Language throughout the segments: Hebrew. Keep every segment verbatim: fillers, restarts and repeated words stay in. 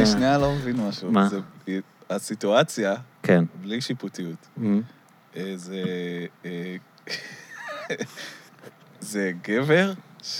אני שנייה לא מבין משהו. מה? הסיטואציה, כן. בלי שיפוטיות, זה... זה גבר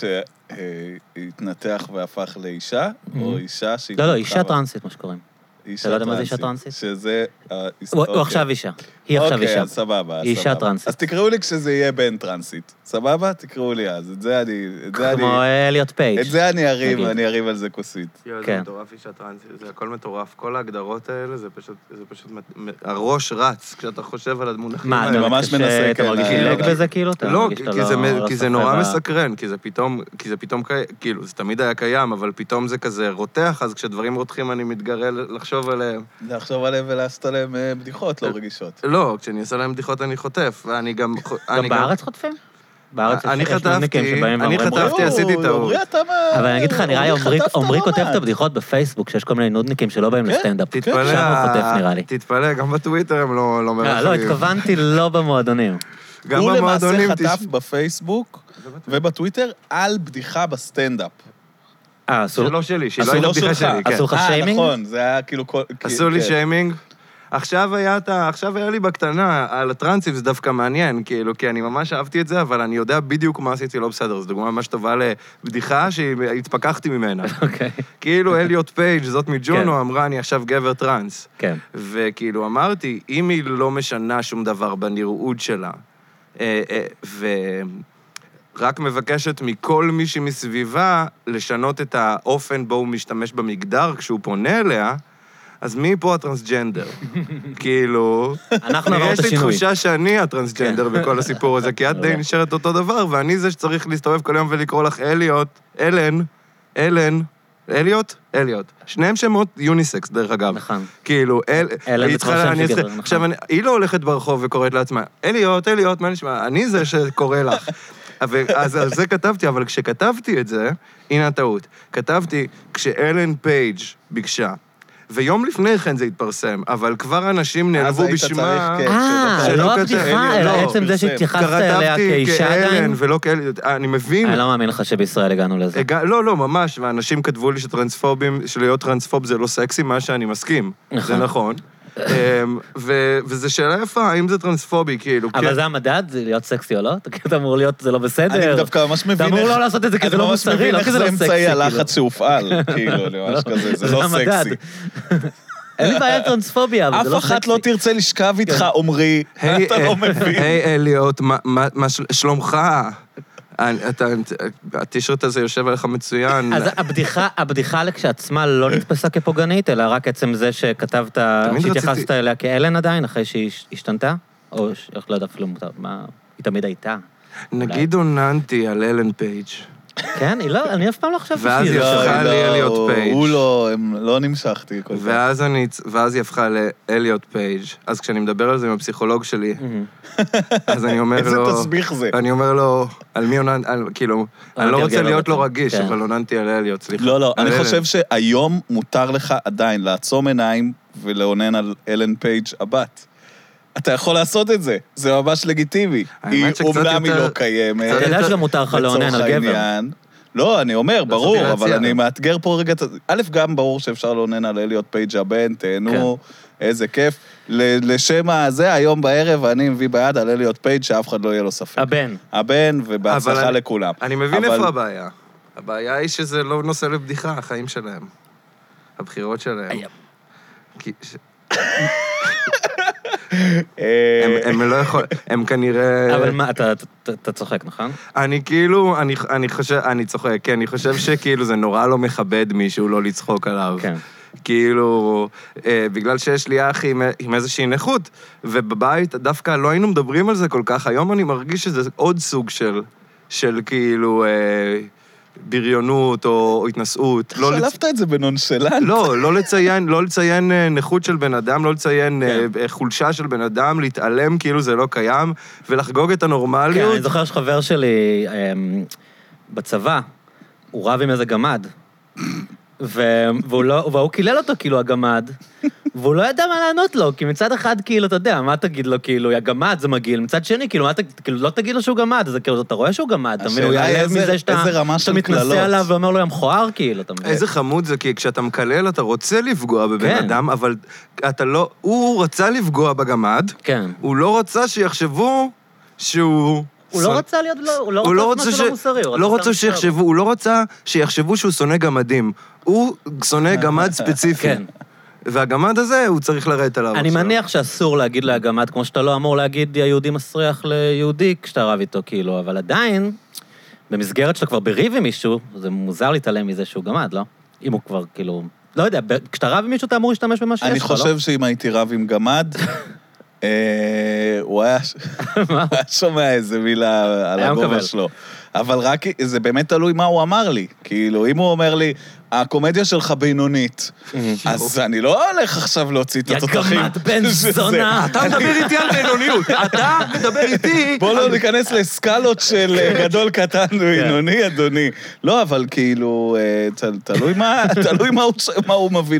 שהתנתח והפך לאישה, או אישה שהתנתחה... לא, לא, אישה טרנסית, מה שקוראים. אתה לא יודע מה זה אישה טרנסית? שזה... הוא עכשיו אישה. היא עכשיו אישה. אוקיי, אז סבבה. היא אישה טרנסית. אז תקראו לי כשזה יהיה בן טרנסית. סבבה? תקראו לי אז. את זה אני... כמו אליוט פייג'. את זה אני אריב, אני אריב על זה כוסית. יואו, זה מטורף אישה טרנסית. זה הכל מטורף. כל ההגדרות האלה, זה פשוט... הראש רץ כשאתה חושב על המונחים. מה, אני ממש מנסה... אתה מרגיש לג בזה כאילו? לא, כי זה נורא מסקרן, כי זה פתאום... כי זה פתאום... כאילו, זה תמיד היה קיים, אבל פתאום זה כזה רותח, אז כשדברים רותחים אני מתגרה לחשוב עליהם. לחשוב עליהם ולעשות עליהם בדיחות לא רגישות. לא, כשאני אעשה להם בדיחות אני חוטף, ואני גם... גם בארץ חוטפים? בארץ אני חטפתי, אני חטפתי, עשיתי טעות. אבל אני אגיד לך, נראה לי, עומרי כותב את הבדיחות בפייסבוק, שיש כל מיני נודניקים שלא באים לסטנדאפ. תתפלא, שם הוא כותב נראה לי. תתפלא, גם בטוויטר הם לא מרחבים. לא, התכוונתי לא במועדונים. הוא למעשה חטף בפייסבוק ובטוויטר על בדיחה בסטנדאפ. אה, זה לא שלי, שהיא לא הייתה בדיחה שלי. עשו לך שיימינג? נכון, זה היה כאילו... עשו לי שיימינג. עכשיו היה, עכשיו היה לי בקטנה, על הטרנסים זה דווקא מעניין, כאילו, כי אני ממש אהבתי את זה, אבל אני יודע בדיוק מה עשיתי לא בסדר. זו דוגמה ממש טובה לבדיחה שהתפכחתי ממנה. אוקיי. כאילו, אליוט פייג' זאת מג'ונו, אמרה, אני עכשיו גבר טרנס. כן. וכאילו, אמרתי, אם היא לא משנה שום דבר בנראות שלה, ורק מבקשת מכל מי שמסביבה לשנות את האופן בו הוא משתמש במגדר כשהוא פונה אליה, אז מי פה הטרנסג'נדר? כאילו... אנחנו עברנו את השינוי. יש לי תחושה שאני הטרנסג'נדר בכל הסיפור הזה, כי את די נשארת אותו דבר, ואני זה שצריך להסתובב כל יום ולקרוא לך אליוט, אלן, אלן, אליוט? אליוט. שניהם שמות יוניסקס, דרך אגב. נכון. כאילו, אלן זה כבר שם שגבר, נכון. עכשיו, היא לא הולכת ברחוב וקוראת לעצמה, אליוט, אליוט, מה נשמע? אני זה שקורא לך. אז על זה כתבתי, אבל כשכתבתי את זה, הנה הטעות. כתבתי, כשאלן פייג' ביקשה, ויום לפני כן זה התפרסם, אבל כבר אנשים נעלבו בשמה... אה, לא הבדיחה, אלא עצם זה שהתייחסת אליה כאישה עדיין. כתבתי כאלן ולא כאלה, אני מבין. אני לא מאמין לך שבישראל הגענו לזה. לא, לא, ממש, ואנשים כתבו לי שטרנספובים, שלהיות טרנספוב זה לא סקסי, מה שאני מסכים. זה נכון. וזה שאלה יפה, האם זה טרנספובי, כאילו. אבל זה המדד, זה להיות סקסי או לא? אתה אמור להיות, זה לא בסדר. אני דווקא ממש מבין... אתה אמור לא לעשות את זה, כי זה לא מוסרי, לא כי זה לא סקסי. איך זה אמצעי הלחץ שהופעל, כאילו, ממש כזה, זה לא סקסי. אין לי בעיה טרנספוביה, אבל זה לא אף סקסי. אחת לא תרצה לשכב איתך, עומרי, אתה לא מבין. היי, אליוט, מה שלומך? הטישרט הזה יושב עליך מצוין. אז הבדיחה, הבדיחה לכשעצמה לא נתפסה כפוגענית, אלא רק עצם זה שכתבת, שהתייחסת אליה כאלן עדיין, אחרי שהיא השתנתה? או איך לא יודע אפילו מה, היא תמיד הייתה. נגיד עוננתי על אלן פייג'. כן, היא לא, אני אף פעם לא חשבתי שהיא... ואז היא הפכה לאליוט פייג'. הוא לא, לא נמשכתי. ואז היא הפכה לאליוט פייג'. אז כשאני מדבר על זה עם הפסיכולוג שלי, אז אני אומר לו... איזה תסביך זה. אני אומר לו, על מי עוננתי, כאילו, אני לא רוצה להיות לו רגיש, אבל עוננתי על אליוט, סליחה. לא, לא, אני חושב שהיום מותר לך עדיין לעצום עיניים ולעונן על אלן פייג' הבת. אתה יכול לעשות את זה, זה ממש לגיטימי. היא אומנם היא לא קיימת. אתה יודע שגם מותר לך לעונן על גבר. לא, אני אומר, ברור, אבל אני מאתגר פה רגע... א', גם ברור שאפשר לעונן על אליוט פייג' הבן, תהנו, איזה כיף. לשם הזה, היום בערב, אני מביא ביד על אליוט פייג' שאף אחד לא יהיה לו ספק. הבן. הבן, ובהצלחה לכולם. אני מבין איפה הבעיה. הבעיה היא שזה לא נושא לבדיחה, החיים שלהם. הבחירות שלהם. הם לא יכול, הם כנראה... אבל מה, אתה צוחק, נכון? אני כאילו, אני חושב, אני צוחק, כן, אני חושב שכאילו זה נורא לא מכבד מישהו לא לצחוק עליו. כן. כאילו, בגלל שיש לי אח עם איזושהי נכות, ובבית דווקא לא היינו מדברים על זה כל כך, היום אני מרגיש שזה עוד סוג של, של כאילו... בריונות או התנסות. שלפת את זה בנונשלנט. לא, לא לציין, לא לציין נכות של בן אדם, לא לציין חולשה של בן אדם, להתעלם כאילו זה לא קיים, ולחגוג את הנורמליות. כן, אני זוכר שחבר שלי בצבא, הוא רב עם איזה גמד, והוא קילל אותו כאילו הגמד, והוא לא ידע מה לענות לו, כי מצד אחד כאילו, אתה יודע, מה תגיד לו כאילו, הגמד זה מגעיל, מצד שני כאילו, לא תגיד לו שהוא גמד, אז כאילו, אתה רואה שהוא גמד, אתה מבין, הוא יעלב מזה שאתה מתנסה עליו ואומר לו, יא מכוער כאילו, אתה מבין. איזה חמוד זה, כי כשאתה מקלל, אתה רוצה לפגוע בבן אדם, אבל אתה לא, הוא רצה לפגוע בגמד, הוא לא רצה שיחשבו שהוא... הוא לא רצה להיות, הוא לא רצה משהו לא מוסרי. לא רוצה שיחשבו, הוא לא רצה שיחשבו שהוא שונא גמדים. הוא שונא גמד ספציפי. והגמד הזה, הוא צריך לרדת עליו. אני מניח שאסור להגיד להגמד, כמו שאתה לא אמור להגיד יהודי מסריח ליהודי כשאתה רב איתו, כאילו, אבל עדיין, במסגרת שאתה כבר בריב עם מישהו, זה מוזר להתעלם מזה שהוא גמד, לא? אם הוא כבר, כאילו, לא יודע, כשאתה רב עם מישהו, אתה אמור להשתמש במה שיש לך, לא? אני חושב שאם הייתי רב עם גמד, הוא היה שומע איזה מילה על הגובה שלו. אבל רק, זה באמת תלוי מה הוא אמר לי. כאילו, אם הוא אומר לי, הקומדיה שלך בינונית, אז אני לא הולך עכשיו להוציא את התותחים. יא גמד בן זונה. אתה מדבר איתי על בינוניות. אתה מדבר איתי... בוא לא ניכנס לסקלות של גדול קטן ובינוני, אדוני. לא, אבל כאילו, תלוי מה הוא מביא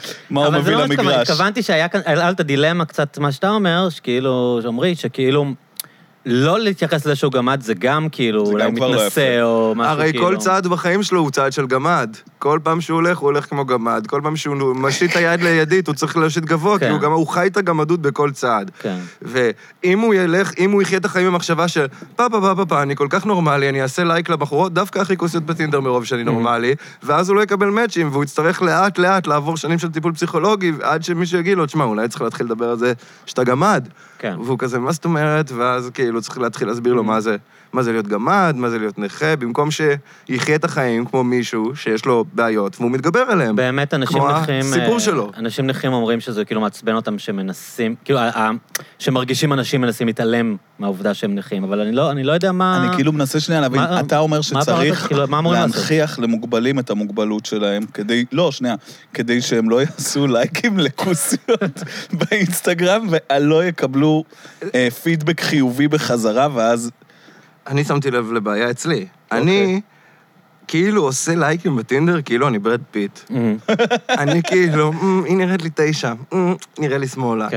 למגרש. התכוונתי שהיה כאן, על את הדילמה קצת מה שאתה אומר, שכאילו, שאומרי, שכאילו... לא להתייחס לזה שהוא גמד, זה גם כאילו, אולי מתנסה או משהו הרי כאילו. הרי כל צעד בחיים שלו הוא צעד של גמד. כל פעם שהוא הולך, הוא הולך כמו גמד. כל פעם שהוא משיט היד לידית, הוא צריך להושיט גבוה, כי הוא חי את הגמדות בכל צעד. ואם הוא ילך, אם הוא יחיה את החיים במחשבה של, פה, פה, פה, פה, פה, אני כל כך נורמלי, אני אעשה לייק לבחורות, דווקא הכי כוסיות בטינדר מרוב שאני נורמלי, ואז הוא לא יקבל מאצ'ים, והוא יצטרך לאט לאט לעבור שנים של טיפול פסיכולוגי, עד שמישהו יגיד לו, תשמע, אולי צריך להתחיל לדבר על זה שאתה גמד. והוא כזה, מה זאת אומרת? ואז כאילו צריך להתחיל להסביר לו מה זה, מה זה להיות גמד, מה זה להיות נכה, במקום שיחיה את החיים כמו מישהו שיש לו בעיות, והוא מתגבר עליהם. באמת אנשים נכים... כמו הסיפור שלו. אנשים נכים אומרים שזה כאילו מעצבן אותם שמנסים, כאילו, שמרגישים אנשים מנסים להתעלם מהעובדה שהם נכים, אבל אני לא, אני לא יודע מה... אני כאילו מנסה שנייה להבין, אתה אומר שצריך להנחיח למוגבלים את המוגבלות שלהם, כדי, לא, שנייה, כדי שהם לא יעשו לייקים לקוסיות באינסטגרם, ולא יקבלו פידבק חיובי בחזרה, ואז... אני שמתי לב לבעיה אצלי. אני כאילו עושה לייקים בטינדר, כאילו אני ברד פיט. אני כאילו, היא נראית לי תשע, נראה לי שמאלה.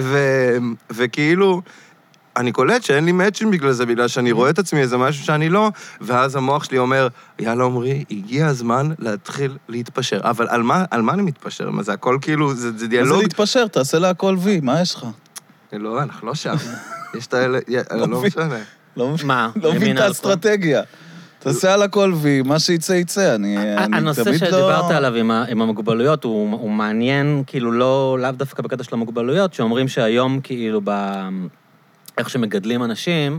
וכאילו, אני קולט שאין לי מאצ'ים בגלל זה, בגלל שאני רואה את עצמי איזה משהו שאני לא, ואז המוח שלי אומר, יאללה עומרי, הגיע הזמן להתחיל להתפשר. אבל על מה, על מה אני מתפשר? מה זה הכל כאילו, זה דיאלוג... מה זה להתפשר? תעשה לה הכל וי, מה יש לך? לא, אנחנו לא שם. יש את האלה, לא משנה. לא מבין את האסטרטגיה. תעשה על הכל וי, מה שיצא יצא, אני תמיד לא... הנושא שדיברת עליו עם המוגבלויות, הוא מעניין, כאילו לא, לאו דווקא בקטע של המוגבלויות, שאומרים שהיום כאילו איך שמגדלים אנשים,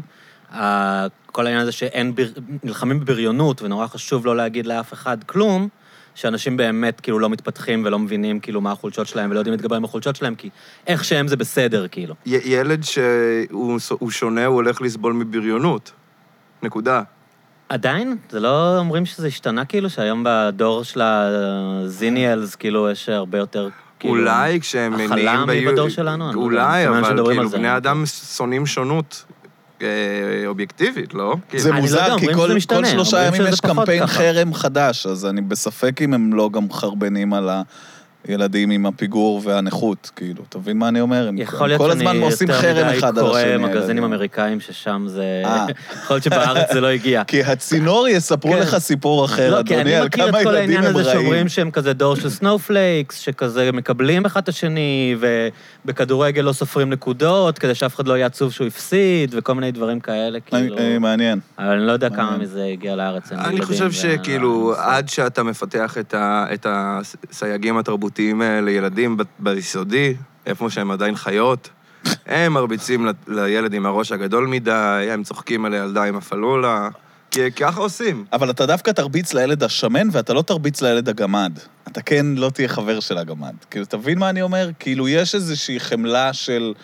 כל העניין הזה שאין נלחמים בבריונות, ונורא חשוב לא להגיד לאף אחד כלום, שאנשים באמת כאילו לא מתפתחים ולא מבינים כאילו מה החולשות שלהם, ולא יודעים להתגבר עם החולשות שלהם, כי איך שהם זה בסדר, כאילו. ילד שהוא שונה, הוא הולך לסבול מבריונות. נקודה. עדיין? זה לא אומרים שזה השתנה כאילו, שהיום בדור של הזיניאלס, כאילו, יש הרבה יותר... אולי כשהם מניעים... החלה בדור שלנו. אולי, אבל כאילו בני אדם שונאים שונות. אובייקטיבית, לא? זה מוזר, כי כל שלושה ימים יש קמפיין חרם חדש, אז אני בספק אם הם לא גם חרבנים על הילדים עם הפיגור והנכות, כאילו, תבין מה אני אומר? יכול להיות שאני יותר מדי קורא מגזינים אמריקאים ששם זה... יכול להיות שבארץ זה לא הגיע. כי הצינור יספרו לך סיפור אחר, אדוני, על כמה ילדים הם רעים. לא, כי אני מכיר את כל העניין הזה שאומרים שהם כזה דור של סנופלייקס, שכזה מקבלים אחד את השני, ובכדורגל לא סופרים נקודות, כדי שאף אחד לא יהיה עצוב שהוא הפסיד, וכל מיני דברים כאלה, כאילו... מעניין. אבל אני לא יודע כמה מזה הגיע לארץ. אני חושב שכאילו, עד שאתה מפתח את הסייגים התרבותיים לילדים ביסודי, איפה שהם עדיין חיות, הם מרביצים לילד עם הראש הגדול מדי, הם צוחקים על הילדה עם הפלולה, כי ככה עושים. אבל אתה דווקא תרביץ לילד השמן, ואתה לא תרביץ לילד הגמד. אתה כן לא תהיה חבר של הגמד. כאילו, תבין מה אני אומר? כאילו, יש איזושהי חמלה של...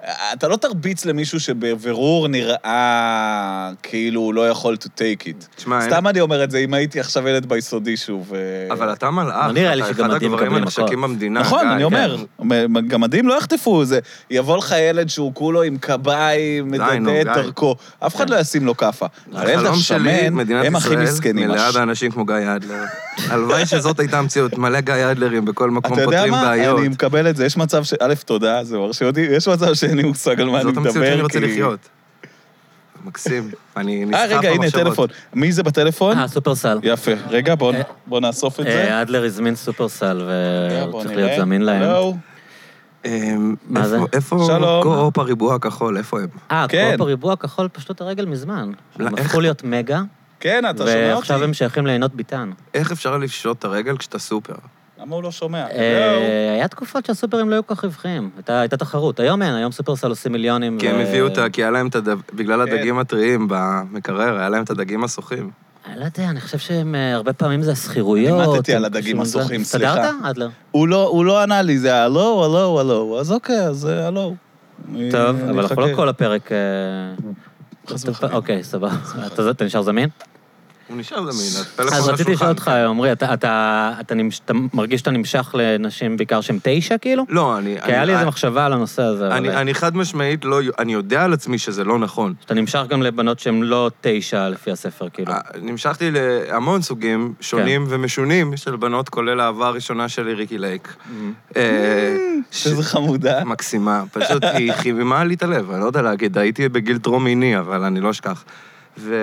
אתה לא תרביץ למישהו שבבירור נראה כאילו הוא לא יכול to take it. סתם אני אומר את זה, אם הייתי עכשיו ילד ביסודי שוב. אבל אתה מלאך, אתה אחד הגברים הנחשקים במדינה. נכון, אני אומר, גמדים לא יחטפו, זה יבוא לך ילד שהוא כולו עם קביים, מדדה את דרכו, אף אחד לא ישים לו כפה. החלום שלי, מדינת ישראל, מלאה באנשים כמו גיא אדלר. הלוואי שזאת הייתה המציאות, מלא גיא אדלרים בכל מקום פותרים בעיות. אתה יודע מה? אני מקבל את זה, יש מצב ש... א', תודה, זה מרשה אותי, יש מצב שאין לי מושג על מה אני מדבר, זאת המציאות שאני רוצה לחיות. מקסים, אני נסחף במחשבות. אה, רגע, הנה, טלפון. מי זה בטלפון? אה, סופרסל. יפה. רגע, בוא נאסוף את זה. אדלר הזמין סופרסל, וצריך להיות זמין להם. מה זה? איפה קו-אופ הריבוע הכחול, איפה הם? אה, קו-אופ הריבוע הכחול פשוט הרגל מזמן. הם הפכו להיות מגה. כן, אתה שומע אותי. ועכשיו הם שייכים לעינות ביטן. איך אפשר לפשוט את הרגל כשאתה סופר? למה הוא לא שומע? היה תקופות שהסופרים לא היו כל כך רווחיים. הייתה תחרות. היום אין, היום סופרסל עושים מיליונים. כי הם הביאו אותה, כי היה להם את הדג... בגלל הדגים הטריים במקרר, היה להם את הדגים הסוחים. אני לא יודע, אני חושב שהם הרבה פעמים זה הסחירויות. אני מתתי על הדגים הסוחים, סליחה. סדרת, אדלר? הוא לא ענה לי, זה הלו, הלו, הלו. אז אוקיי, אז הלו. טוב, אבל אנחנו לא כל הפרק... אוקיי, סבבה. אתה נשאר זמין? הוא נשאר זמין, אז רציתי לשאול אותך, עמרי, אתה מרגיש שאתה נמשך לנשים בעיקר שהן תשע, כאילו? לא, אני... כי היה לי איזו מחשבה על הנושא הזה. אני חד משמעית לא... אני יודע על עצמי שזה לא נכון. שאתה נמשך גם לבנות שהן לא תשע לפי הספר, כאילו. נמשכתי להמון סוגים שונים ומשונים של בנות, כולל האהבה הראשונה שלי, ריקי לייק. שזה חמודה. מקסימה. פשוט היא חיממה לי את הלב, אני לא יודע להגיד, הייתי בגיל טרום מיני, אבל אני לא אשכח. ו...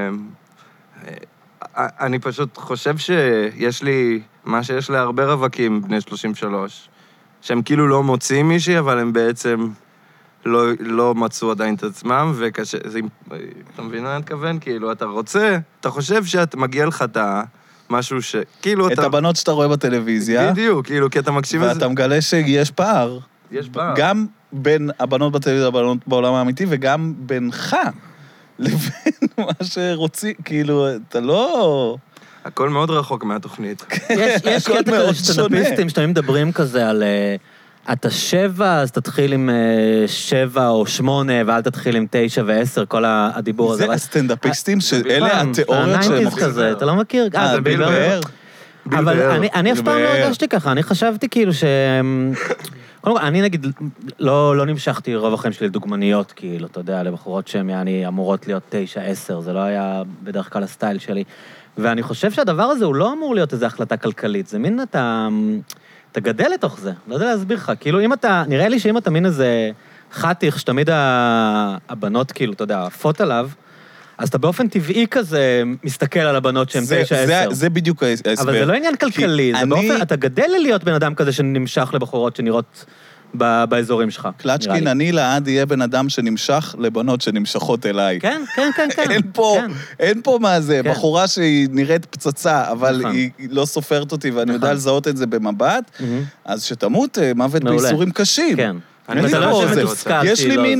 אני פשוט חושב שיש לי, מה שיש להרבה רווקים בני שלושים ושלוש, שהם כאילו לא מוצאים מישהי, אבל הם בעצם לא, לא מצאו עדיין את עצמם, וקשה, זה, אתה מבין מה אני מתכוון? כאילו, אתה רוצה, אתה חושב שאת מגיע לך את משהו ש... כאילו את אתה... הבנות שאתה רואה בטלוויזיה. בדיוק, כאילו, כי אתה מקשיב לזה. ואתה מגלה שיש פער. יש פער. גם בין הבנות בטלוויזיה, הבנות בעולם האמיתי, וגם בינך. לבין מה שרוצים, כאילו, אתה לא... הכל מאוד רחוק מהתוכנית. יש קטע כזה שטנדאפיסטים שתמיד מדברים כזה על... אתה שבע, אז תתחיל עם שבע או שמונה, ואל תתחיל עם תשע ועשר, כל הדיבור הזה. זה הסטנדאפיסטים שאלה התיאוריות שהם... הניינטיז כזה, אתה לא מכיר? אה, זה ביל באר. אבל אני אף פעם לא הרגשתי ככה, אני חשבתי כאילו ש... קודם כל, אני נגיד, לא, לא נמשכתי רוב החיים שלי לדוגמניות, כאילו, אתה יודע, לבחורות שהן יעני אמורות להיות תשע, עשר, זה לא היה בדרך כלל הסטייל שלי. ואני חושב שהדבר הזה הוא לא אמור להיות איזו החלטה כלכלית, זה מין אתה, אתה גדל לתוך זה, לא יודע להסביר לך, כאילו, אם אתה, נראה לי שאם אתה מין איזה חתיך, שתמיד הבנות, כאילו, אתה יודע, עפות עליו, אז אתה באופן טבעי כזה מסתכל על הבנות שהן תשע עשר. זה בדיוק ההסבר. אבל זה לא עניין כלכלי, זה באופן, אתה גדל להיות בן אדם כזה שנמשך לבחורות שנראות באזורים שלך. קלצ'קין, אני לעד יהיה בן אדם שנמשך לבנות שנמשכות אליי. כן, כן, כן, כן. אין פה, אין פה מה זה, בחורה שהיא נראית פצצה, אבל היא לא סופרת אותי, ואני יודע לזהות את זה במבט, אז שתמות מוות בייסורים קשים. כן. יש לי מין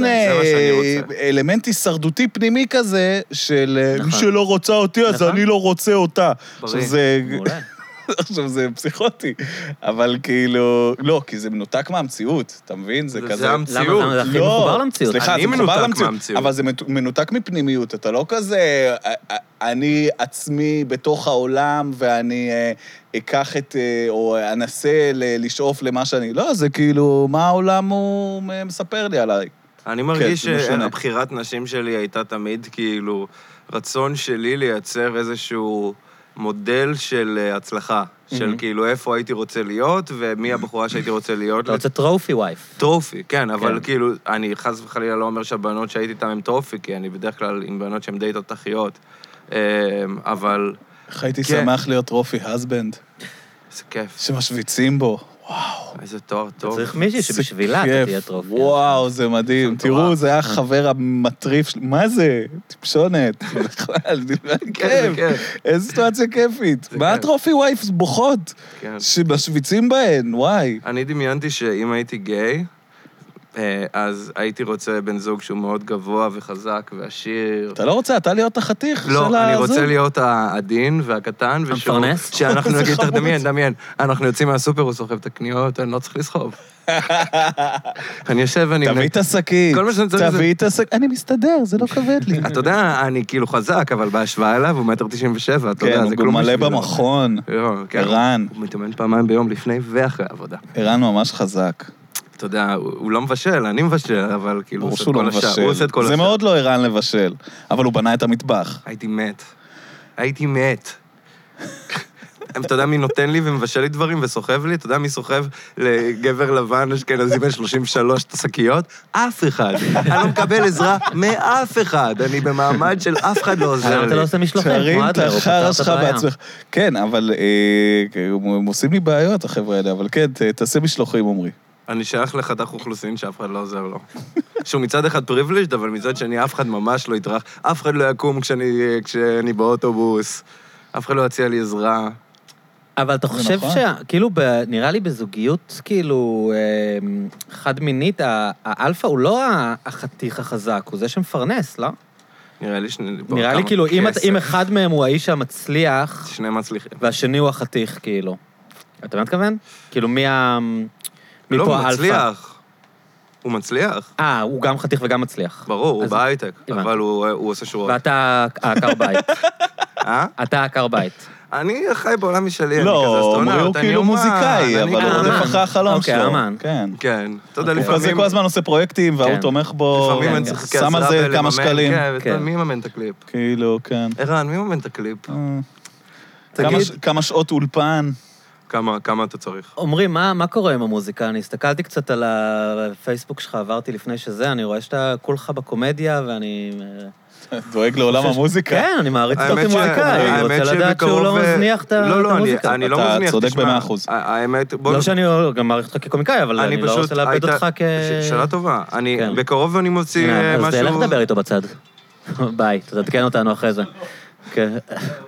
אלמנט הישרדותי פנימי כזה, של מי שלא רוצה אותי, אז אני לא רוצה אותה. עכשיו זה... עכשיו זה פסיכוטי, אבל כאילו, לא, כי זה מנותק מהמציאות, אתה מבין? זה כזה... זה המציאות. למה זה הכי מחובר למציאות? סליחה, זה מחובר למציאות, אבל זה מנותק מפנימיות, אתה לא כזה, אני עצמי בתוך העולם, ואני אקח את, או אנסה לשאוף למה שאני, לא, זה כאילו, מה העולם הוא מספר לי עליי. אני מרגיש שהבחירת נשים שלי הייתה תמיד כאילו, רצון שלי לייצר איזשהו... מודל של הצלחה, של כאילו איפה הייתי רוצה להיות, ומי הבחורה שהייתי רוצה להיות. אתה רוצה טרופי וייף. טרופי, כן, אבל כאילו, אני חס וחלילה לא אומר שהבנות שהייתי איתן הן טרופי, כי אני בדרך כלל עם בנות שהן די תותחיות, אבל... איך הייתי שמח להיות טרופי הסבנד. איזה כיף. שמשוויצים בו. וואו. איזה תואר טוב. צריך מישהי שבשבילה אתה תהיה טרופי. וואו, זה מדהים. תראו, זה היה חבר המטריף שלי. מה זה? טיפשונת. בכלל, כיף. איזו סיטואציה כיפית. מה הטרופי וייפס בוכות? שמשוויצים בהן, וואי. אני דמיינתי שאם הייתי גיי, אז הייתי רוצה בן זוג שהוא מאוד גבוה וחזק ועשיר. אתה לא רוצה, אתה להיות החתיך של הזוג? לא, אני רוצה להיות העדין והקטן, המפרנס? שאנחנו נגיד, דמיין, דמיין, אנחנו יוצאים מהסופר, הוא סוחב את הקניות, אני לא צריך לסחוב. אני יושב ואני... תביא את השקית, כל מה שאני צריך זה... תביא את השקית, אני מסתדר, זה לא כבד לי. אתה יודע, אני כאילו חזק, אבל בהשוואה אליו הוא מטר תשעים ושבע, אתה יודע, זה כן, הוא כלום מלא בשבילו. במכון, ערן. הוא מתאמן פעמיים ביום לפני ואחרי העבודה. ערן ממש חזק. אתה יודע, הוא לא מבשל, אני מבשל, אבל כאילו הוא ברור עושה שהוא את לא כל השאר. מבשל. הוא עושה את כל השאר. זה מאוד לא ערן לבשל, אבל הוא בנה את המטבח. הייתי מת. הייתי מת. אתה יודע מי נותן לי ומבשל לי דברים וסוחב לי? אתה יודע מי סוחב לגבר לבן אשכנזי בן שלושים ושלוש את השקיות? אף אחד. אני לא מקבל עזרה מאף אחד. אני במעמד של אף אחד לא עוזר לי. למה אתה לא עושה משלוחים? תרים כמו את אדלר, הוא פתר החרא את שלך הבעיה. בעצמך. כן, אבל אה, הם עושים לי בעיות, החבר'ה האלה, אבל כן, ת- תעשה משלוחים, עומרי. אני שייך לחתך אוכלוסין שאף אחד לא עוזר לו. שהוא מצד אחד פריבליג'ד, אבל מצד שני אף אחד ממש לא יטרח. אף אחד לא יקום כשאני, כשאני באוטובוס. אף אחד לא יציע לי עזרה. אבל אתה חושב נכון. שכאילו, ב- נראה לי בזוגיות, כאילו, אה, חד-מינית, ה- האלפא הוא לא ה- החתיך החזק, הוא זה שמפרנס, לא? נראה לי שני... נראה לי כאילו, אם אתה- אם אחד מהם הוא האיש המצליח, שני מצליחים. והשני הוא החתיך, כאילו. אתה מתכוון? כאילו, מי ה... מי לא, פה הוא האלפא? מצליח. הוא מצליח. אה, הוא גם חתיך וגם מצליח. ברור, הוא אז- בהייטק, הבנתי. אבל הוא הוא עושה שורות. ואתה העקר בית. אה? אתה העקר בית. אני חי בעולם משלי, אני כזה לא, אסטרונאוט, עומרי הוא אני כאילו אומן, מוזיקאי, אני אבל הוא גם- רודף אמן. אחרי החלום אוקיי, שלו. אמן. כן. כן, אתה יודע, הוא כזה לפעמים... כל הזמן עושה פרויקטים, והוא כן. תומך בו, לפעמים כן, אני כן. צריך שם על כעזרה זה בלממן, כמה שקלים. כן, כן. מי מממן את הקליפ? כאילו, כן. ערן, מי מממן את הקליפ? אה, תגיד. כמה ש- כמה שעות אולפן. כמה כמה אתה צריך? אומרים, מה, מה קורה עם המוזיקה? אני הסתכלתי קצת על הפייסבוק שלך, עברתי לפני שזה, אני רואה שאתה כולך בקומדיה, ואני... דואג לעולם המוזיקה. כן, אני מעריץ אותו האמת ש- כמוזיקאי, אני האמת רוצה לדעת שהוא לא שבקרוב, אה, מזניח את ה- לא, את לא, אני- המוזיקה. אני לא אתה מזניח, צודק תשמע, במאה אחוז. ה- האמת, בוא... לא שאני גם מעריך אותך כקומיקאי, אבל אני לא רוצה לאבד היית- אותך כ... ש- שאלה טובה. אני, כן. בקרוב אני מוציא הנה, אה, אז משהו... תלך לדבר איתו בצד. ביי, תתקן אותנו אחרי זה. כן.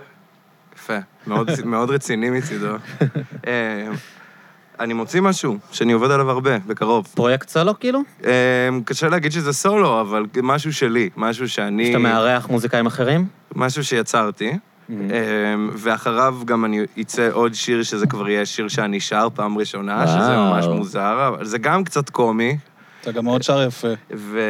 יפה, מאוד, מאוד רציני מצידו. אה, אני מוציא משהו שאני עובד עליו הרבה, בקרוב. פרויקט סולו, כאילו? אה, קשה להגיד שזה סולו, אבל משהו שלי, משהו שאני... שאתה מארח מוזיקאים אחרים? משהו שיצרתי, Mm-hmm. אה, ואחריו גם אני אצא עוד שיר, שזה כבר יהיה שיר שאני שר פעם ראשונה, שזה וואו. ממש מוזר, אבל זה גם קצת קומי, אתה גם מאוד שר יפה. ו...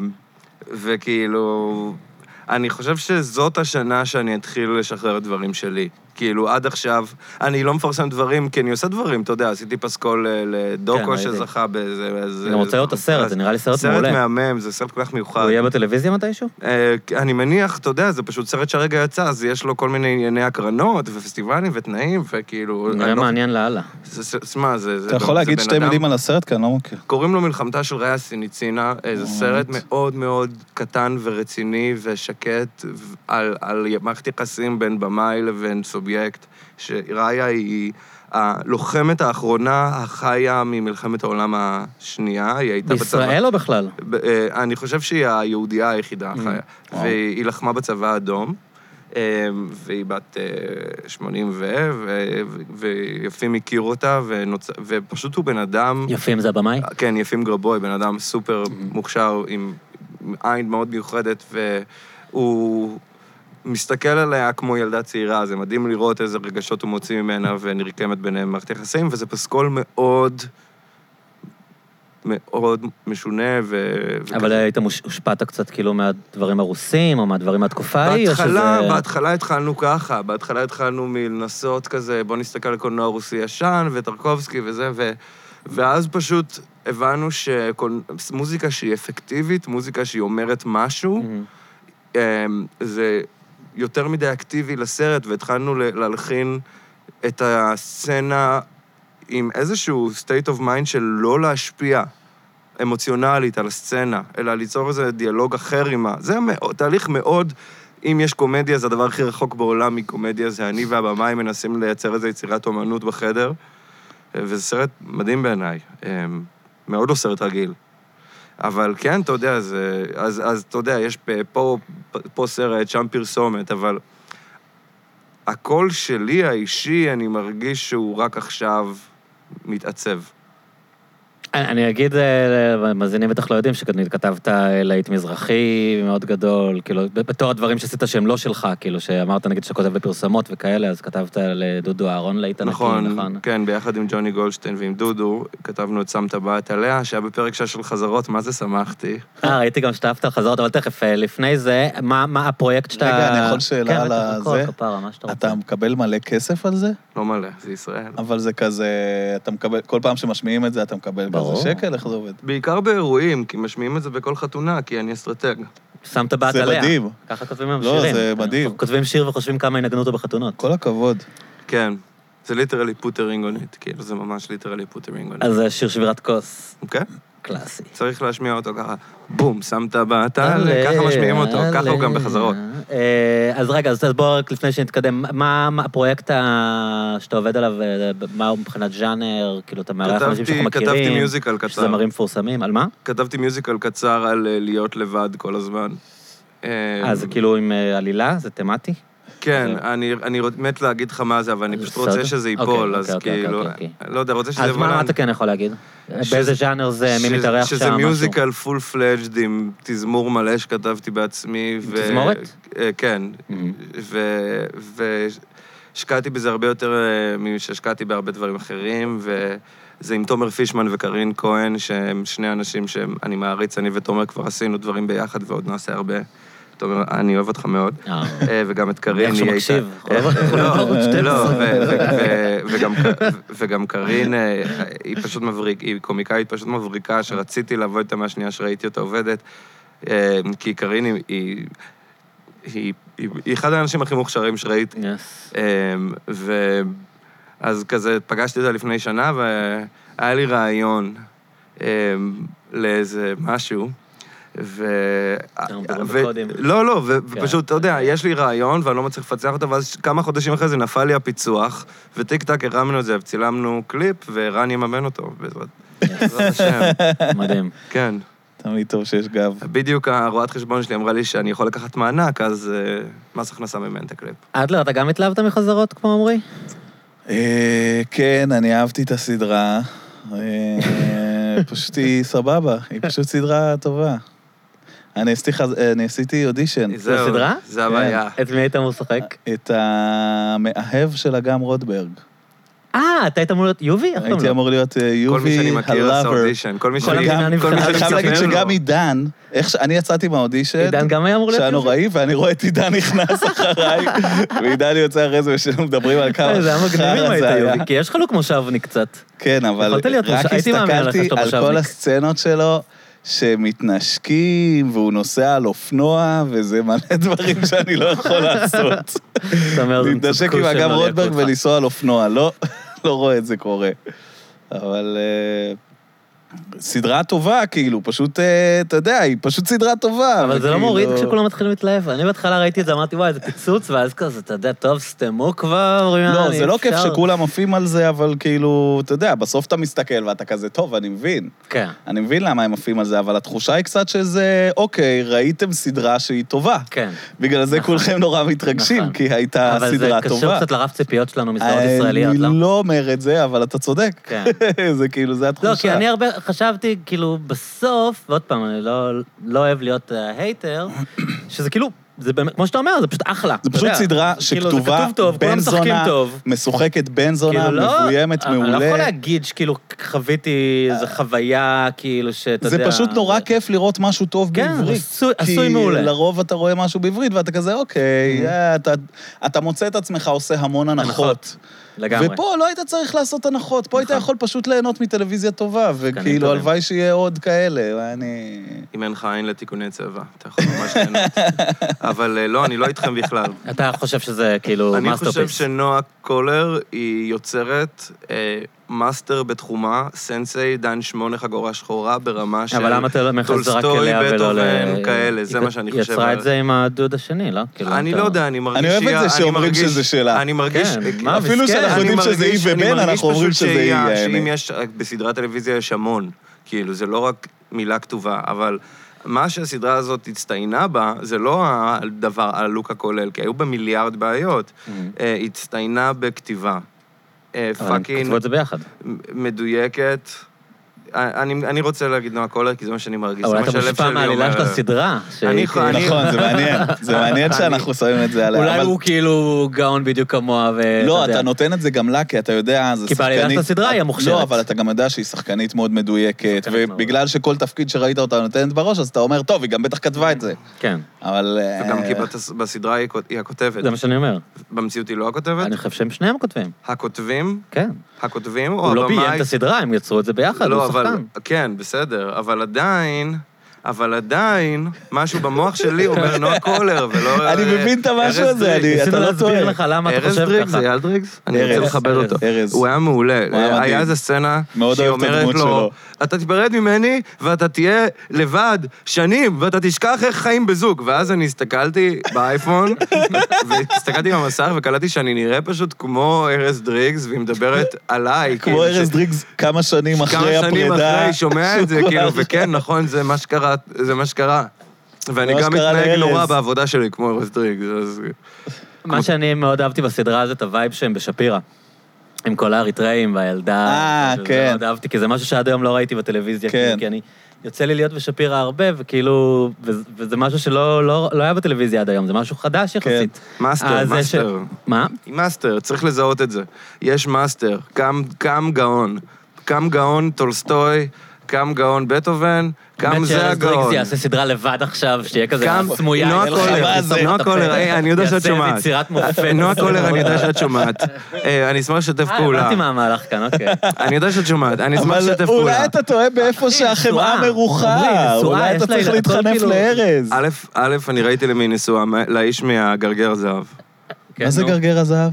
וכאילו... אני חושב שזאת השנה שאני אתחיל לשחרר דברים שלי. כאילו, עד עכשיו, אני לא מפרסם דברים, כי אני עושה דברים, אתה יודע, עשיתי פסקול לדוקו כן, שזכה באיזה... אני רוצה לראות את הסרט, זה נראה לי סרט מעולה. סרט מהמם, זה סרט כל כך מיוחד. הוא יהיה בטלוויזיה מתישהו? אה, אני מניח, אתה יודע, זה פשוט סרט שהרגע יצא, אז יש לו כל מיני ענייני הקרנות, ופסטיבלים, ותנאים, וכאילו... נראה אני לא- מעניין לאללה. זה- זה- שמע, זה... זה- אתה יכול זה להגיד בן שתי אדם- מילים על הסרט? כי אני לא מכיר. קוראים לו מלחמתה של ראיה סיניצינה, זה סרט מאוד מאוד קטן ורציני ושקט ו- על, על מערכת יחסים בין במאי לבין סובייקט, שראיה היא הלוחמת האחרונה החיה ממלחמת העולם השנייה, היא הייתה בצבא... בישראל או בכלל? ב- אה, אני חושב שהיא היהודייה היחידה החיה, וואו. והיא לחמה בצבא האדום. אה, והיא בת אה, שמונים ו... ו- ו- ויפים הכיר אותה, ונוצ... ופשוט הוא בן אדם... יפים זה הבמאי? כן, יפים גרבוי, בן אדם סופר מוכשר, עם עין מאוד מיוחדת, והוא מסתכל עליה כמו ילדה צעירה, זה מדהים לראות איזה רגשות הוא מוציא ממנה ונרקמת ביניהם מערכת יחסים, וזה פסקול מאוד, מאוד משונה ו... אבל היית מוש- הושפעת קצת כאילו מהדברים הרוסים, או מהדברים מהתקופה ההיא, או שזה... בהתחלה, בהתחלה התחלנו ככה, בהתחלה התחלנו מלנסות כזה, בוא נסתכל על קולנוע רוסי ישן, וטרקובסקי וזה, ו... ואז פשוט הבנו שמוזיקה שהיא אפקטיבית, מוזיקה שהיא אומרת משהו, Mhm. זה יותר מדי אקטיבי לסרט, והתחלנו ל- להלחין את הסצנה עם איזשהו state of mind של לא להשפיע אמוציונלית על הסצנה, אלא ליצור איזה דיאלוג אחר עם ה... זה מאוד, תהליך מאוד, אם יש קומדיה, זה הדבר הכי רחוק בעולם מקומדיה, זה אני והבמאי מנסים לייצר איזו יצירת אומנות בחדר, וזה סרט מדהים בעיניי, מאוד לא סרט רגיל. אבל כן, אתה יודע, זה, אז, אז אתה יודע, יש פה, פה סרט, שם פרסומת, אבל הקול שלי האישי, אני מרגיש שהוא רק עכשיו מתעצב. אני אגיד, מאזינים בטח לא יודעים, שכתבת להיט מזרחי מאוד גדול, כאילו, בתור הדברים שעשית שהם לא שלך, כאילו, שאמרת נגיד שאתה כותב בפרסומות וכאלה, אז כתבת לדודו אהרון להיט ענקי, נכון? כן, ביחד עם ג'וני גולדשטיין ועם דודו, כתבנו את שם טבעת עליה, שהיה בפרק שש של חזרות, מה זה שמחתי? אה, ראיתי גם שתאהבת על חזרות, אבל תכף, לפני זה, מה הפרויקט שאתה... רגע, אני יכול שאלה על זה? כפרה, מה שאתה רוצה. אתה מקבל מלא כסף על זה? לא מלא, זה ישראל. אבל זה כזה, אתה מקבל, כל פעם שמשמיעים את זה, אתה מקבל כזה שקל, איך זה עובד? בעיקר באירועים, כי משמיעים את זה בכל חתונה, כי אני אסטרטג. שם טבעת עליה. זה מדהים. ככה כותבים עם שירים. לא, זה מדהים. כותבים שיר וחושבים כמה ינגנו אותו בחתונות. כל הכבוד. כן. זה ליטרלי פוטרינגונית, כאילו זה ממש ליטרלי פוטרינגונית. אז זה שיר שבירת כוס. אוקיי. קלאסי. צריך להשמיע אותו ככה, בום, שמת בטל, ככה משמיעים אותו, ככה הוא גם בחזרות. אז רגע, אז בואו רק לפני שנתקדם, מה הפרויקט שאתה עובד עליו, מה הוא מבחינת ז'אנר, כאילו אתה מארח אנשים שאנחנו מכירים? כתבתי מיוזיקל קצר. זמרים מפורסמים, על מה? כתבתי מיוזיקל קצר על להיות לבד כל הזמן. אז כאילו עם עלילה, זה תמטי? כן, אני מת להגיד לך מה זה, אבל אני פשוט רוצה שזה ייפול, אז כאילו, לא יודע, רוצה שזה... אז מה אתה כן יכול להגיד? באיזה ז'אנר זה, מי מתארח שם? שזה מיוזיקל פול פלג'ד עם תזמור מלא שכתבתי בעצמי. תזמורת? כן, והשקעתי בזה הרבה יותר משהשקעתי בהרבה דברים אחרים, וזה עם תומר פישמן וקרין כהן, שהם שני אנשים שאני מעריץ, אני ותומר כבר עשינו דברים ביחד, ועוד נעשה הרבה. תומר, אני אוהב אותך מאוד, וגם את קרין. איך שהוא מקשיב. לא, וגם קרין, היא פשוט מבריק, היא קומיקאית פשוט מבריקה, שרציתי לעבוד איתה מהשנייה שראיתי אותה עובדת, כי קרין היא אחד האנשים הכי מוכשרים שראיתי. ואז כזה פגשתי אותה לפני שנה, והיה לי רעיון לאיזה משהו, ו... לא, לא, ופשוט, אתה יודע, יש לי רעיון, ואני לא מצליח לפצח אותו, ואז כמה חודשים אחרי זה נפל לי הפיצוח, וטיק טק הרמנו את זה, וצילמנו קליפ, ורן יממן אותו, בעזרת השם. מדהים. כן. תמיד טוב שיש גב. בדיוק הרואת חשבון שלי אמרה לי שאני יכול לקחת מענק, אז מס הכנסה מממן את הקליפ. אדלר, אתה גם התלהבת מחזרות, כמו אומרי? כן, אני אהבתי את הסדרה. פשוט היא סבבה, היא פשוט סדרה טובה. אני עשיתי אודישן. זו סדרה? זה הבעיה. את מי היית אמור לשחק? את המאהב של אגם רוטברג. אה, אתה היית אמור להיות יובי? הייתי אמור להיות יובי, כל מי שאני מכיר עשה אודישן. כל מי שאני חייב להגיד שגם עידן, אני יצאתי מהאודישן, עידן גם היה אמור להיות שהיה נוראי, ואני רואה את עידן נכנס אחריי, ועידן יוצא אחרי זה, ושאנחנו מדברים על כמה זה היה מגניב אם היית יובי, כי יש חלוק מושבני קצת. כן, אבל רק הסתכלתי על כל הסצנות שלו, שמתנשקים, והוא נוסע על אופנוע, וזה מלא דברים שאני לא יכול לעשות. להתנשק עם אגם רוטברג ולנסוע על אופנוע, לא רואה את זה קורה. אבל סדרה טובה, כאילו, פשוט, אתה יודע, היא פשוט סדרה טובה. אבל זה לא מוריד כשכולם מתחילים להתלהב. אני בהתחלה ראיתי את זה, אמרתי, וואי, זה פיצוץ, ואז כזה, אתה יודע, טוב, סתמו כבר. לא, זה לא כיף שכולם עפים על זה, אבל כאילו, אתה יודע, בסוף אתה מסתכל ואתה כזה, טוב, אני מבין. כן. אני מבין למה הם עפים על זה, אבל התחושה היא קצת שזה, אוקיי, ראיתם סדרה שהיא טובה. כן. בגלל זה כולכם נורא מתרגשים, כי הייתה סדרה טובה. אבל זה קשור קצת לרב ציפיות שלנו מסדרות ישראליות, לא? אני לא אומר את זה, אבל אתה צודק. כן. זה כאילו, זה התחושה. לא, כי אני הרבה חשבתי, כאילו, בסוף, ועוד פעם, אני לא, לא אוהב להיות הייטר, שזה כאילו, זה באמת, כמו שאתה אומר, זה פשוט אחלה. זה פשוט סדרה שכתובה בן זונה, משוחקת בן זונה, מבוימת, מעולה. אני לא יכול להגיד שכאילו חוויתי איזו חוויה, כאילו שאתה יודע... זה פשוט נורא כיף לראות משהו טוב בעברית. כן, עשוי מעולה. כי לרוב אתה רואה משהו בעברית, ואתה כזה, אוקיי, אתה מוצא את עצמך עושה המון הנחות. לגמרי. ופה לא היית צריך לעשות הנחות, פה היית יכול פשוט ליהנות מטלוויזיה טובה, וכאילו הלוואי שיהיה עוד כאלה, ואני... אם אין לך עין לתיקוני צבע, אתה יכול ממש ליהנות. אבל לא, אני לא איתכם בכלל. אתה חושב שזה כאילו מאסטרפיס? אני חושב שנועה קולר היא יוצרת מאסטר בתחומה, סנסei, דן שמונה חגורה שחורה, ברמה של טולסטוי, בטהובן, כאלה, זה מה שאני חושב. יצרה את זה עם הדוד השני, לא? אני לא יודע, אני מרגיש... אני אוהב את זה שאומרים שזה שלה. אני מרגיש... אפילו שאנחנו יודעים שזה היא ובן, אנחנו אומרים שזה היא. שאם יש, בסדרת טלוויזיה יש המון, כאילו, זה לא רק מילה כתובה, אבל מה שהסדרה הזאת הצטיינה בה, זה לא הדבר, הלוק הכולל, כי היו בה מיליארד בעיות, הצטיינה בכתיבה. פאקינג... כתבו את זה ביחד. מדויקת, אני, אני רוצה להגיד נועה קולר, כי זה מה שאני מרגיש. אבל אתה מושפע מהעלילה של הסדרה. אני, אני... נכון, זה מעניין. זה מעניין שאנחנו שמים את זה עליה. אולי הוא כאילו גאון בדיוק כמוה, ו... לא, אתה נותן את זה גם לה, כי אתה יודע, זה שחקנית... כי בעלילה של הסדרה היא המוכשרת. לא, אבל אתה גם יודע שהיא שחקנית מאוד מדויקת, ובגלל שכל תפקיד שראית אותה נותנת בראש, אז אתה אומר, טוב, היא גם בטח כתבה את זה. כן. אבל... וגם כי בסדרה היא הכותבת. זה מה שאני אומר. במציאות היא לא הכותבת? אני חושב שהם שניהם כותבים. הכותבים? כן. הכותבים או הוא לא ביים את הסדרה, הם יצרו את זה ביחד, הוא שחקן. כן, בסדר, אבל עדיין, אבל עדיין, משהו במוח שלי אומר נועה קולר, ולא... אני מבין את המשהו הזה, אתה לא טועה. ניסינו להסביר לך למה אתה חושב ככה. ארז דריגס, זה אייל דריגס? אני רוצה לכבד אותו. ארז. הוא היה מעולה. היה איזו סצנה שהיא אומרת לו, אתה תיפרד ממני ואתה תהיה לבד שנים, ואתה תשכח איך חיים בזוג. ואז אני הסתכלתי באייפון, והסתכלתי במסך וקלטתי שאני נראה פשוט כמו ארז דריגס, והיא מדברת עליי. כמו ארז דריגס כמה שנים אחרי הפרידה. כמה שנים אחרי, שומע את זה, כאילו, וכן, נכון, זה מה שקרה, זה מה שקרה. ואני גם מתנהג נורא בעבודה שלי, כמו ארז דריגס. מה שאני מאוד אהבתי בסדרה הזאת, הווייב שהם בשפירה. עם כל האריתראים והילדה. אה, כן. מאוד אהבתי, כי זה משהו שעד היום לא ראיתי בטלוויזיה, כי אני יוצא לי להיות בשפירה הרבה, וכאילו, וזה משהו שלא היה בטלוויזיה עד היום, זה משהו חדש יחסית. מאסטר, מאסטר. מה? מאסטר, צריך לזהות את זה. יש מאסטר, קם גאון. קם גאון טולסטוי, קם גאון בטהובן, קם זה הגאון. באמת יעשה סדרה לבד עכשיו, שתהיה כזה סמויה. נועה קולר, נועה קולר, אני יודע שאת שומעת. יעשה יצירת מופת. נועה קולר, אני יודע שאת שומעת. אני אשמח לשתף פעולה. הבנתי מה המהלך כאן, אוקיי. אני יודע שאת שומעת, אני אשמח לשתף פעולה. אולי אתה טועה באיפה שהחמאה מרוחה, אולי אתה צריך להתחנף לארז. א', אני ראיתי למי נשואה, לאיש מהגרגר הזהב. מה זה גרגר הזהב?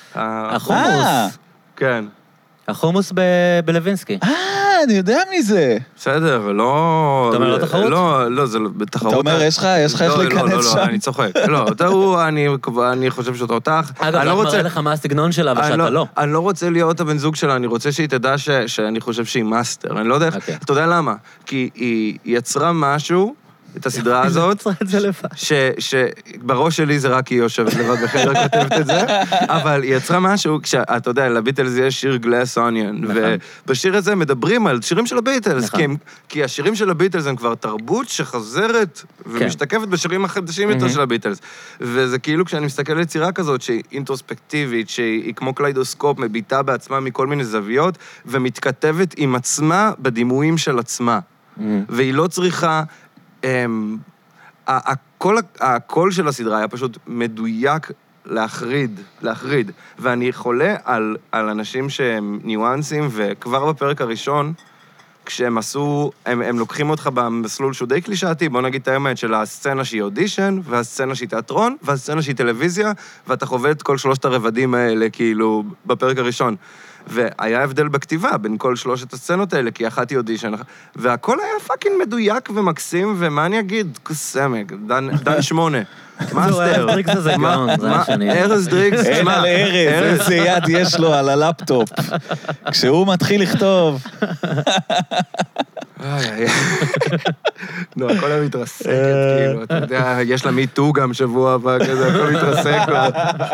החומוס. כן. החומוס בלווינסקי. אה, אני יודע מי זה. בסדר, לא... אתה אומר לא תחרות? לא, לא, זה בתחרות... אתה אומר, יש לך, יש לך איך להיכנס שם. לא, לא, לא, אני צוחק. לא, הוא, אני חושב שאתה אותך. אגב, אני מראה לך מה הסגנון שלה ושאתה לא. אני לא רוצה להיות הבן זוג שלה, אני רוצה שהיא תדע שאני חושב שהיא מאסטר. אני לא יודע איך... אתה יודע למה? כי היא יצרה משהו... את הסדרה הזאת, שבראש שלי זה רק היא יושבת לבד בחדר כותבת את זה, אבל היא יצרה משהו, כשאתה יודע, לביטלס יש שיר גלאס אוניון, ובשיר הזה מדברים על שירים של הביטלס, כי השירים של הביטלס הם כבר תרבות שחוזרת ומשתקפת בשירים החדשים יותר של הביטלס, וזה כאילו כשאני מסתכל על יצירה כזאת, שהיא אינטרוספקטיבית, שהיא כמו קליידוסקופ, מביטה בעצמה מכל מיני זוויות, ומתכתבת עם עצמה בדימויים של עצמה, והיא לא צריכה... הקול, הקול של הסדרה היה פשוט מדויק להחריד, להחריד. ואני חולה על, על אנשים שהם ניואנסים, וכבר בפרק הראשון, כשהם עשו, הם, הם לוקחים אותך במסלול שהוא די קלישאתי, בוא נגיד את האמת של הסצנה שהיא אודישן, והסצנה שהיא תיאטרון, והסצנה שהיא טלוויזיה, ואתה חווה את כל שלושת הרבדים האלה, כאילו, בפרק הראשון. והיה הבדל בכתיבה בין כל שלושת הסצנות האלה, כי אחת היא אודישן, והכל היה פאקינג מדויק ומקסים, ומה אני אגיד? סמק, דן שמונה. מאסטר. ארז דריגס זה גאון, זה מה שאני... ארז דריגס, אין על ארז, איזה יד יש לו על הלפטופ. כשהוא מתחיל לכתוב. נו, הכל מתרסקת, כאילו, אתה יודע, יש לה מיטו גם שבוע הבא, כזה, הכל מתרסק לה.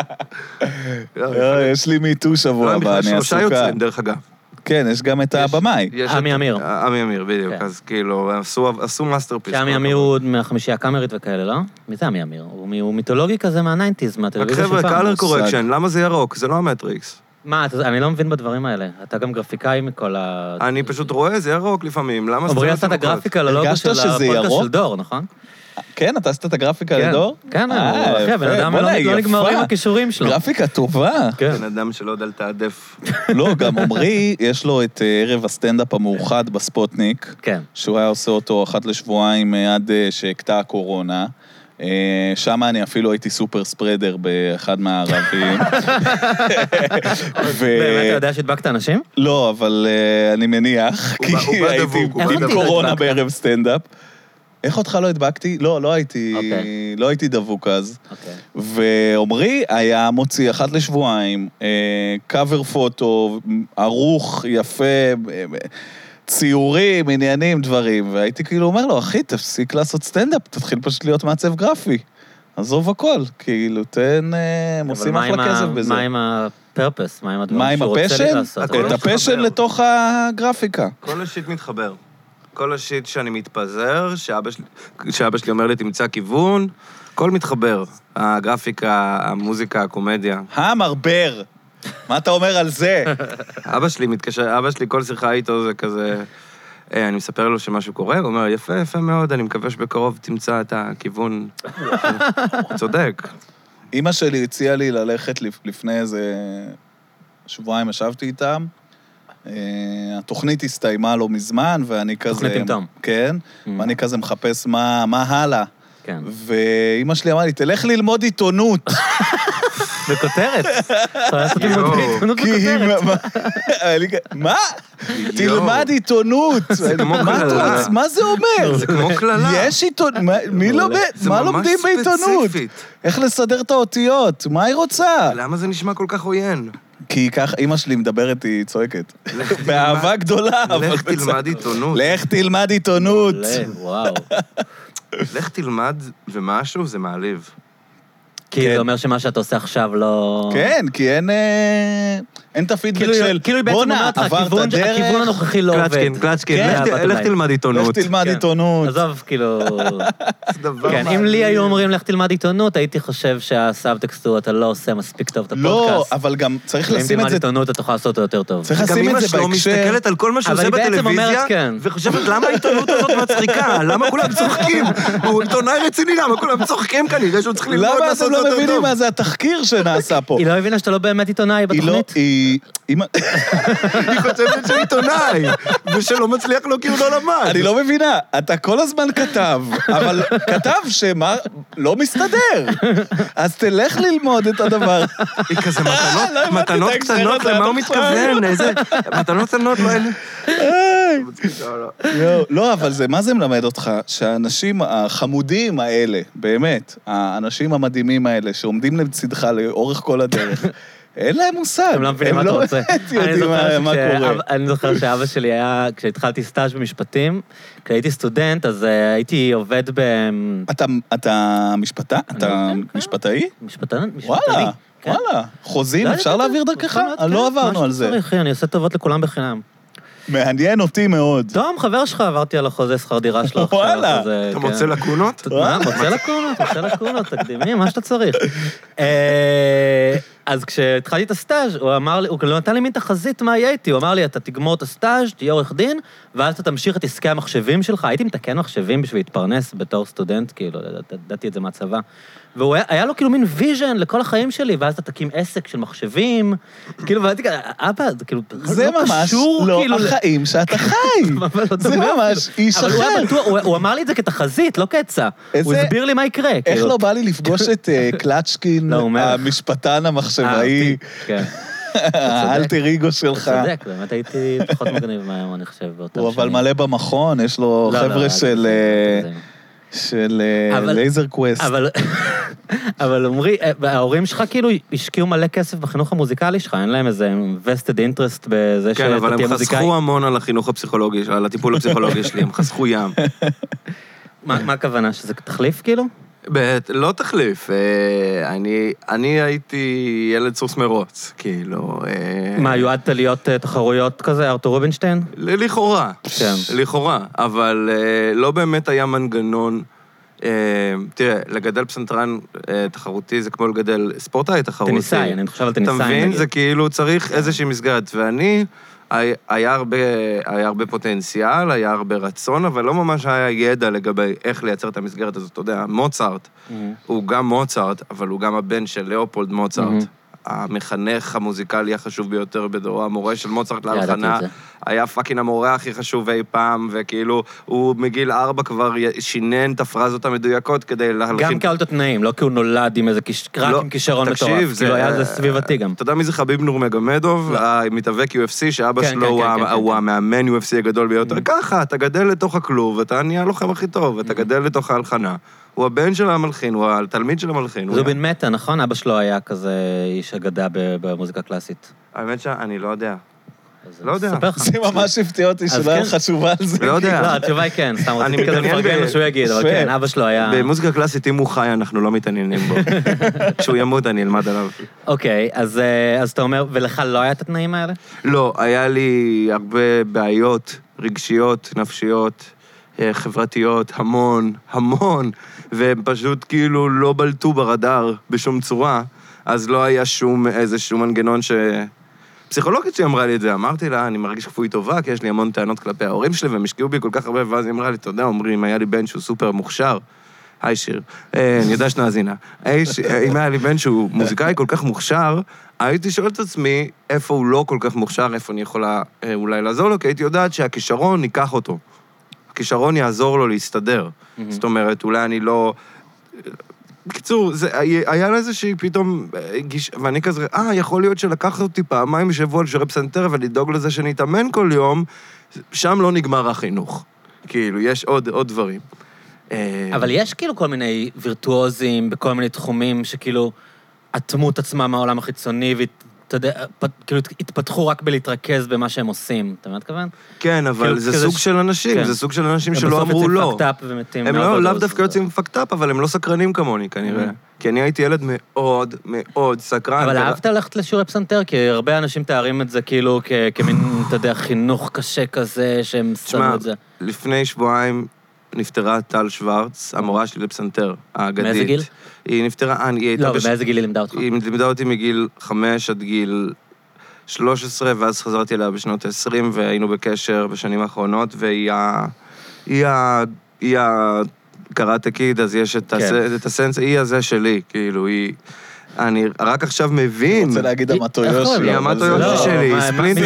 יש לי מיטו שבוע הבא, אני עסוקה. שלושה יוצאים, דרך אגב. כן, יש גם את הבמאי. עמי אמיר. עמי אמיר, בדיוק, אז כאילו, עשו מאסטרפיס. שעמי אמיר הוא מהחמישייה הקאמרית וכאלה, לא? מי זה עמי אמיר? הוא מיתולוגי כזה מהניינטיז, מהטלוויזיה של פעם. רק חבר'ה, קלר קורקשן, למה זה ירוק? זה לא המטריקס. מה, אני לא מבין בדברים האלה. אתה גם גרפיקאי מכל ה... אני פשוט רואה, זה ירוק לפעמים. למה זה... עברי עשת את הגרפיקה ללוגו של הפודקאסט של דור, נכון? כן, אתה עשית את הגרפיקה לדור? כן, אחי, בן אדם לא נגמרים הכישורים שלו. גרפיקה טובה. בן אדם שלא יודע לתעדף. לא, גם עמרי, יש לו את ערב הסטנדאפ המאוחד בספוטניק, שהוא היה עושה אותו אחת לשבועיים עד שהקטע הקורונה. שם אני אפילו הייתי סופר ספרדר באחד מהערבים. באמת, אתה יודע שהדבקת אנשים? לא, אבל אני מניח, כי הייתי עם קורונה בערב סטנדאפ. איך אותך לא הדבקתי? לא, לא הייתי, לא הייתי דבוק אז. ועומרי היה מוציא אחת לשבועיים, קאבר פוטו, ערוך, יפה, ציורים, עניינים, דברים, והייתי כאילו אומר לו, אחי, תפסיק לעשות סטנדאפ, תתחיל פשוט להיות מעצב גרפי. עזוב הכל, כאילו, תן, הם עושים אחלה כסף בזה. מה עם הפרפס? מה עם הדברים מה עם שהוא רוצה הפשן? לעשות? הכל את הפשן מתחבר. לתוך הגרפיקה. כל השיט מתחבר. כל השיט שאני מתפזר, שאבא שלי, שאבא שלי אומר לי, תמצא כיוון, הכל מתחבר. הגרפיקה, המוזיקה, הקומדיה. המרבר. מה אתה אומר על זה? אבא שלי מתקשר, אבא שלי, כל שיחה איתו זה כזה... אה, אני מספר לו שמשהו קורה, הוא אומר, יפה, יפה מאוד, אני מקווה שבקרוב תמצא את הכיוון. הוא צודק. אמא שלי הציעה לי ללכת לפני איזה שבועיים, ישבתי איתם. התוכנית הסתיימה לא מזמן, ואני כזה... תוכנית עם תום. כן, ואני כזה מחפש מה, מה הלאה. כן. ואמא שלי אמרה לי, תלך ללמוד עיתונות. בכותרת. לעשות לימוד עיתונות כי היא... בכותרת. מה? תלמד עיתונות. כמו קללה. מה זה אומר? זה כמו קללה. יש עיתונות, מי לומד? מה לומדים בעיתונות? זה ממש ספציפית. איך לסדר את האותיות? מה היא רוצה? למה זה נשמע כל כך עוין? כי ככה, אמא שלי מדברת, היא צועקת. באהבה גדולה, אבל... לך תלמד עיתונות. לך תלמד עיתונות. וואו. לך תלמד ומשהו זה מעליב. כי זה אומר שמה שאתה עושה עכשיו לא... כן, כי אין... אין את הפידבק של... כאילו היא בעצם אומרת לך, הכיוון הנוכחי לא עובד. קלצ'קין, קלצ'קין, לך תלמד עיתונות. לך תלמד עיתונות. עזוב, כאילו... כן, אם לי היו אומרים לך תלמד עיתונות, הייתי חושב שהסאבטקסט הוא, אתה לא עושה מספיק טוב את הפודקאסט. לא, אבל גם צריך לשים את זה... אם תלמד עיתונות, אתה תוכל לעשות אותו יותר טוב. צריך לשים את זה בהקשר... מסתכלת על כל מה שהוא עושה בטלוויזיה, וחושבת למה העיתונות הזאת מצחיקה, למה כולם צוחקים? הוא עיתונאי רציני, למה כולם צוחקים כנראה שהוא צריך ללמוד לעשות יותר טוב. למה אתם לא מבינים מה זה התחקיר שנעשה פה? היא לא הבינה שאתה לא באמת עיתונאי בתוכנית? היא היא חושבת שהוא עיתונאי, ושלא מצליח לו כי הוא לא למד. אני לא מבינה, אתה כל הזמן כתב, אבל כתב שמה לא מסתדר. אז תלך ללמוד את הדבר. היא כזה מתנות, מתנות קטנות, למה הוא מתכוון? איזה... מתנות קטנות, לא אין... לא, אבל זה, מה זה מלמד אותך? שהאנשים החמודים האלה, באמת, האנשים המדהימים האלה, שעומדים לצדך לאורך כל הדרך, אין להם מושג. הם לא מבינים מה אתה רוצה. הם לא יודעים מה קורה. אני זוכר שאבא שלי היה, כשהתחלתי סטאז' במשפטים, כשהייתי סטודנט, אז הייתי עובד ב... אתה משפטה? אתה משפטאי? משפטן? וואלה, וואלה. חוזים, אפשר להעביר דרכך? לא עברנו על זה. אני עושה טובות לכולם בחינם. מעניין אותי מאוד. תום, חבר שלך, עברתי על החוזה שכר דירה שלך. וואלה. אתה מוצא לקונות? מה? מוצא לקונות, מוצא לקונות, תקדימי, מה שאתה צריך. אז כשהתחלתי את הסטאז' הוא אמר לי, הוא לא נתן לי מין תחזית מה יהיה איתי, הוא אמר לי, אתה תגמור את הסטאז', תהיה עורך דין, ואז אתה תמשיך את עסקי המחשבים שלך. הייתי מתקן מחשבים בשביל להתפרנס בתור סטודנט, כאילו, ידעתי את זה מהצבא. והוא היה לו כאילו מין ויז'ן לכל החיים שלי, ואז אתה תקים עסק של מחשבים, כאילו, ואני כזה, אבא, זה כאילו, זה ממש לא החיים שאתה חי. זה ממש איש אחר. הוא אמר לי את זה כתחזית, לא כעצה. הוא הסביר לי מה יקרה. איך לא בא לי לפגוש את קלצ'קין, המשפטן המחשבאי, האלטר איגו שלך. אתה צודק, באמת הייתי פחות מגניב מהיום, אני חושב, באותם שנים. הוא אבל מלא במכון, יש לו חבר'ה של... של לייזר קווסט. אבל אומרי, ההורים שלך כאילו השקיעו מלא כסף בחינוך המוזיקלי שלך, אין להם איזה vested interest בזה שאתה תהיה מוזיקאי. כן, אבל הם חסכו המון על החינוך הפסיכולוגי, על הטיפול הפסיכולוגי שלי, הם חסכו ים. מה הכוונה, שזה תחליף כאילו? לא תחליף, אני, אני הייתי ילד סוס מרוץ, כאילו... מה, יועדת להיות תחרויות כזה, ארתור רובינשטיין? לכאורה, כן. לכאורה, אבל לא באמת היה מנגנון, תראה, לגדל פסנתרן תחרותי זה כמו לגדל ספורטאי תחרותי. טניסאי, אני חושב על טניסאי. אתה מבין? זה כאילו צריך איזושהי מסגרת, ואני... היה הרבה, היה הרבה פוטנציאל, היה הרבה רצון, אבל לא ממש היה ידע לגבי איך לייצר את המסגרת הזאת. אתה יודע, מוצרט, mm-hmm. הוא גם מוצרט, אבל הוא גם הבן של לאופולד מוצרט. Mm-hmm. המחנך המוזיקלי החשוב ביותר בדורו, המורה של מוצרט להלחנה, היה פאקינג המורה הכי חשוב אי פעם, וכאילו, הוא מגיל ארבע כבר שינן את הפרזות המדויקות כדי להלחין. גם כאלת התנאים, לא כי הוא נולד עם איזה רק עם כישרון מטורף, כאילו היה זה סביבתי גם. אתה יודע מי זה חביב נורמגומדוב, המתאבק יו אף סי, שאבא שלו הוא המאמן יו אף סי הגדול ביותר. ככה, אתה גדל לתוך הכלוב, אתה נהיה הלוחם הכי טוב, אתה גדל לתוך ההלחנה. הוא הבן של המלחין, הוא התלמיד של המלחין. זובין מטה, נכון? אבא שלו היה כזה איש אגדה במוזיקה קלאסית. האמת שאני לא יודע. לא יודע. זה ממש הפתיע אותי שלא היה חשובה על זה. לא יודע. לא, התשובה היא כן, סתם רציתי כזה לפרגן לו שהוא יגיד, אבל כן, אבא שלו היה... במוזיקה קלאסית, אם הוא חי, אנחנו לא מתעניינים בו. כשהוא ימות, אני אלמד עליו. אוקיי, אז אתה אומר, ולך לא היה את התנאים האלה? לא, היה לי הרבה בעיות רגשיות, נפשיות, חברתיות, המון, המון, והם פשוט כאילו לא בלטו ברדאר בשום צורה, אז לא היה שום איזשהו מנגנון ש... פסיכולוגית שהיא אמרה לי את זה, אמרתי לה, אני מרגיש כפוי טובה, כי יש לי המון טענות כלפי ההורים שלי, והם השקיעו בי כל כך הרבה, ואז היא אמרה לי, אתה יודע, אומרים, היה לי בן שהוא סופר מוכשר, היי שיר, אני יודע שנאזינה, אם היה לי בן שהוא מוזיקאי כל כך מוכשר, הייתי שואל את עצמי, איפה הוא לא כל כך מוכשר, איפה אני יכולה אולי לעזור לו, כי הייתי יודעת שהכישרון ניקח אותו. הכישרון יעזור לו להסתדר. זאת אומרת, אולי אני לא... בקיצור, זה, היה לה איזושהי פתאום, ואני כזה, אה, יכול להיות שלקחת אותי פעמיים בשבוע לשרת פסנתר ולדאוג לזה שנתאמן כל יום, שם לא נגמר החינוך. כאילו, יש עוד, עוד דברים. אבל יש כאילו כל מיני וירטואוזים בכל מיני תחומים שכאילו אטמו את עצמם מהעולם החיצוני, אתה יודע, כאילו התפתחו רק בלהתרכז במה שהם עושים, אתה מתכוון? כן, אבל זה סוג של אנשים, זה סוג של אנשים שלא אמרו לא. בסוף יוצאים פקטאפ ומתים. הם לאו דווקא יוצאים פקטאפ, אבל הם לא סקרנים כמוני כנראה. כי אני הייתי ילד מאוד מאוד סקרן. אבל אהבת ללכת לשיעורי פסנתר, כי הרבה אנשים תארים את זה כאילו כמין, אתה יודע, חינוך קשה כזה, שהם שמו את זה. לפני שבועיים נפטרה טל שוורץ, המורה שלי לפסנתר, האגדית. מאיזה גיל? היא נפטרה, היא הייתה... לא, באיזה גיל היא לימדה אותך? היא לימדה אותי מגיל חמש עד גיל שלוש עשרה, ואז חזרתי אליה בשנות עשרים, והיינו בקשר בשנים האחרונות, והיא ה... היא ה... היא ה... קראטה קיד, אז יש את הסנס, היא הזה שלי, כאילו, היא... אני רק עכשיו מבין... אני רוצה להגיד המטויושי. היא המטויושי שלי, ספלינטר,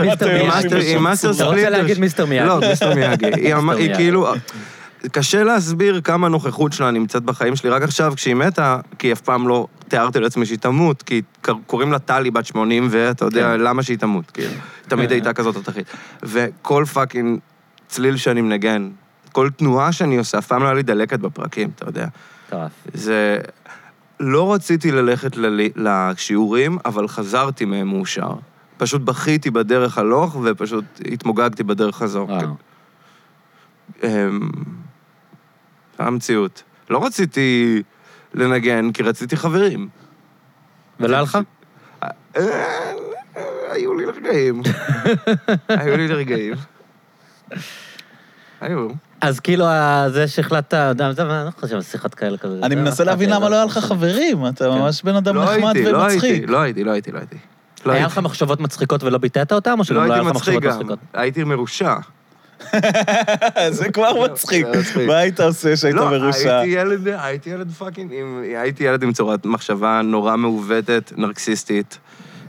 היא מאסטר ספלינטר. אתה רוצה להגיד מיסטר מיאגי. לא, מיסטר מיאגי. היא כאילו... קשה להסביר כמה נוכחות שלה נמצאת בחיים שלי רק עכשיו כשהיא מתה, כי אף פעם לא תיארתי לעצמי שהיא תמות, כי קוראים לה טלי בת שמונים, ואתה יודע למה שהיא תמות, כאילו. תמיד הייתה כזאת התחית. וכל פאקינג צליל שאני מנגן, כל תנועה שאני עושה, אף פעם לא היה לי דלקת בפרקים, אתה יודע. זה... לא רציתי ללכת לשיעורים, אבל חזרתי מהם מאושר. פשוט בכיתי בדרך הלוך, ופשוט התמוגגתי בדרך חזור. המציאות. לא רציתי לנגן, כי רציתי חברים. ולא לך? היו לי לרגעים. היו לי לרגעים. היו. אז כאילו, זה שהחלטת, אני לא חושב, שיחת כאלה כזה. אני מנסה להבין למה לא היה לך חברים, אתה ממש בן אדם נחמד ומצחיק. לא הייתי, לא הייתי, לא הייתי. היה לך מחשבות מצחיקות ולא ביטאת אותם, או שלא היה לך מחשבות מצחיקות? הייתי מרושע. זה כבר מצחיק. מה היית עושה שהיית מרושע? לא, הייתי ילד פאקינג, הייתי ילד עם צורת מחשבה נורא מעוותת, נרקסיסטית.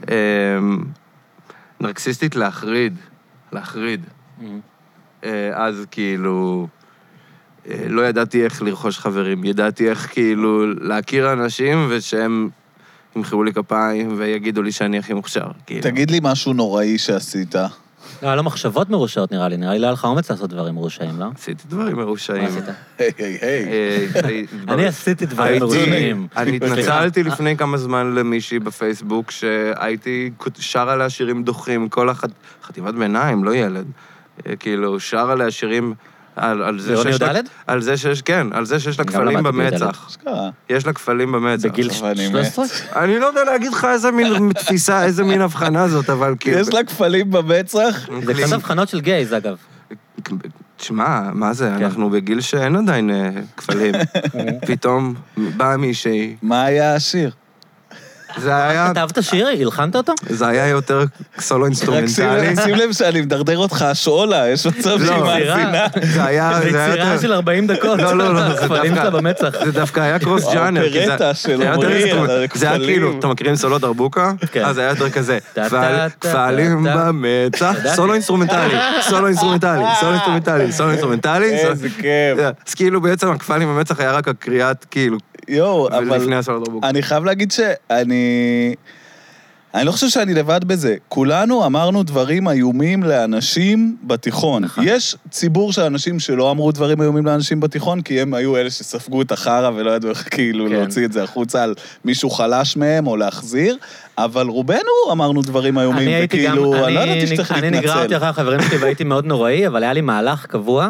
נרקסיסטית להחריד. להחריד. אז כאילו, לא ידעתי איך לרכוש חברים, ידעתי איך כאילו להכיר אנשים ושהם ימחאו לי כפיים ויגידו לי שאני הכי מוכשר. תגיד לי משהו נוראי שעשית. לא, לא מחשבות מרושעות נראה לי, נראה לי לא היה לך אומץ לעשות דברים מרושעים, לא? עשיתי דברים מרושעים. מה עשית? היי, היי, היי. אני עשיתי דברים מרושעים. אני התנצלתי לפני כמה זמן למישהי בפייסבוק שהייתי שר עליה שירים דוחים, כל החטיבת ביניים, לא ילד. כאילו, שר עליה שירים על זה שיש לה... על זה שיש, כן, על זה שיש לה כפלים במצח. יש לה כפלים במצח. בגיל שלוש עשרה? אני לא יודע להגיד לך איזה מין תפיסה, איזה מין הבחנה זאת, אבל כאילו... יש לה כפלים במצח? זה קצת הבחנות של גייז, אגב. תשמע, מה זה? אנחנו בגיל שאין עדיין כפלים. פתאום באה מישהי... מה היה השיר? זה היה... כתבת שיר? הלחנת אותו? זה היה יותר סולו אינסטרומנטלי. שים לב שאני מדרדר אותך, שואלה, יש מצב שהיא מאזינה. זה היה... זה יצירה של ארבעים דקות. לא, לא, לא. כפלים שלה במצח. זה דווקא היה קרוס ג'אנר. האופרטה של עמרי על הכפלים. זה היה כאילו, אתה מכירים סולו דרבוקה? אז זה היה יותר כזה. כפלים במצח. סולו אינסטרומנטלי. סולו אינסטרומנטלי. סולו אינסטרומנטלי. סולו אינסטרומנטלי. איזה כיף. אז כאילו בעצם הכפלים במצח היה רק הקריאת כאילו יואו, אבל אני חייב להגיד שאני... אני לא חושב שאני לבד בזה. כולנו אמרנו דברים איומים לאנשים בתיכון. יש ציבור של אנשים שלא אמרו דברים איומים לאנשים בתיכון, כי הם היו אלה שספגו את החרא ולא ידעו איך כאילו להוציא את זה החוצה על מישהו חלש מהם או להחזיר, אבל רובנו אמרנו דברים איומים, וכאילו, אני לא ידעתי שצריך להתנצל. אני נגררתי אחרי החברים שלי והייתי מאוד נוראי, אבל היה לי מהלך קבוע,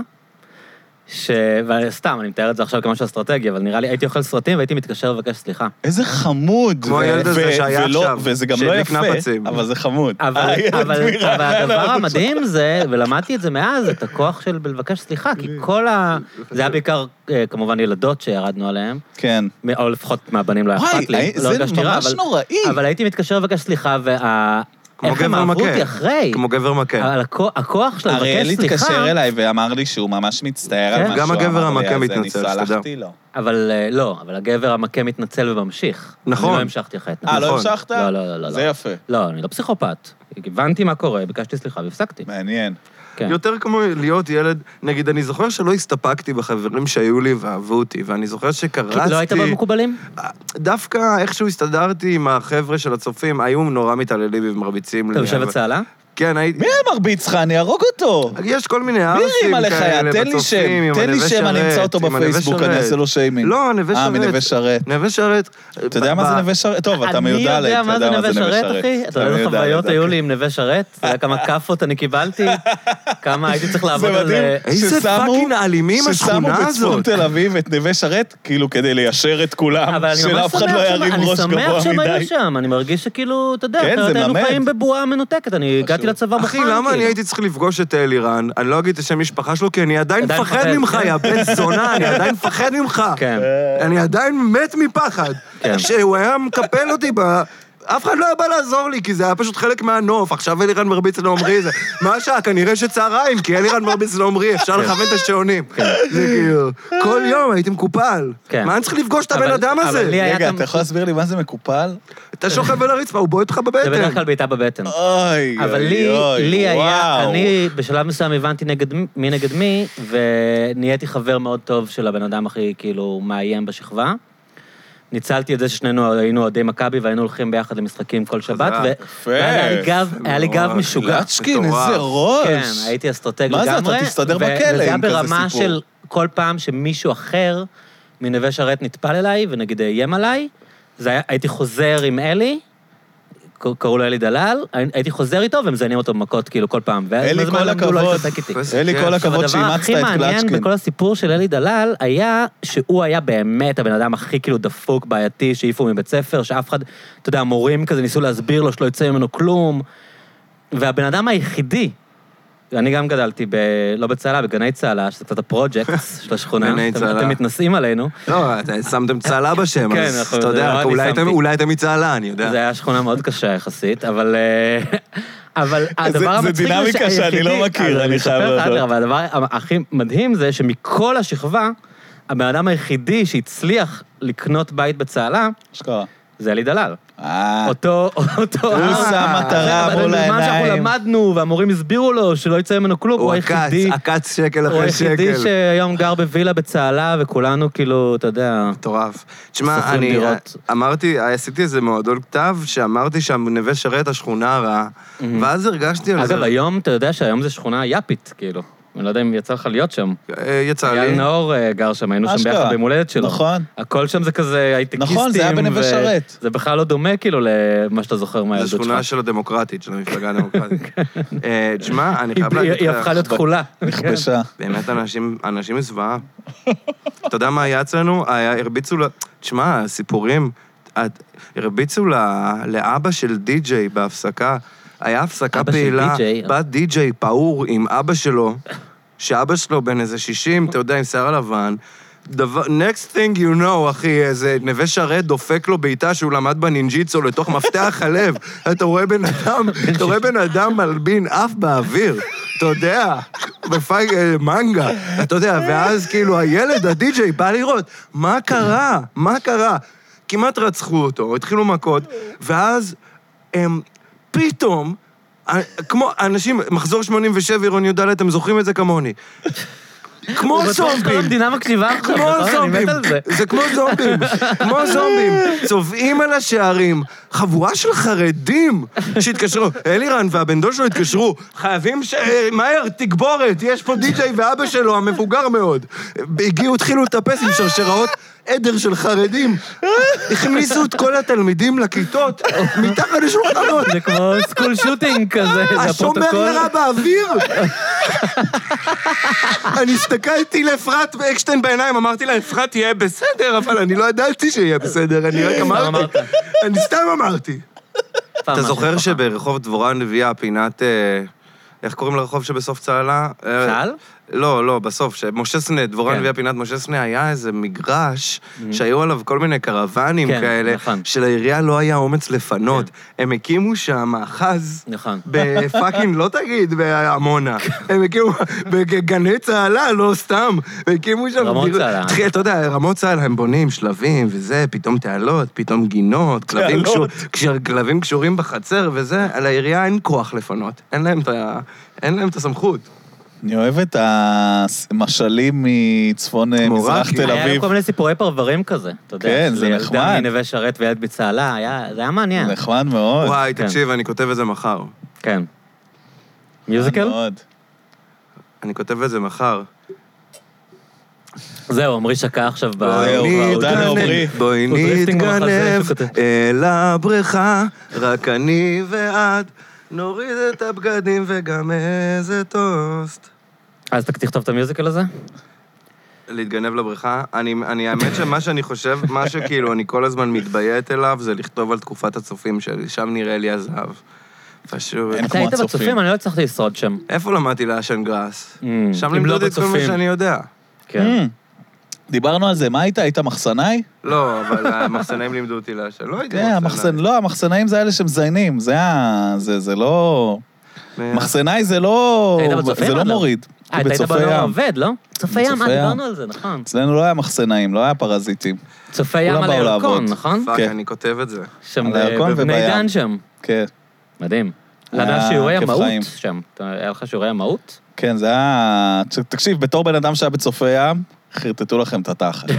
ש... וסתם, אני מתאר את זה עכשיו כמשהו אסטרטגי, אבל נראה לי, הייתי אוכל סרטים והייתי מתקשר לבקש סליחה. איזה חמוד. כמו הילד הזה שהיה עכשיו. וזה גם לא יפה, אבל זה חמוד. אבל הדבר המדהים זה, ולמדתי את זה מאז, את הכוח של לבקש סליחה, כי כל ה... זה היה בעיקר, כמובן, ילדות שירדנו עליהם. כן. או לפחות מהבנים לא אכפת לי. זה ממש נוראי. אבל הייתי מתקשר לבקש סליחה, וה... איך הם אהבו אותי אחרי? כמו גבר מכה. הכוח של לבקש סליחה... הראל התקשר אליי ואמר לי שהוא ממש מצטער על משהו. גם הגבר המכה מתנצל, אני סלחתי לו. אבל לא, אבל הגבר המכה מתנצל וממשיך. נכון. אני לא המשכתי אחרי. אה, לא המשכת? לא, לא, לא. זה יפה. לא, אני לא פסיכופת. הבנתי מה קורה, ביקשתי סליחה והפסקתי. מעניין. יותר כמו להיות ילד, נגיד, אני זוכר שלא הסתפקתי בחברים שהיו לי ואהבו אותי, ואני זוכר שקרסתי... לא היית במקובלים? דווקא איכשהו הסתדרתי עם החבר'ה של הצופים, היו נורא מתעללים ומרביצים לי. אתה יושב בצהלה? כן, הייתי... מי מרביץ לך? אני ארוג אותו. יש כל מיני ארסים כאלה בצופים, תן לי שם, אני אמצא אותו בפייסבוק, אני אעשה לו שיימינג. לא, נווה שרת. אה, מנווה שרת. נווה שרת. אתה יודע מה זה נווה שרת? טוב, אתה מיודע, אני יודע מה זה נווה שרת, אחי. אתה יודע איזה חוויות היו לי עם נווה שרת? אתה יודע כמה כפות אני קיבלתי? כמה הייתי צריך לעבוד על... איזה פאקינג אלימים השכונה הזאת. ששמו בצפון תל אביב את נווה שרת, כאילו כדי ליישר את כולם, שלאף אחד לא ירים ראש גבוה מדי. אני שמח שהם היו שם, אני מרגיש שכאילו, אתה יודע, היינו חיים בבועה מנותקת, אני הגעתי לצבא אחי, למה אני הייתי צריך לפגוש את אלירן? אני לא אגיד את השם משפחה שלו, כי אני עדיין מפחד ממך, יא בן זונה, אני עדיין מפחד ממך. אני עדיין מת מפחד. שהוא היה מקפל אותי ב... אף אחד לא היה בא לעזור לי, כי זה היה פשוט חלק מהנוף. עכשיו אלירן מרביץ לעומרי, זה... מה השעה? כנראה שצהריים, כי אלירן מרביץ לעומרי, אפשר לכוון את השעונים. זה כאילו... כל יום הייתי מקופל. מה אני צריך לפגוש את הבן אדם הזה? רגע, אתה יכול להסביר לי מה זה מקופל? אתה שוכב על הרצפה, הוא בועט לך בבטן. זה בדרך כלל בעיטה בבטן. אוי, אבל לי היה... אני בשלב מסוים הבנתי מי נגד מי, ונהייתי חבר מאוד טוב של הבן אדם הכי כאילו מאיים בשכבה. ניצלתי את זה ששנינו היינו אוהדי מכבי, והיינו הולכים ביחד למשחקים כל שבת, והיה לי גב משוגע. לצ'קין, איזה ראש. כן, הייתי אסטרטג לגמרי. מה זה, אתה תסתדר בכלא עם כזה סיפור. וזה היה ברמה של כל פעם שמישהו אחר מנווה שרת נטפל אליי, ונגיד איים עליי, הייתי חוזר עם אלי, קראו לו אלי דלל, הייתי חוזר איתו ומזיינים אותו במכות כאילו כל פעם. אלי כל הכבוד, אלי כל הכבוד שאימצת את קלצ'קין. הדבר הכי מעניין בכל הסיפור של אלי דלל היה שהוא היה באמת הבן אדם הכי כאילו דפוק, בעייתי, שהעיפו מבית ספר, שאף אחד, אתה יודע, המורים כזה ניסו להסביר לו שלא יצא ממנו כלום, והבן אדם היחידי, אני גם גדלתי ב... לא בצהלה, בגני צהלה, שזה קצת הפרוג'קטס של השכונה. גני צהלה. אתם מתנסים עלינו. לא, שמתם צהלה בשם, כן, אז אתה יודע, אולי אתם מצהלה, אני יודע. זה היה שכונה מאוד קשה יחסית, אבל... אבל הדבר המצחיק... זה דינמיקה שאני לא מכיר, אני חייב להודות. אבל הדבר הכי מדהים זה שמכל השכבה, הבן אדם היחידי שהצליח לקנות בית בצהלה, שקרה. זה אלי דלל. אותו, אותו... הוא שם מטרה מול העיניים. מה שאנחנו למדנו, והמורים הסבירו לו שלא יצא ממנו כלום, הוא היחידי... הוא עקץ שקל אחרי שקל. הוא היחידי שהיום גר בווילה בצהלה, וכולנו כאילו, אתה יודע... מטורף. תשמע, אני אמרתי, עשיתי איזה מועדון כתב, שאמרתי שהנווה שרת השכונה הרעה, ואז הרגשתי על זה... אגב, היום, אתה יודע שהיום זה שכונה יפית, כאילו. אני לא יודע אם יצא לך להיות שם. יצא לי. אייל נאור גר שם, היינו שם ביחד במולדת שלו. נכון. הכל שם זה כזה הייטקיסטים. נכון, זה היה בנווה שרת. זה בכלל לא דומה כאילו למה שאתה זוכר מהילדות שלך. זה שכונה של הדמוקרטית, של המפלגה הדמוקרטית. תשמע, אני חייב להגיד לך... היא הפכה להיות כחולה. נכבשה. באמת אנשים מזוועה. אתה יודע מה היה אצלנו? הרביצו לה... תשמע, סיפורים... הרביצו לאבא של די-ג'יי בהפסקה. היה הפסקה פעילה, בא די-ג'יי פעור עם אבא שלו, שאבא שלו בן איזה שישים, אתה יודע, עם שיער לבן. next thing you know, אחי, איזה נווה שרת דופק לו בעיטה שהוא למד בנינג'יצו לתוך מפתח הלב. אתה רואה בן אדם, אתה רואה בן אדם מלבין אף באוויר. אתה יודע, בפייק מנגה. אתה יודע, ואז כאילו הילד, הדי-ג'יי, בא לראות, מה קרה? מה קרה? כמעט רצחו אותו, התחילו מכות, ואז הם... פתאום, כמו אנשים, מחזור שמונים ושבע, עירון יודעת, אתם זוכרים את זה כמוני. כמו זומבים. כל המדינה מקשיבה עכשיו, כמו אני זומבים. מת על זה. זה כמו זומבים. כמו זומבים. צובעים על השערים. חבורה של חרדים שהתקשרו. אלירן והבן דוד שלו התקשרו. חייבים ש... מהר, תגבורת. יש פה די-ג'יי ואבא שלו, המבוגר מאוד. הגיעו, התחילו לטפס עם שרשראות עדר של חרדים. הכניסו את כל התלמידים לכיתות מתחת לשולחנות. זה כמו סקול שוטינג כזה, זה השומר הפרוטוקול. ירה באוויר. אני הסתכלתי לאפרת אקשטיין בעיניים, אמרתי לה, אפרת יהיה בסדר, אבל אני לא ידעתי שיהיה בסדר, אני רק אמרתי. אני סתם אמרתי. אתה זוכר שברחוב דבורה הנביאה, פינת... איך קוראים לרחוב שבסוף צהלה? צהל? לא, לא, בסוף, שמשה סנה, דבורה הנביאה פינת משה סנה, היה איזה מגרש שהיו עליו כל מיני קרוונים כאלה, שלעירייה לא היה אומץ לפנות. הם הקימו שם מאחז, בפאקינג, לא תגיד, בעמונה. הם הקימו, בגני צהלה, לא סתם. הקימו שם... רמות צהלה. אתה יודע, רמות צהלה, הם בונים שלבים וזה, פתאום תעלות, פתאום גינות, כלבים קשורים בחצר וזה, על העירייה אין כוח לפנות. אין להם את הסמכות. אני אוהב את המשלים מצפון מזרח תל אביב. היה כל מיני סיפורי פרברים כזה, אתה יודע. כן, זה נחמד. לילדה מנווה שרת וילד בצהלה, זה היה מעניין. זה נחמד מאוד. וואי, תקשיב, אני כותב את זה מחר. כן. מיוזיקל? אני כותב את זה מחר. זהו, עמרי שקע עכשיו ב... בואי נתגנב אל הבריכה, רק אני ואת. נוריד את הבגדים וגם איזה טוסט. אז אתה תכתוב את המיוזיקל הזה? להתגנב לבריכה. אני, אני, האמת שמה שאני חושב, מה שכאילו אני כל הזמן מתביית אליו, זה לכתוב על תקופת הצופים שלי. שם נראה לי הזהב. פשוט... אתה היית בצופים, אני לא הצלחתי לשרוד שם. איפה למדתי לעשן גראס? שם לימדו את כל מה שאני יודע. כן. דיברנו על זה, מה היית? היית מחסנאי? לא, אבל המחסנאים לימדו אותי לעשן. לא הייתי מחסנאי. לא, המחסנאים זה אלה שמזיינים. זה לא... מחסנאי זה לא... זה לא מוריד. אתה היית בעולם עובד, לא? צופי ים, מה, דיברנו על זה, נכון. אצלנו לא היה מחסנאים, לא היה פרזיטים. צופי ים על הירקון, נכון? פאק, אני כותב את זה. שם בבני דן שם. כן. מדהים. למה שיעורי המהות שם? היה לך שיעורי המהות? כן, זה היה... תקשיב, בתור בן אדם שהיה בצופי ים, חרטטו לכם את התחת.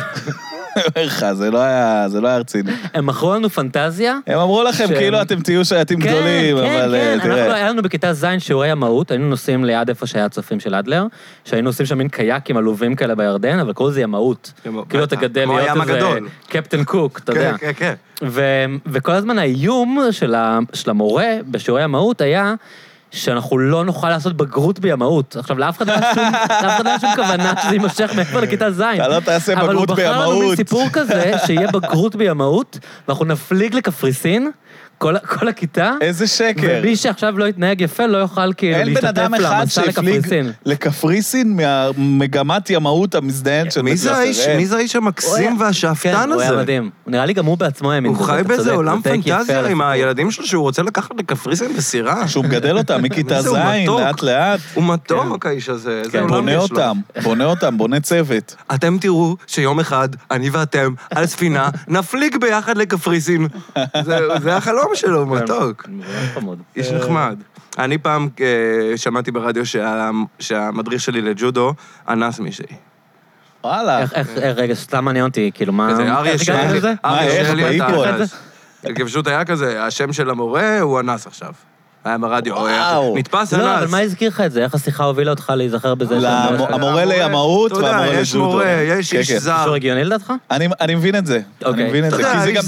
זה לא היה רציני. הם מכרו לנו פנטזיה. הם אמרו לכם, כאילו אתם תהיו שייטים גדולים, אבל תראה. כן, כן, היה לנו בכיתה זין שיעורי המהות, היינו נוסעים ליד איפה שהיה צופים של אדלר, שהיינו עושים שם מין קייקים עלובים כאלה בירדן, אבל קראו לזה ימהות. כאילו אתה גדל להיות איזה קפטן קוק, אתה יודע. כן, כן, כן. וכל הזמן האיום של המורה בשיעורי המהות היה שאנחנו לא נוכל לעשות בגרות בימאות. עכשיו, לאף אחד לא היה שום כוונה שזה יימשך מעבר לכיתה זין. אתה לא תעשה בגרות בימאות. אבל הוא בחר לנו מסיפור כזה, שיהיה בגרות בימאות, ואנחנו נפליג לקפריסין, כל הכיתה. איזה שקר. ומי שעכשיו לא יתנהג יפה, לא יוכל כאילו להשתתף למסע לקפריסין. לקפריסין מהמגמת ימאות המזדיין של... מי זה האיש המקסים והשאפתן הזה? הוא היה מדהים. הוא נראה לי גם הוא בעצמו האמין. הוא חי באיזה עולם פנטזיה עם הילדים שלו שהוא רוצה לקחת לקפריסין בסירה. שהוא מגדל אותם מכיתה זין, לאט לאט. הוא מתוק האיש הזה. בונה אותם, בונה אותם, בונה צוות. אתם תראו שיום אחד, אני ואתם, על ספינה, נפליג ביחד לקפריסין. זה החלום שלו, מתוק. איש נחמד. אני פעם שמעתי ברדיו שהמדריך שלי לג'ודו אנס מישהי. וואלה. איך, רגע, סתם מעניין אותי, כאילו, מה... כזה, אריה שלי. אריה שלי, אתה... פשוט היה כזה, השם של המורה הוא אנס עכשיו. היה ברדיו, נתפס אנס. לא, אבל מה הזכיר לך את זה? איך השיחה הובילה אותך להיזכר בזה? המורה לימאות והמורה לג'ודו. יש מורה, יש איש זר. קשור הגיוני לדעתך? אני מבין את זה. אני מבין את זה.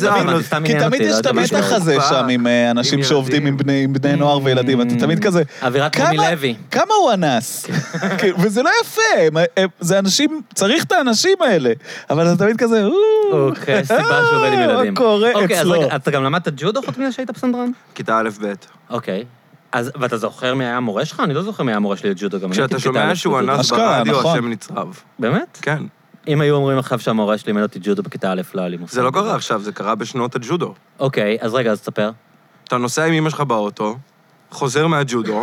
כי תמיד יש את המתח הזה שם עם אנשים שעובדים עם בני נוער וילדים. אתה תמיד כזה... אווירת רמי לוי. כמה הוא אנס? וזה לא יפה. זה אנשים, צריך את האנשים האלה. אבל אתה תמיד כזה... אוקיי, סיבה שעובד עם ילדים. מה קורה אצלו? אתה גם למדת ג'ודו חוץ מזה שהיית פסנדרן? כיתה א' ב'. אוקיי. אז, ואתה זוכר מי היה המורה שלך? אני לא זוכר מי היה המורה שלי לג'ודו. כשאתה שומע שהוא אנס ברדיו, השם נצרב. באמת? כן. אם היו אומרים עכשיו שהמורה שלי לימד אותי ג'ודו בכיתה א', לא היה לי מושג. זה לא קרה עכשיו, זה קרה בשנות הג'ודו. אוקיי, אז רגע, אז תספר. אתה נוסע עם אמא שלך באוטו, חוזר מהג'ודו,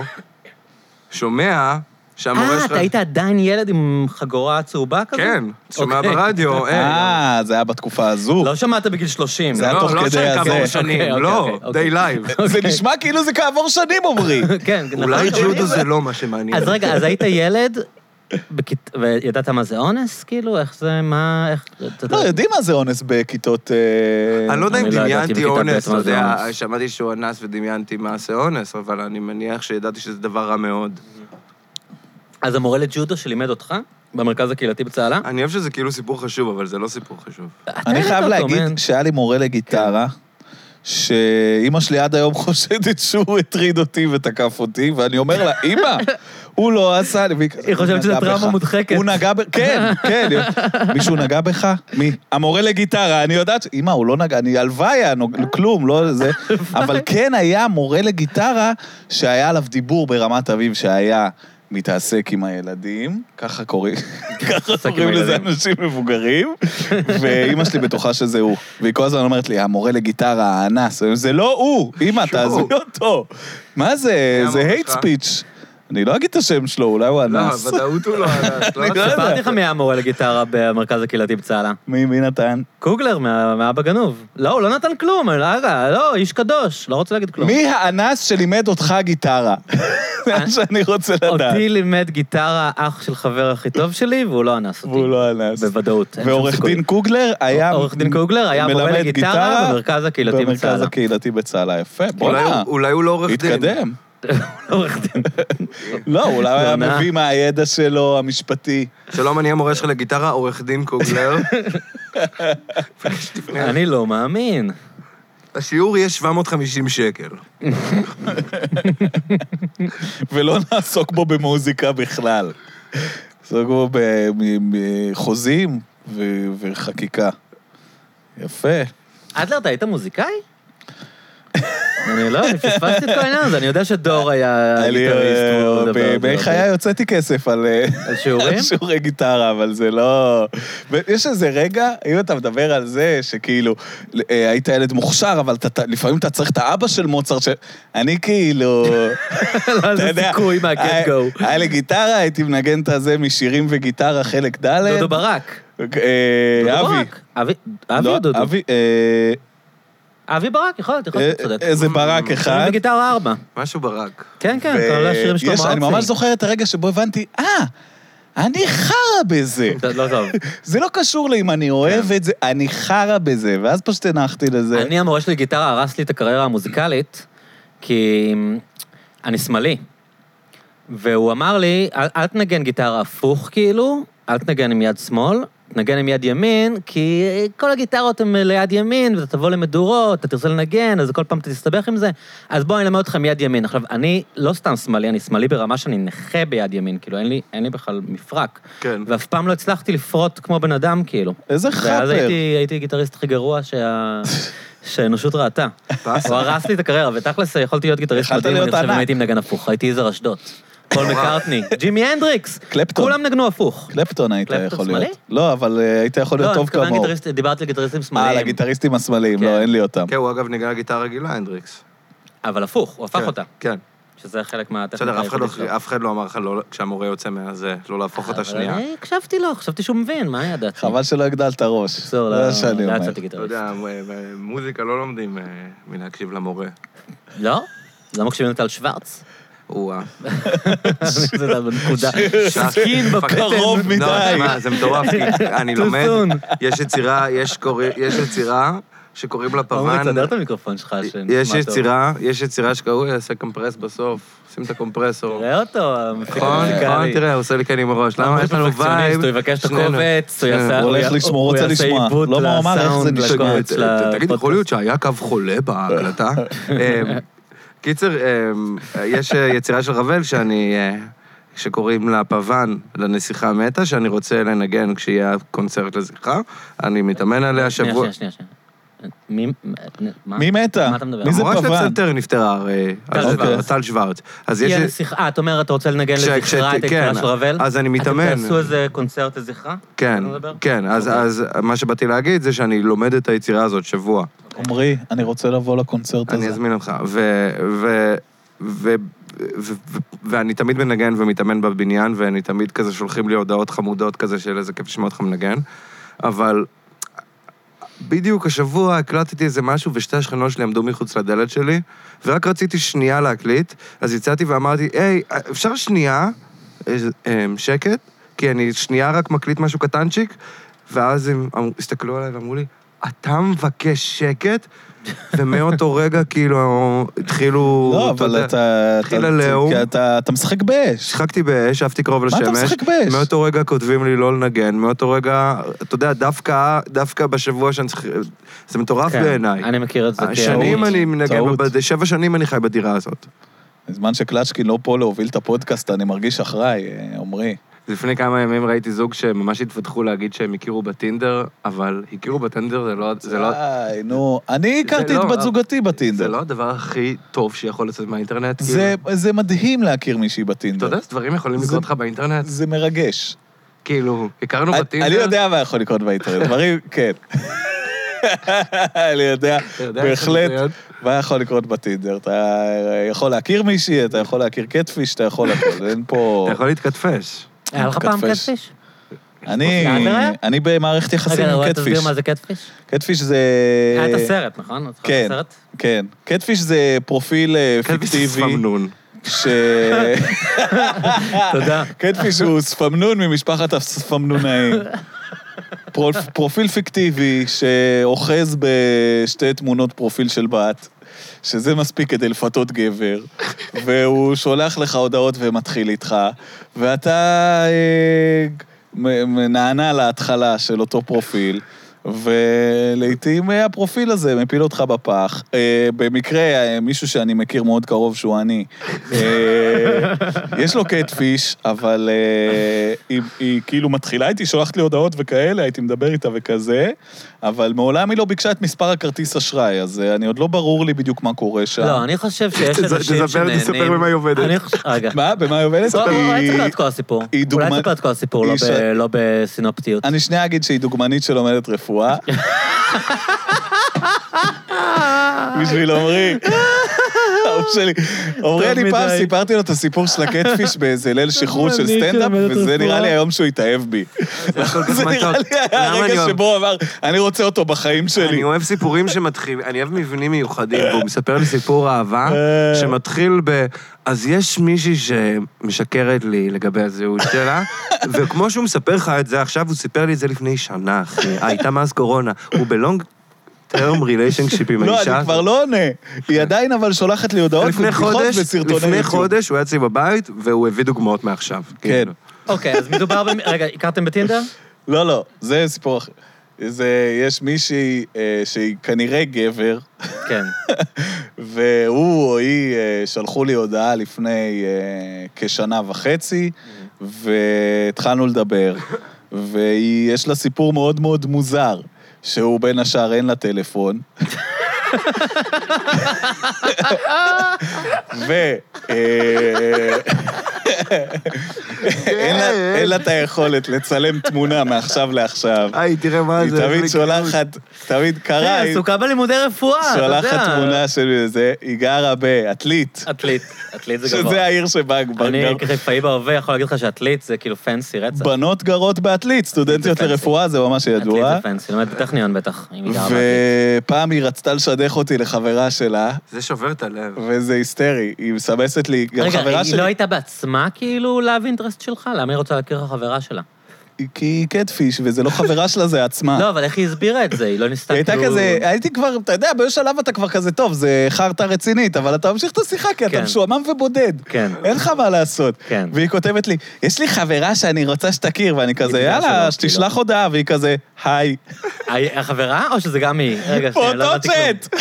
שומע שהמורה שלך... אה, אתה היית עדיין ילד עם חגורה צהובה כזה? כן, שומע ברדיו. אה, זה היה בתקופה הזו. לא שמעת בגיל שלושים. זה היה תוך כדי הזה. לא שכעבור שנים, לא, די לייב. זה נשמע כאילו זה כעבור שנים, אומרי. כן, אולי ג'ודו זה לא מה שמעניין. אז רגע, אז היית ילד וידעת מה זה אונס? כאילו, איך זה, מה, איך... לא, יודעים מה זה אונס בכיתות... אני לא יודע אם דמיינתי אונס, אתה יודע, שמעתי שהוא אנס ודמיינתי מה זה אונס, אבל אני מניח שידעתי שזה דבר רע מאוד. אז המורה לג'ודו שלימד אותך? במרכז הקהילתי בצהלה? אני אוהב שזה כאילו סיפור חשוב, אבל זה לא סיפור חשוב. אני חייב להגיד שהיה לי מורה לגיטרה, שאמא שלי עד היום חושדת שהוא הטריד אותי ותקף אותי, ואני אומר לה, אמא, הוא לא עשה לי... היא חושבת שזה טראומה מודחקת. הוא נגע ב... כן, כן. מישהו נגע בך? מי? המורה לגיטרה, אני יודעת... אמא, הוא לא נגע, אני הלוויה, כלום, לא זה. אבל כן היה מורה לגיטרה שהיה עליו דיבור ברמת אביב, שהיה... מתעסק עם הילדים, ככה קוראים, ככה קוראים לזה אנשים מבוגרים, ואמא שלי בטוחה שזה הוא. והיא כל הזמן אומרת לי, המורה לגיטרה, האנס, זה לא הוא, אמא, תעזבי אותו. מה זה? זה hate speech. אני לא אגיד את השם שלו, אולי הוא אנס. לא, ודאות הוא לא אנס. ספרתי לך מי המורה לגיטרה במרכז הקהילתי בצהלה. מי נתן? קוגלר, מהאבא גנוב. לא, הוא לא נתן כלום, לא, איש קדוש, לא רוצה להגיד כלום. מי האנס שלימד אותך גיטרה? זה מה שאני רוצה לדעת. אותי לימד גיטרה אח של חבר הכי טוב שלי, והוא לא אנס אותי. והוא לא אנס. בוודאות. ועורך דין קוגלר היה... עורך דין קוגלר היה מורה לגיטרה במרכז הקהילתי בצהלה. במרכז הקהילתי בצהלה, יפה. בוא'נה. אולי הוא לא עורך דין. התקדם. עורך דין. לא, אולי הוא היה מביא מהידע שלו, המשפטי. שלום, אני המורה שלך לגיטרה, עורך דין קוגלר. אני לא מאמין. השיעור יהיה שבע מאות וחמישים שקל. ולא נעסוק בו במוזיקה בכלל. נעסוק בו בחוזים וחקיקה. יפה. אדלר, אתה היית מוזיקאי? אני לא, אני פספסתי את כל העניין הזה, אני יודע שדור היה גיטריסט. בחיי יוצאתי כסף על שיעורים? שיעורי גיטרה, אבל זה לא... יש איזה רגע, אם אתה מדבר על זה, שכאילו, היית ילד מוכשר, אבל לפעמים אתה צריך את האבא של מוצרט, שאני כאילו... לא, זה סיכוי מהקט גו. היה לי גיטרה, הייתי מנגן את הזה משירים וגיטרה, חלק ד'. דודו ברק. אבי. אבי או דודו? אבי... אבי ברק, יכול להיות, יכול להיות, צודק. איזה ברק אחד. בגיטרה ארבע. משהו ברק. כן, כן, כל השירים שלו מרצי. אני ממש זוכר את הרגע שבו הבנתי, אה, אני חרא בזה. לא טוב. זה לא קשור לי אם אני אוהב את זה, אני חרא בזה, ואז פשוט הנחתי לזה. אני, המורה שלי גיטרה, הרס לי את הקריירה המוזיקלית, כי אני שמאלי. והוא אמר לי, אל תנגן גיטרה הפוך כאילו, אל תנגן עם יד שמאל, תנגן עם יד ימין, כי כל הגיטרות הן ליד ימין, ואתה תבוא למדורות, אתה תרצה לנגן, אז כל פעם אתה תסתבך עם זה, אז בוא, אני אלמד אותך עם יד ימין. עכשיו, אני לא סתם שמאלי, אני שמאלי ברמה שאני נכה ביד ימין, כאילו, אין לי, אין לי בכלל מפרק. כן. ואף פעם לא הצלחתי לפרוט כמו בן אדם, כאילו. איזה חפר. ואז הייתי, הייתי גיטריסט הכי גרוע שה... שהאנושות ראתה. הוא הרס לי את הקריירה, ותכלס יכולתי להיות גיטריסט מדהים, אני חושב אם הייתי מנגן הפוך, הייתי איזר אשדוד. פול מקארטני, ג'ימי הנדריקס, קלפטון. כולם נגנו הפוך. קלפטון היית יכול להיות. לא, אבל היית יכול להיות טוב כמוהו. לא, דיברתי על גיטריסטים שמאליים. אה, לגיטריסטים השמאליים, לא, אין לי אותם. כן, הוא אגב ניגן גיטרה רגילה, הנדריקס. אבל הפוך, הוא הפך אותה. כן. שזה חלק מהטכניקה. בסדר, אף אחד לא אמר לך כשהמורה יוצא מהזה, לא להפוך אותה שנייה. אבל הקשבתי לו, חשבתי שהוא מבין, מה ידעתי? חבל שלא הגדלת הראש. בסדר, לא יצאתי גיטריסט. אתה יודע, מוזיקה לא לומדים מלהקשיב למורה. לא? לא מקשיבים לטל שוורץ. וואה. זה בנקודה. סכין קרוב מדי. זה מטורף, אני לומד, יש יצירה, יש יצירה שקוראים לה פוון. עומרי, תסדר את המיקרופון שלך. יש יצירה, יש יצירה שקראו, יעשה קומפרס בסוף, שים את הקומפרסור. תראה אותו, המפיק המוזיקלי. נכון, תראה, הוא עושה לי כאן עם הראש. למה יש לנו וייב? הוא יבקש את הקובץ, הוא יעשה... הוא הולך לשמור, הוא רוצה לשמוע. לא מה הוא אמר, איך זה נשמע. תגיד, יכול להיות שהיה קו חולה בהקלטה? קיצר, יש יצירה של רבל שאני, שקוראים לה פוון לנסיכה מתה, שאני רוצה לנגן כשיהיה קונצרט לזכרה. אני מתאמן עליה שבוע... שנייה, שנייה, שנייה. מי... מי מתה? מה אתה מדבר? מי זה המורה פוון? של הצנתר נפטרה, הרי... טל שוורץ. היא הנסיכה, את אומרת, אתה רוצה לנגן לזכרה את היצירה של רבל? אז אני מתאמן. אתם תעשו איזה קונצרט לזכרה? כן, כן. אז מה שבאתי להגיד זה שאני לומד את היצירה הזאת שבוע. עומרי, אני רוצה לבוא לקונצרט הזה. אני אזמין אותך. ואני תמיד מנגן ומתאמן בבניין, ואני תמיד כזה שולחים לי הודעות חמודות כזה של איזה כיף לשמוע אותך מנגן, אבל בדיוק השבוע הקלטתי איזה משהו, ושתי השכנות שלי עמדו מחוץ לדלת שלי, ורק רציתי שנייה להקליט, אז יצאתי ואמרתי, היי, אפשר שנייה, שקט? כי אני שנייה רק מקליט משהו קטנצ'יק, ואז הם הסתכלו עליי ואמרו לי, אתה מבקש שקט? ומאותו רגע כאילו התחילו... לא, אבל אתה... התחיל הלאום. כי אתה משחק באש. שחקתי באש, אהבתי קרוב לשמש. מה אתה משחק באש? מאותו רגע כותבים לי לא לנגן, מאותו רגע, אתה יודע, דווקא, דווקא בשבוע שאני צריך... זה מטורף בעיניי. אני מכיר את זה. שנים אני מנגן, שבע שנים אני חי בדירה הזאת. בזמן שקלצ'קין לא פה להוביל את הפודקאסט, אני מרגיש אחראי, עומרי. לפני כמה ימים ראיתי זוג שממש התפתחו להגיד שהם הכירו בטינדר, אבל הכירו בטינדר זה לא... איי, נו, אני הכרתי את בת זוגתי בטינדר. זה לא הדבר הכי טוב שיכול לצאת מהאינטרנט. זה מדהים להכיר מישהי בטינדר. אתה יודע, דברים יכולים לקרות לך באינטרנט? זה מרגש. כאילו, הכרנו בטינדר... אני יודע מה יכול לקרות באינטרנט, דברים, כן. אני יודע, בהחלט, מה יכול לקרות בטינדר. אתה יכול להכיר מישהי, אתה יכול להכיר קטפיש, אתה יכול להכיר, אין פה... אתה יכול להתקטפש. היה לך פעם קטפיש? אני במערכת יחסים עם קטפיש. רגע, תסביר מה זה קטפיש? קטפיש זה... היה את הסרט, נכון? כן, כן. קטפיש זה פרופיל פיקטיבי. קטפיש ספמנון. ש... תודה. קטפיש הוא ספמנון ממשפחת הספמנונאים. פרופיל פיקטיבי שאוחז בשתי תמונות פרופיל של בת, שזה מספיק כדי לפתות גבר, והוא שולח לך הודעות ומתחיל איתך, ואתה אה, נענה להתחלה של אותו פרופיל, ולעיתים הפרופיל הזה מפיל אותך בפח. במקרה, מישהו שאני מכיר מאוד קרוב שהוא אני, יש לו קטפיש, אבל היא כאילו מתחילה איתי, שולחת לי הודעות וכאלה, הייתי מדבר איתה וכזה, אבל מעולם היא לא ביקשה את מספר הכרטיס אשראי, אז אני עוד לא ברור לי בדיוק מה קורה שם. לא, אני חושב שיש אנשים שנהנים... תספר במה היא עובדת. רגע. מה? במה היא עובדת? אולי תספר את כל הסיפור. אולי תספר את כל הסיפור, לא בסינופטיות. אני שנייה אגיד שהיא דוגמנית שלומדת רפואה. בשביל עומרי. שלי. עומרי, אני פעם סיפרתי לו את הסיפור של הקטפיש באיזה ליל שחרור של סטנדאפ, וזה נראה לי היום שהוא התאהב בי. זה נראה לי היה הרגע שבו הוא אמר, אני רוצה אותו בחיים שלי. אני אוהב סיפורים שמתחילים, אני אוהב מבנים מיוחדים, והוא מספר לי סיפור אהבה, שמתחיל ב... אז יש מישהי שמשקרת לי לגבי הזהות שלה, וכמו שהוא מספר לך את זה עכשיו, הוא סיפר לי את זה לפני שנה, אחי. הייתה מאז קורונה. הוא בלונג טרם ריליישנשיפ עם האישה. לא, אני כבר לא עונה. היא עדיין אבל שולחת לי הודעות ובדיחות וסרטוני יוטיוב. לפני חודש הוא היה אצלי בבית, והוא הביא דוגמאות מעכשיו. כן. אוקיי, אז מדובר ב... רגע, הכרתם בטינדר? לא, לא, זה סיפור אחר. יש מישהי שהיא כנראה גבר. כן. והוא או היא שלחו לי הודעה לפני כשנה וחצי, והתחלנו לדבר. ויש לה סיפור מאוד מאוד מוזר. שהוא בין השאר אין לה טלפון. ו... אין לה את היכולת לצלם תמונה מעכשיו לעכשיו. היי, תראה מה זה. היא תמיד שולחת, תמיד קרה. היא עסוקה בלימודי רפואה, אתה יודע. שולחת תמונה של זה, היא גרה בעתלית. עתלית, עתלית זה גבוה. שזה העיר שבה... אני כחיפאי בהווה יכול להגיד לך שעתלית זה כאילו פנסי רצח. בנות גרות בעתלית, סטודנטיות לרפואה, זה ממש ידוע. עתלית זה פנסי, לומד בטכניון בטח, אם היא גרה בעתלית. ופעם היא רצתה לשדך אותי לחברה שלה. זה שובר את הלב. וזה היסטרי, היא מסמסת לי, גם חברה שלי... רגע, היא לא הייתה בעצמה כאילו להב אינטרסט שלך? למה היא רוצה להכיר לך חברה שלה? כי היא קטפיש, וזה לא חברה שלה, זה עצמה. לא, אבל איך היא הסבירה את זה? היא לא ניסתה כאילו... היא הייתה כזה, הייתי כבר, אתה יודע, באיזשהו שלב אתה כבר כזה טוב, זה חרטה רצינית, אבל אתה ממשיך את השיחה, כי אתה משועמם ובודד. כן. אין לך מה לעשות. כן. והיא כותבת לי, יש לי חברה שאני רוצה שתכיר, ואני כזה, יאללה, שתשלח הודעה, והיא כזה, היי. החברה, או שזה גם היא? רגע, שנייה, לא הבנתי כלום.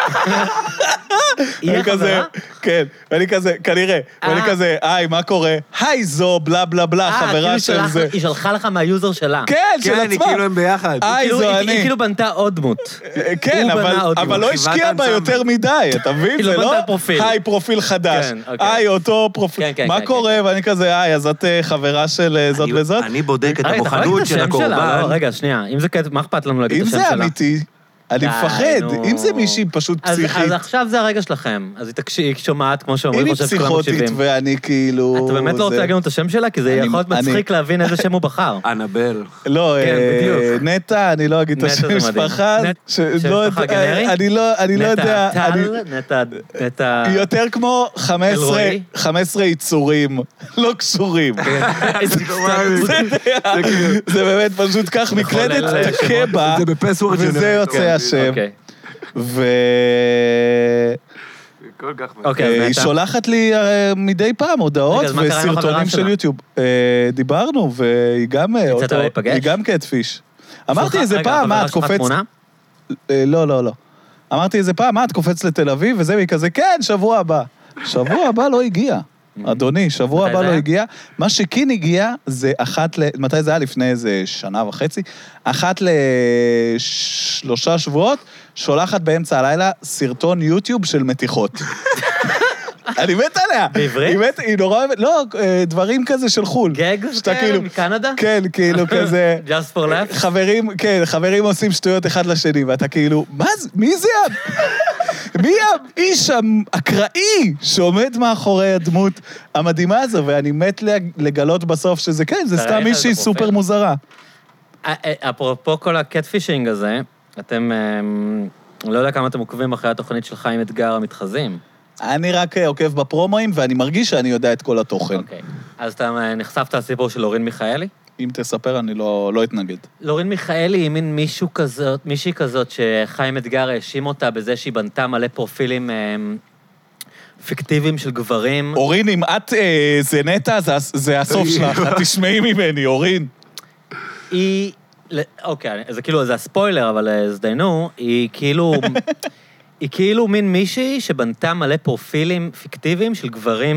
היא החברה? כן, ואני כזה, כנראה, ואני כזה, היי, מה קורה? היי, זו, בלה בלה בלה, חברה של זה. היא שלחה לך מהיוזר שלה. כן, של עצמה. כן, כאילו הם ביחד. היי, זו אני. היא כאילו בנתה עוד דמות. כן, אבל לא השקיעה בה יותר מדי, אתה מבין? זה לא היי, פרופיל חדש. היי, אותו פרופיל. מה קורה? ואני כזה, היי, אז את חברה של זאת וזאת? אני בודק את המוכנות של הקורבן. רגע, שנייה, אם זה מה אכפת לנו להגיד את השם שלה? אם זה אמיתי, אני מפחד, אם זה מישהי פשוט פסיכית. אז עכשיו זה הרגע שלכם. אז היא שומעת, כמו שאומרים, חושב שכולם מקשיבים. אם היא פסיכוטית ואני כאילו... אתה באמת לא רוצה להגיד לנו את השם שלה? כי זה יכול להיות מצחיק להבין איזה שם הוא בחר. אנבל. לא, נטע, אני לא אגיד את השם משפחה. שם משפחה גנרי? אני לא יודע... נטע טל, נטע... יותר כמו חמש עשרה יצורים, לא קשורים. זה באמת פשוט כך מקלדת, תקה בה, וזה יוצא השם. ו... היא שולחת לי מדי פעם הודעות וסרטונים של יוטיוב. דיברנו, והיא גם... יצאת להיפגש? היא גם קטפיש. אמרתי איזה פעם, מה, את קופץ... לא, לא, לא. אמרתי איזה פעם, מה, את קופץ לתל אביב, וזה והיא כזה, כן, שבוע הבא. שבוע הבא לא הגיע. אדוני, שבוע הבא לא הגיע. מה שכן הגיע זה אחת ל... מתי זה היה? לפני איזה שנה וחצי. אחת לשלושה שבועות, שולחת באמצע הלילה סרטון יוטיוב של מתיחות. אני מת עליה. בעברית? היא נורא אוהבת, לא, דברים כזה של חול. גג? כן, מקנדה? כן, כאילו כזה... Just for laughs? חברים, כן, חברים עושים שטויות אחד לשני, ואתה כאילו, מה זה? מי זה? מי האיש האקראי שעומד מאחורי הדמות המדהימה הזו, ואני מת לגלות בסוף שזה כן, זה סתם מישהי סופר מוזרה. אפרופו כל הקטפישינג הזה, אתם, לא יודע כמה אתם עוקבים אחרי התוכנית של חיים אתגר המתחזים. אני רק עוקב בפרומואים, ואני מרגיש שאני יודע את כל התוכן. אוקיי. אז אתה נחשפת לסיפור של לורין מיכאלי? אם תספר, אני לא, לא אתנגד. לורין מיכאלי היא מין מישהו כזאת, מישהי כזאת שחיים אתגר האשים אותה בזה שהיא בנתה מלא פרופילים פיקטיביים של גברים. אורין, אם את אה, זה נטע, זה, זה הסוף שלך. את תשמעי ממני, אורין. היא... אוקיי, זה כאילו, זה הספוילר, אבל הזדיינו, היא כאילו... היא כאילו מין מישהי שבנתה מלא פרופילים פיקטיביים של גברים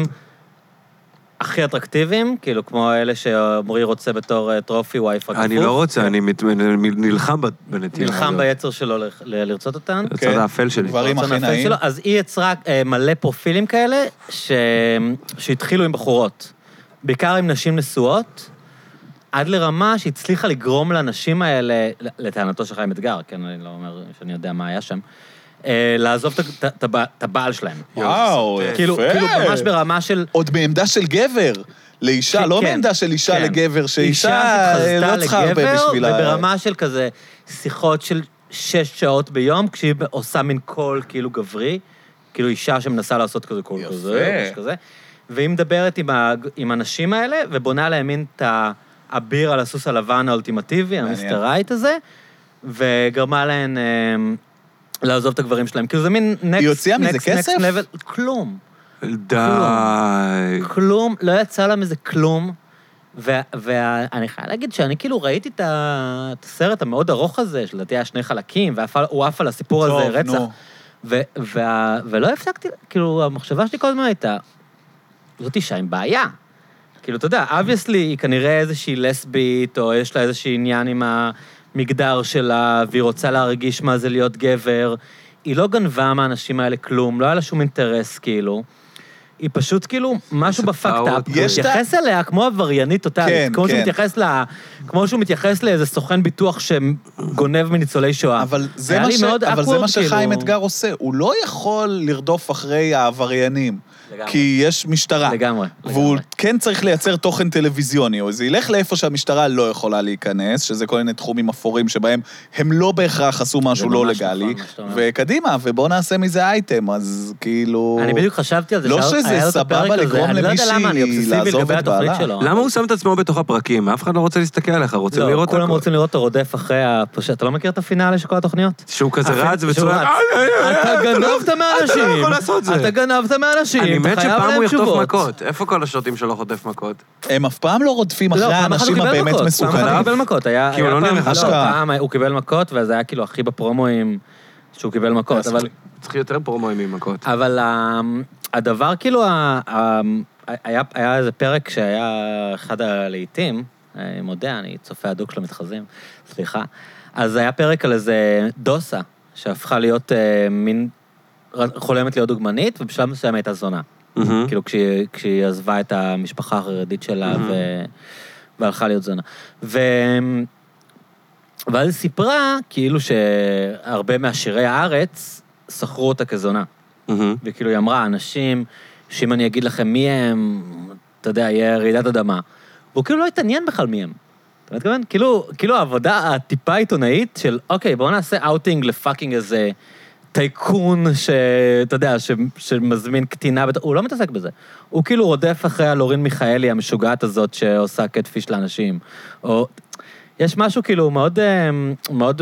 הכי אטרקטיביים, כאילו כמו אלה שאומרי רוצה בתור טרופי וייף הכפוף. אני לא רוצה, אני נלחם בנטייה. נלחם ביצר שלו לרצות אותן. בצד האפל שלי. גברים הכי נעים. אז היא יצרה מלא פרופילים כאלה שהתחילו עם בחורות. בעיקר עם נשים נשואות, עד לרמה שהצליחה לגרום לאנשים האלה, לטענתו של חיים אתגר, כן, אני לא אומר שאני יודע מה היה שם, לעזוב את הבעל שלהם. וואו, יפה. כאילו ממש ברמה של... עוד מעמדה של גבר לאישה, לא מעמדה של אישה לגבר, שאישה לא צריכה הרבה בשבילה. וברמה של כזה שיחות של שש שעות ביום, כשהיא עושה מין קול כאילו גברי, כאילו אישה שמנסה לעשות כזה קול כזה, והיא מדברת עם האנשים האלה, ובונה להם מין את האביר על הסוס הלבן האולטימטיבי, המיסטר רייט הזה, וגרמה להן... לעזוב את הגברים שלהם, כאילו זה מין נקסט... היא הוציאה מזה כסף? כלום. די. כלום, לא יצא לה מזה כלום, ואני חייב להגיד שאני כאילו ראיתי את הסרט המאוד ארוך הזה, שלדעתי היה שני חלקים, והוא עף על הסיפור הזה רצח, ולא הפסקתי, כאילו המחשבה שלי כל הזמן הייתה, זאת אישה עם בעיה. כאילו, אתה יודע, obviously היא כנראה איזושהי לסבית, או יש לה איזושהי עניין עם ה... מגדר שלה, והיא רוצה להרגיש מה זה להיות גבר. היא לא גנבה מהאנשים האלה כלום, לא היה לה שום אינטרס, כאילו. היא פשוט, כאילו, משהו בפקט-אפ. הוא מתייחס אליה כמו עבריינית טוטלית. כמו שהוא מתייחס לה... כמו שהוא מתייחס לאיזה סוכן ביטוח שגונב מניצולי שואה. אבל זה מה שחיים אתגר עושה. הוא לא יכול לרדוף אחרי העבריינים. כי יש משטרה. לגמרי. והוא כן צריך לייצר תוכן טלוויזיוני, או זה ילך לאיפה שהמשטרה לא יכולה להיכנס, שזה כל מיני תחומים אפורים שבהם הם לא בהכרח עשו משהו לא לגלי, וקדימה, ובוא נעשה מזה אייטם, אז כאילו... אני בדיוק חשבתי על זה, לא שזה סבבה לגרום למישהי לעזוב את בעלה. למה הוא שם את עצמו בתוך הפרקים? אף אחד לא רוצה להסתכל עליך, רוצה לראות... לא, כולם רוצים לראות אותו רודף אחרי הפושע. אתה לא מכיר את הפינאלה של כל התוכניות? שהוא כזה רץ וצורק... אתה גנבת מהאנשים. אתה לא יכול לעשות זה. אתה גנבת מהאנשים. אני מת שפעם הוא יחטוף מכות. איפה כל השוטים שלא חוטף מכות? הם אף פעם לא רודפים אחרי האנשים הבאמת מסוכנים. פעם אחת הוא קיבל מכות. כי הוא לא נראה לא, פעם הוא קיבל מכות, וזה היה כאילו הכי בפרומואים שהוא קיבל מכות. צריך יותר פרומואים ממכות. אבל הדבר כאילו, היה איזה פרק שהיה אחד הלעיתים, אני מודה, אני צופה הדוק של המתחזים, סליחה, אז היה פרק על איזה דוסה, שהפכה להיות מין, חולמת להיות דוגמנית, ובשלב מסוים הייתה זונה. כאילו כשהיא עזבה את המשפחה החרדית שלה, והלכה להיות זונה. ואז היא סיפרה, כאילו שהרבה מהשירי הארץ שכרו אותה כזונה. וכאילו היא אמרה, אנשים, שאם אני אגיד לכם מי הם, אתה יודע, יהיה רעידת אדמה. והוא כאילו לא התעניין בכלל מי הם. אתה מתכוון? כאילו, כאילו העבודה הטיפה עיתונאית של, אוקיי, בואו נעשה אאוטינג לפאקינג איזה טייקון שאתה יודע, ש, שמזמין קטינה, הוא לא מתעסק בזה. הוא כאילו רודף אחרי הלורין מיכאלי המשוגעת הזאת שעושה קטפיש לאנשים. או, יש משהו כאילו מאוד, מאוד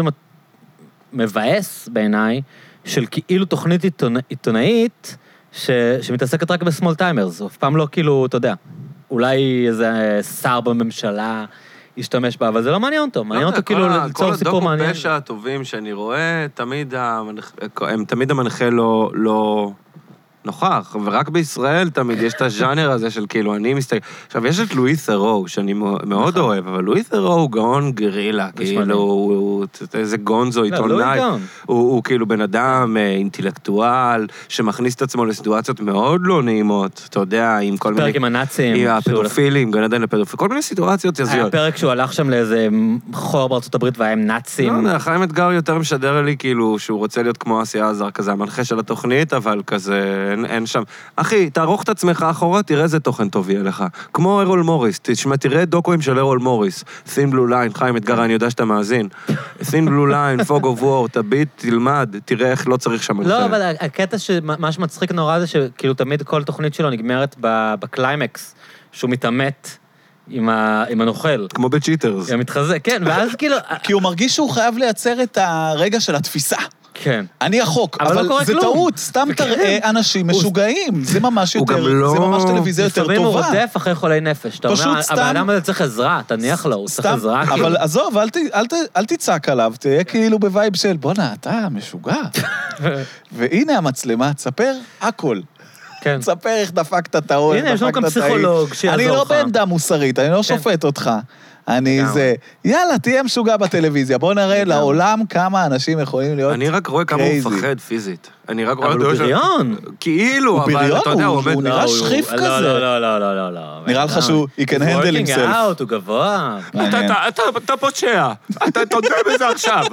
מבאס בעיניי, של כאילו תוכנית עיתונאית, ש, שמתעסקת רק בסמול טיימרס, אף פעם לא כאילו, אתה יודע, אולי איזה שר בממשלה ישתמש בה, אבל זה לא מעניין אותו, מעניין אותו כאילו ליצור סיפור מעניין. כל הדוקו פשע הטובים שאני רואה, תמיד הם תמיד המנחה לא נוכח, ורק בישראל תמיד יש את הז'אנר הזה של כאילו, אני מסתכל... עכשיו, יש את לואי ת'רו, שאני מאוד אוהב, אבל לואי ת'רו הוא גאון גרילה, כאילו, הוא איזה גונזו עיתונאי, הוא כאילו בן אדם אינטלקטואל, שמכניס את עצמו לסיטואציות מאוד לא נעימות, אתה יודע, עם כל מיני... פרק עם הנאצים. עם הפדופילים, גן עדן לפדופילים, כל מיני סיטואציות יזיות. היה פרק שהוא הלך שם לאיזה חור בארצות הברית והיה עם נאצים. לא, חיים אתגר יותר משדר לי כאילו שהוא רוצה להיות כמו אסי עזר, כזה המנחה של התוכנית, אבל כזה אין, אין שם. אחי, תערוך את עצמך אחורה, תראה איזה תוכן טוב יהיה לך. כמו אירול מוריס, תשמע, תראה דוקוים של אירול מוריס. Thin Blue Line, חיים אתגר, אני יודע שאתה מאזין. Thin Blue Line, Fog of War, תביט, תלמד, תראה איך לא צריך שם. לא, אבל הקטע שמה שמצחיק נורא זה שכאילו תמיד כל תוכנית שלו נגמרת בקליימקס, שהוא מתאמת עם הנוכל. כמו בצ'יטרס. הוא מתחזק, כן, ואז כאילו... כי הוא מרגיש שהוא חייב לייצר את הרגע של התפיסה. כן. אני החוק, אבל אבל זה טעות, סתם תראה אנשים משוגעים, זה ממש יותר, זה ממש טלוויזיה יותר טובה. לפעמים הוא רודף אחרי חולי נפש, אתה אומר, הבן הזה צריך עזרה, תניח לו, הוא צריך עזרה. אבל עזוב, אל תצעק עליו, תהיה כאילו בווייב של, בונה, אתה משוגע. והנה המצלמה, תספר הכל. כן. תספר איך דפקת את האוהל, הנה, יש לנו גם פסיכולוג שיעזור לך. אני לא בעמדה מוסרית, אני לא שופט אותך. אני זה, יאללה, תהיה משוגע בטלוויזיה, בוא נראה לעולם כמה אנשים יכולים להיות קרייזי. אני רק רואה כמה הוא מפחד פיזית. אני רק רואה... אבל הוא בריון. כאילו, אבל אתה יודע, הוא עומד... הוא נראה שחיף כזה. לא, לא, לא, לא, לא. נראה לך שהוא, he can handle himself. הוא working out, הוא גבוה. אתה פוצ'ע, אתה תודה בזה עכשיו.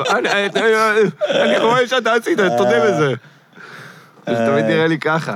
אני רואה שאתה עשית, תודה בזה. זה תמיד נראה לי ככה.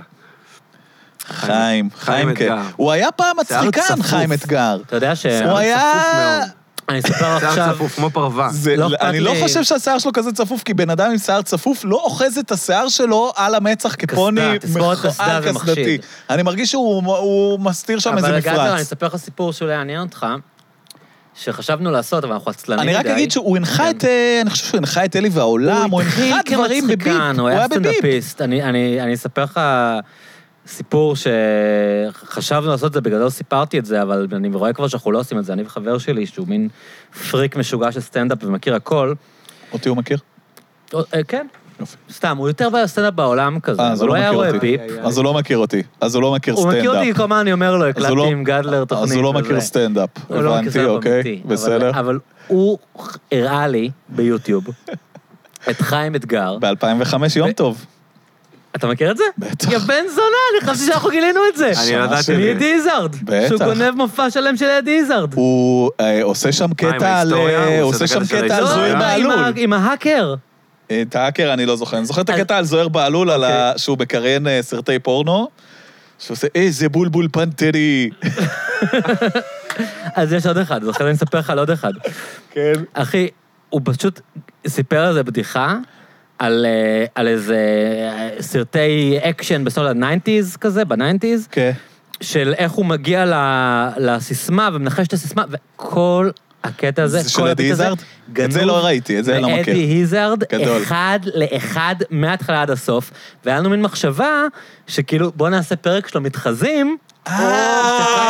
חיים, חיים אתגר. הוא היה פעם מצחיקן, חיים אתגר. אתה יודע ש... הוא היה... אני אספר עכשיו... שיער צפוף, כמו פרווה. אני לא חושב שהשיער שלו כזה צפוף, כי בן אדם עם שיער צפוף לא אוחז את השיער שלו על המצח כפוני מכוער קסדתי. אני מרגיש שהוא מסתיר שם איזה מפרץ. אבל רגע, אני אספר לך סיפור שאולי יעניין אותך, שחשבנו לעשות, אבל אנחנו עצלנים מדי. אני רק אגיד שהוא הנחה את... אני חושב שהוא הנחה את אלי והעולם, הוא הנחה דברים בביפ. הוא היה סטנדאפיסט. אני אספר לך... סיפור שחשבנו לעשות את זה, בגלל זה סיפרתי את זה, אבל אני רואה כבר שאנחנו לא עושים את זה, אני וחבר שלי, שהוא מין פריק משוגע של סטנדאפ ומכיר הכל. אותי הוא מכיר? כן. סתם, הוא יותר בסטנדאפ בעולם כזה, אבל הוא היה רואה ביפ. אז הוא לא מכיר אותי, אז הוא לא מכיר סטנדאפ. הוא מכיר אותי כל מה אני אומר לו, הקלטתי עם גדלר תוכנית. אז הוא לא מכיר סטנדאפ, הבנתי, אוקיי, בסדר. אבל הוא הראה לי ביוטיוב את חיים אתגר. ב-אלפיים וחמש יום טוב. אתה מכיר את זה? בטח. יא בן זונה, אני חשבתי שאנחנו גילינו את זה. אני ידעתי. מאדי איזארד. בטח. שהוא גונב מופע שלם של אדי איזארד. הוא עושה שם קטע על... הוא עושה שם קטע על זוהיר בעלול. עם ההאקר. את ההאקר אני לא זוכר. אני זוכר את הקטע על זוהיר בעלול, שהוא מקריין סרטי פורנו, שעושה איזה בולבול פנטרי. אז יש עוד אחד, אז אני אספר לך על עוד אחד. כן. אחי, הוא פשוט סיפר על זה בדיחה, על, על איזה סרטי אקשן בסוף ה-תשעים כזה, ב-תשעים, כן. של איך הוא מגיע לסיסמה ומנחש את הסיסמה, וכל הקטע הזה, זה של אדי איזארד? את זה לא ראיתי, את זה אני לא מכיר. ואדי איזארד, אחד לאחד, מההתחלה עד הסוף, והיה לנו מין מחשבה, שכאילו, בוא נעשה פרק שלו מתחזים,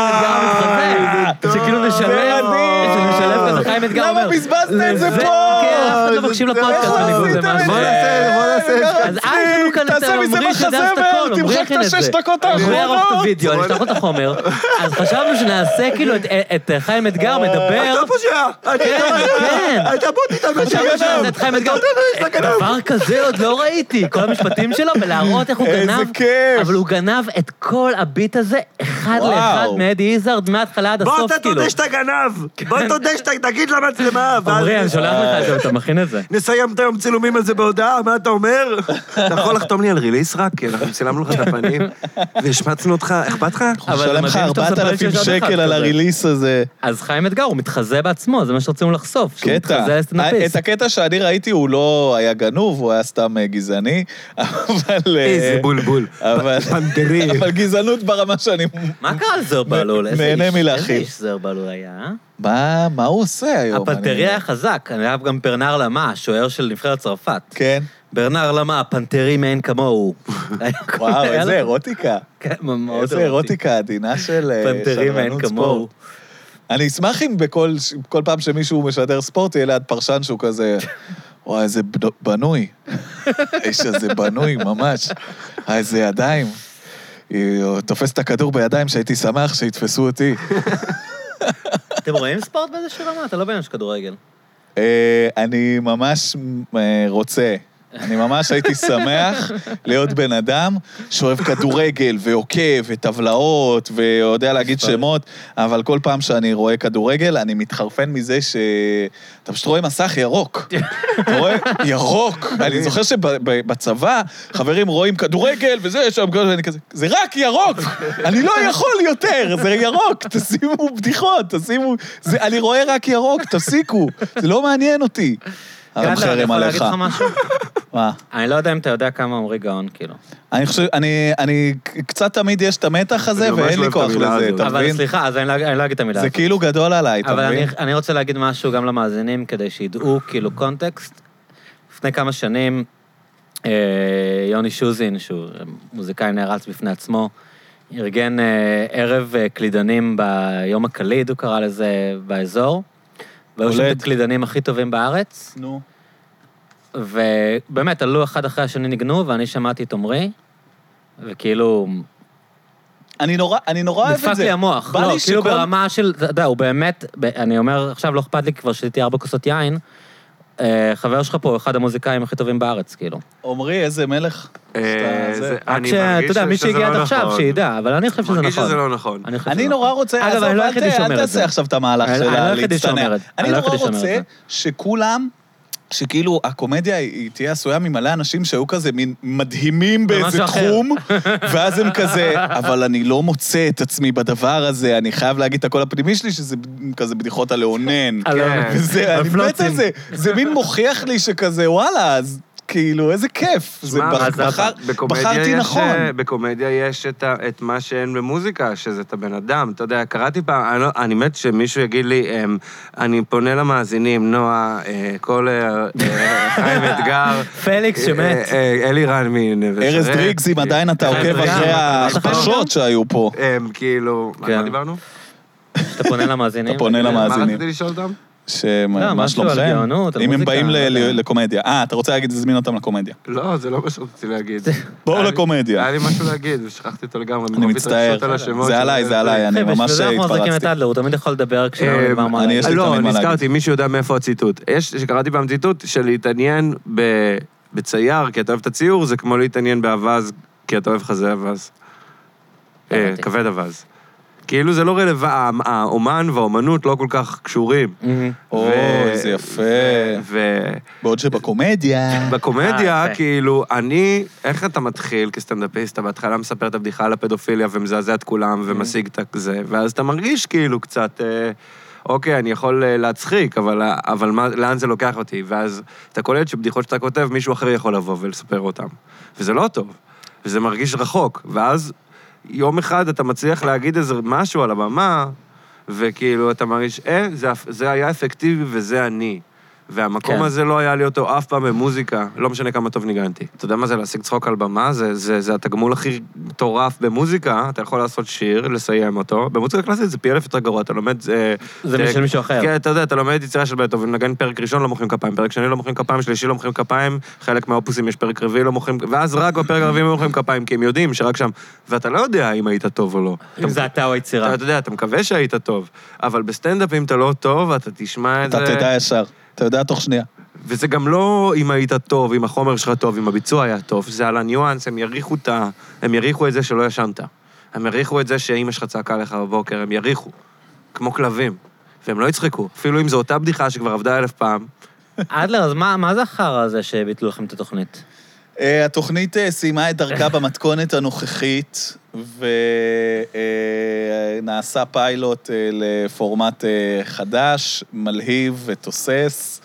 שכאילו נשלב, שנשלב כזה חיים אתגר אומר. למה בזבזת את זה פה? אף אחד לא מקשיב לפודקאסט בניגוד למה ש... בוא נעשה, בוא נעשה. אז אל תנו כאן את תעשה מזה עמרי שדע את הכל, מחזמר, עמרי תמחק הכין את את זה. השש דקות עמרי יערוך את האחרונות. הוידאו, אני אשלח לו את החומר. אז חשבנו שנעשה כאילו את- את חיים אתגר מדבר... אתה פושע! כן, כן. אתה בוא תתאמן חשבנו שנעשה את חיים אתגר... דבר כזה עוד לא ראיתי, כל המשפטים שלו, ולהראות איך הוא איזה גנב... כיף. אבל הוא גנב את כל הביט הזה, אחד וואו. לאחד מאדי איזרד, מההתחלה עד בוא הסוף, אתה כאילו. תודה שאתה גנב! בוא תודה שאתה תגיד למצלמה! ואז- עמרי, אני שולח לך את זה, אתה מכין את זה. נסיים את היום צילומים על זה בהודעה, מה אתה אומר? אתה יכול לחתום לי על ריליס רק, כי אנחנו צילמנו לך את הפנים, והשמצנו אותך, אכפת לך? אבל זה נשלם לך מדהים שאתה מספר ארבעת לי אלפים שיש עוד אחד שקל על כזה. הריליס הזה. אז חיים אתגר, הוא מתחזה בעצמו, זה מה שרצינו לחשוף. שהוא קטע. מתחזה לסטנדאפיסט. את הקטע שאני ראיתי הוא לא היה גנוב, הוא היה סתם אה, גזעני, אבל... אה, איזה בולבול. אבל- פנתרי. אבל גזענות ברמה שאני... מה קרה לזר בהלול? איזה נהנה איש- מלהכיל. איזה איש זר בהלול היה, אה? מה מה הוא עושה היום? הפנתרי אני- היה חזק, אני אוהב גם ברנר למה, השוער של נבחרת צרפת. כן. ברנר למה, פנתרי מאין כמוהו. וואו, היה איזה לו- אירוטיקה. כן, מאוד איזה אירוטיקה עדינה של אה, פנתרי מאין שדרנות כמוהו. ספורט. אני אשמח אם בכל כל פעם שמישהו משדר ספורט יהיה ליד פרשן שהוא כזה, וואי, איזה בנו- בנוי. האיש הזה בנוי, ממש. אה, איזה ידיים. הוא תופס את הכדור בידיים שהייתי שמח שיתפסו אותי. אתם רואים ספורט באיזושהי רמה? אתה לא בעניין של כדורגל. אה, אני ממש אה, רוצה, אני ממש הייתי שמח להיות בן אדם שאוהב כדורגל ועוקב וטבלאות ויודע להגיד שמות, אבל כל פעם שאני רואה כדורגל, אני מתחרפן מזה שאתה פשוט רואה מסך ירוק. אתה רואה? ירוק. אני זוכר שבצבא חברים רואים כדורגל וזה, יש שם כדורגל, ואני כזה, זה רק ירוק. אני לא יכול יותר, זה ירוק. תשימו בדיחות, תשימו... זה- אני רואה רק ירוק, תפסיקו. זה לא מעניין אותי. גדלר, אני חרם יכול להגיד עליך. לך משהו? מה? אני לא יודע אם אתה יודע כמה עמרי גאון, כאילו. אני חושב, אני, אני, קצת תמיד יש את המתח הזה, אני ממש ואין לי לא כוח אוהב את המילה לזה, הזאת. אתה אבל מבין? סליחה, אז אני לא- אני לא אגיד את המילה זה הזאת. כאילו גדול עליי, אתה אבל אני, מבין? אני רוצה להגיד משהו גם למאזינים, כדי שידעו כאילו קונטקסט. לפני כמה שנים, אה, יוני שוזין, שהוא מוזיקאי נערץ בפני עצמו, ארגן אה, ערב אה, קלידנים ביום הקליד, הוא קרא לזה, באזור. והיו שם הולד. את הקלידנים הכי טובים בארץ, נו. ובאמת, עלו אחד אחרי השני ניגנו, ואני שמעתי את עמרי, וכאילו, אני נורא, אני נורא אוהב את זה. נדפק לי המוח. בא לא, לי כאילו שכל- ברמה של, אתה יודע, הוא באמת, ב- אני אומר, עכשיו לא אכפת לי כבר שתיתי ארבע כוסות יין, אה, חבר שלך פה הוא אחד המוזיקאים הכי טובים בארץ, כאילו. עמרי, איזה מלך. אה, שאתה- זה- זה- רק אני שאתה מרגיש יודע, מי שזה שהגיע לא עד עכשיו, נכון. שידע, אבל אני חושב שזה מרגיש נכון. שזה לא נכון. אני חושב אני שזה נורא נכון. רוצה, אגב, עזוב, אני לא אל היחידי ת- שאומר אל את תעשה זה. עכשיו את המהלך אני- אני שלה לא היחידי שאומר להצטנע. את זה. אני אני לא נורא היחידי שאומר רוצה את שכולם, שכאילו הקומדיה היא תהיה עשויה ממלא אנשים שהיו כזה מין מדהימים באיזה במשהו אחר. תחום, ואז הם כזה, אבל אני לא מוצא את עצמי בדבר הזה, אני חייב להגיד את הקול הפנימי שלי, שזה כזה בדיחות על לאונן. על כן. האונן. וזה, על אני מת פלוצים. על זה, זה מין מוכיח לי שכזה, וואלה, אז כאילו, איזה כיף. זה שמע, בח- אז בחר- בקומדיה בחרתי יש, נכון. אה, בקומדיה יש את, ה, את מה שאין במוזיקה, שזה את הבן אדם. אתה יודע, קראתי פעם, אני, לא, אני מת שמישהו יגיד לי, הם, אני פונה למאזינים, נועה, אה, כל אה, אה, חיים אתגר. פליקס שמת. אה, אה, אלי רן מנווה ארז שרת. דריגס, אם עדיין אתה חיים עוקב וגם, אחרי אתה ההכפשות שהיו פה. הם כאילו... כן. על מה דיברנו? אתה פונה למאזינים. אתה פונה ו- מה למאזינים. רציתי לשאול אותם? שמה מה משהו על שלומכם? גאונות, על אם הם מוזיקה, באים ל- לא יודע. ל- לקומדיה. אה, אתה רוצה להגיד, תזמין אותם לקומדיה. לא, זה לא מה שרציתי להגיד. בואו היה לי- לקומדיה. היה לי משהו להגיד, ושכחתי אותו לגמרי. אני מרוב מצטער. התרגשות על השמות זה של- עליי, זה עליי, אני אחי, ממש בשביל זה אנחנו מחזיקים את התפרצתי. אדלר, הוא תמיד יכול לדבר כשלא אה, נגמר מה אני, להגיד. יש לי לא, תמיד מה להגיד. נזכרתי, מישהו יודע מאיפה הציטוט. יש, שקראתי פעם ציטוט של להתעניין ב- בצייר, כי אתה אוהב את הציור, זה כמו להתעניין באבז, כי אתה אוהב חזה אבז. אה, הבנתי. כבד אבז. כאילו זה לא רלוונטי, האומן והאומנות לא כל כך קשורים. מהמם. אוי, ו- זה יפה. ו- בעוד שבקומדיה... בקומדיה, אה, יפה. כאילו, אני, איך אתה מתחיל כסטנדאפיסט, אתה בהתחלה מספר את הבדיחה על הפדופיליה ומזעזע את כולם ומשיג את זה, ואז אתה מרגיש כאילו קצת, אה, אוקיי, אני יכול אה, להצחיק, אבל, אבל מה, לאן זה לוקח אותי? ואז אתה קולט שבדיחות שאתה כותב, מישהו אחר יכול לבוא ולספר אותם. וזה לא טוב, וזה מרגיש רחוק, ואז יום אחד אתה מצליח להגיד איזה משהו על הבמה, וכאילו אתה מרגיש, אה, זה, זה היה אפקטיבי וזה אני. והמקום הזה לא היה לי אותו אף פעם במוזיקה, לא משנה כמה טוב ניגנתי. אתה יודע מה זה להשיג צחוק על במה? זה, זה, זה התגמול הכי מטורף במוזיקה, אתה יכול לעשות שיר, לסיים אותו. במוזיקה קלאסית זה פי אלף יותר גרוע, אתה לומד... זה משל מישהו אחר. כן, אתה יודע, אתה לומד יצירה של בטהובן, נגן פרק ראשון לא מוחאים כפיים, פרק שני לא מוחאים כפיים, שלישי לא מוחאים כפיים, חלק מהאופוסים יש פרק רביעי לא מוחאים, ואז רק בפרק הרביעי מוחאים כפיים, כי הם יודעים שרק שם, ואתה לא יודע אם היית טוב או לא. אם זה אתה או היצירה. אתה יודע, אתה מקווה שהיית טוב, אבל בסטנדאפ אם אתה לא טוב, אתה תשמע את זה... אתה תדע ישר, אתה יודע תוך שנייה. וזה גם לא אם היית טוב, אם החומר שלך טוב, אם הביצוע היה טוב, זה על הניואנס, הם יריחו את ה... הם יריחו את זה שלא ישנת. הם יריחו את זה שאמא שלך צעקה לך בבוקר, הם יריחו, כמו כלבים, והם לא יצחקו, אפילו אם זו אותה בדיחה שכבר עבדה אלף פעם. אדלר, אז מה, מה זה החרא הזה שביטלו לכם את התוכנית? התוכנית סיימה את דרכה במתכונת הנוכחית, ונעשה פיילוט לפורמט חדש, מלהיב ותוסס,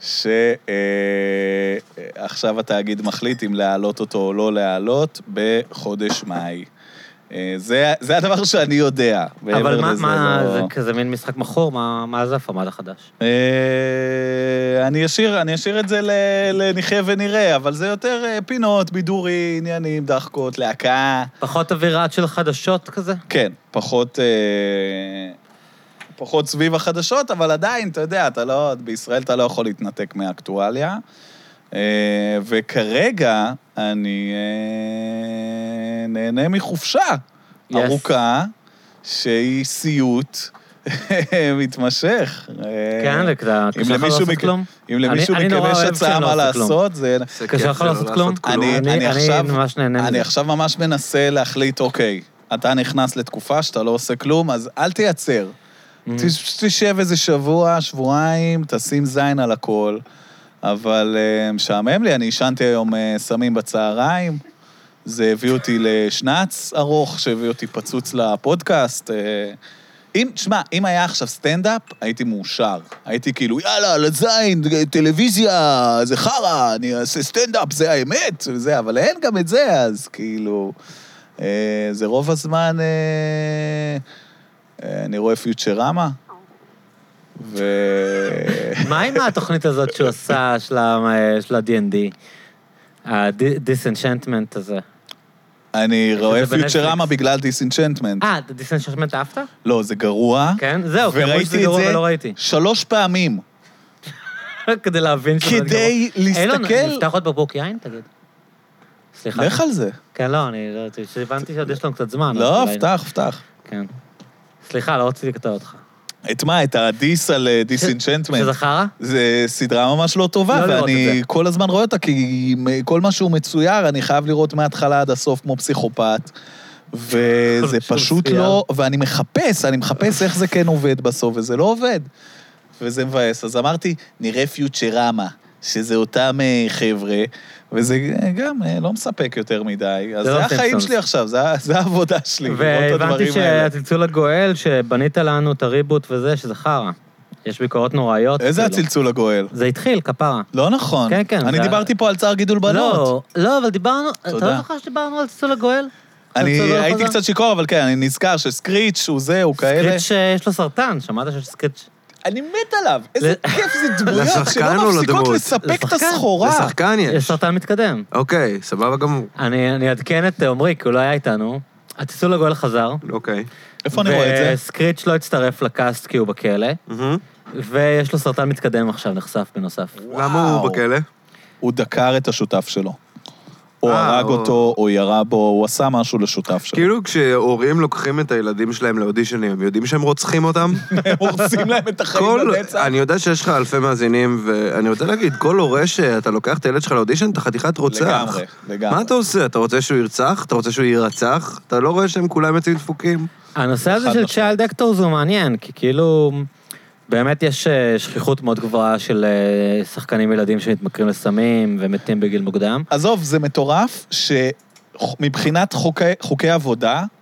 שעכשיו התאגיד מחליט אם להעלות אותו או לא להעלות בחודש מאי. זה, זה הדבר שאני יודע. אבל מה, מה לא... זה כזה מין משחק מחור? מה, מה זה הפורמט החדש? אני אשאיר, אני אשאיר את זה לנחיה ונראה, אבל זה יותר פינות, בידורי, עניינים, דחקות, להקה. פחות אווירת של חדשות כזה? כן, פחות... פחות סביב החדשות, אבל עדיין, אתה יודע, אתה לא, בישראל אתה לא יכול להתנתק מהאקטואליה, וכרגע אני נהנה מחופשה ארוכה, שהיא סיוט מתמשך. כן, זה קשה לך לעשות כלום. אם למישהו מכם יש הצעה מה לעשות, זה... קשה לך לעשות כלום? אני עכשיו ממש מנסה להחליט, אוקיי, אתה נכנס לתקופה שאתה לא עושה כלום, אז אל תייצר. תשב איזה שבוע, שבועיים, תשים זין על הכל, אבל משעמם לי, אני ישנתי היום סמים בצהריים, זה הביא אותי לשנץ ארוך, שהביא אותי פצוץ לפודקאסט. אם, תשמע, אם היה עכשיו סטנדאפ, הייתי מאושר. הייתי כאילו, יאללה, לזין, טלוויזיה, זה חרה, אני אעשה סטנדאפ, זה האמת, וזה, אבל אין גם את זה, אז כאילו, זה רוב הזמן... אני רואה פיוטרמה, ו... מה עם התוכנית הזאת שהוא עשה של ה-די אנד די? ה-Disenchantment הזה. אני רואה פיוטרמה בגלל Disenchantment. אה, Disenchantment אהבת? לא, זה גרוע. כן, זהו, וראיתי את זה שלוש פעמים. כדי להבין שזה גרוע. כדי להסתכל... אילון, נפתח עוד בבוק יין, תגיד. סליחה. לך על זה. כן, לא, אני הבנתי שעוד יש לנו קצת זמן. לא, פתח, פתח. כן. סליחה, לא רציתי לקטוע אותך. את מה? את הדיס על דיסנצ'נטמנט. שזה חרא? זה סדרה ממש לא טובה, ואני כל הזמן רואה אותה, כי כל מה שהוא מצויר, אני חייב לראות מההתחלה עד הסוף כמו פסיכופת, וזה פשוט לא... ואני מחפש, אני מחפש איך זה כן עובד בסוף, וזה לא עובד. וזה מבאס. אז אמרתי, נראה פיוטרמה, שזה אותם חבר'ה, וזה גם לא מספק יותר מדי. אז זה החיים שלי עכשיו, זה העבודה שלי. והבנתי שהצלצול הגואל, שבנית לנו את הריבוט וזה, שזה חרא. יש ביקורות נוראיות. איזה הצלצול הגואל? זה התחיל, כפרה. לא נכון. כן, כן. אני דיברתי פה על צער גידול בנות. לא, לא, אבל דיברנו, אתה לא זוכר שדיברנו על הצלצול הגואל? אני הייתי קצת שיקור, אבל כן, אני נזכר שסקריץ' הוא זה, הוא כאלה. סקריץ' יש לו סרטן, שמעת שיש סקריץ'? אני מת עליו, איזה כיף זה דמויות שלא מפסיקות לספק את הסחורה. לשחקן יש. יש סרטן מתקדם. אוקיי, סבבה גם. אני אעדכן את עומרי, כי הוא לא היה איתנו. הצלצול הגואל חזר. אוקיי. איפה אני רואה את זה? וסקריץ' לא הצטרף לקאסט כי הוא בכלא, ויש לו סרטן מתקדם עכשיו, נחשף בנוסף. למה הוא בכלא? הוא דקר את השותף שלו. או הרג אותו, או ירה בו, הוא עשה משהו לשותף שלו. כאילו כשהורים לוקחים את הילדים שלהם לאודישנים, הם יודעים שהם רוצחים אותם? הם הורסים להם את החיים לנצח. אני יודע שיש לך אלפי מאזינים, ואני רוצה להגיד, כל הורה שאתה לוקח את הילד שלך לאודישן, אתה חתיכת רוצח. לגמרי, לגמרי. מה אתה עושה? אתה רוצה שהוא ירצח? אתה רוצה שהוא יירצח? אתה לא רואה שהם כולם יוצאים דפוקים? הנושא הזה של צ'יילד אקטורס הוא מעניין, כי כאילו... באמת יש שכיחות מאוד גבוהה של שחקנים ילדים שמתמכרים לסמים ומתים בגיל מוקדם. עזוב, זה מטורף שמבחינת חוקי, חוקי עבודה,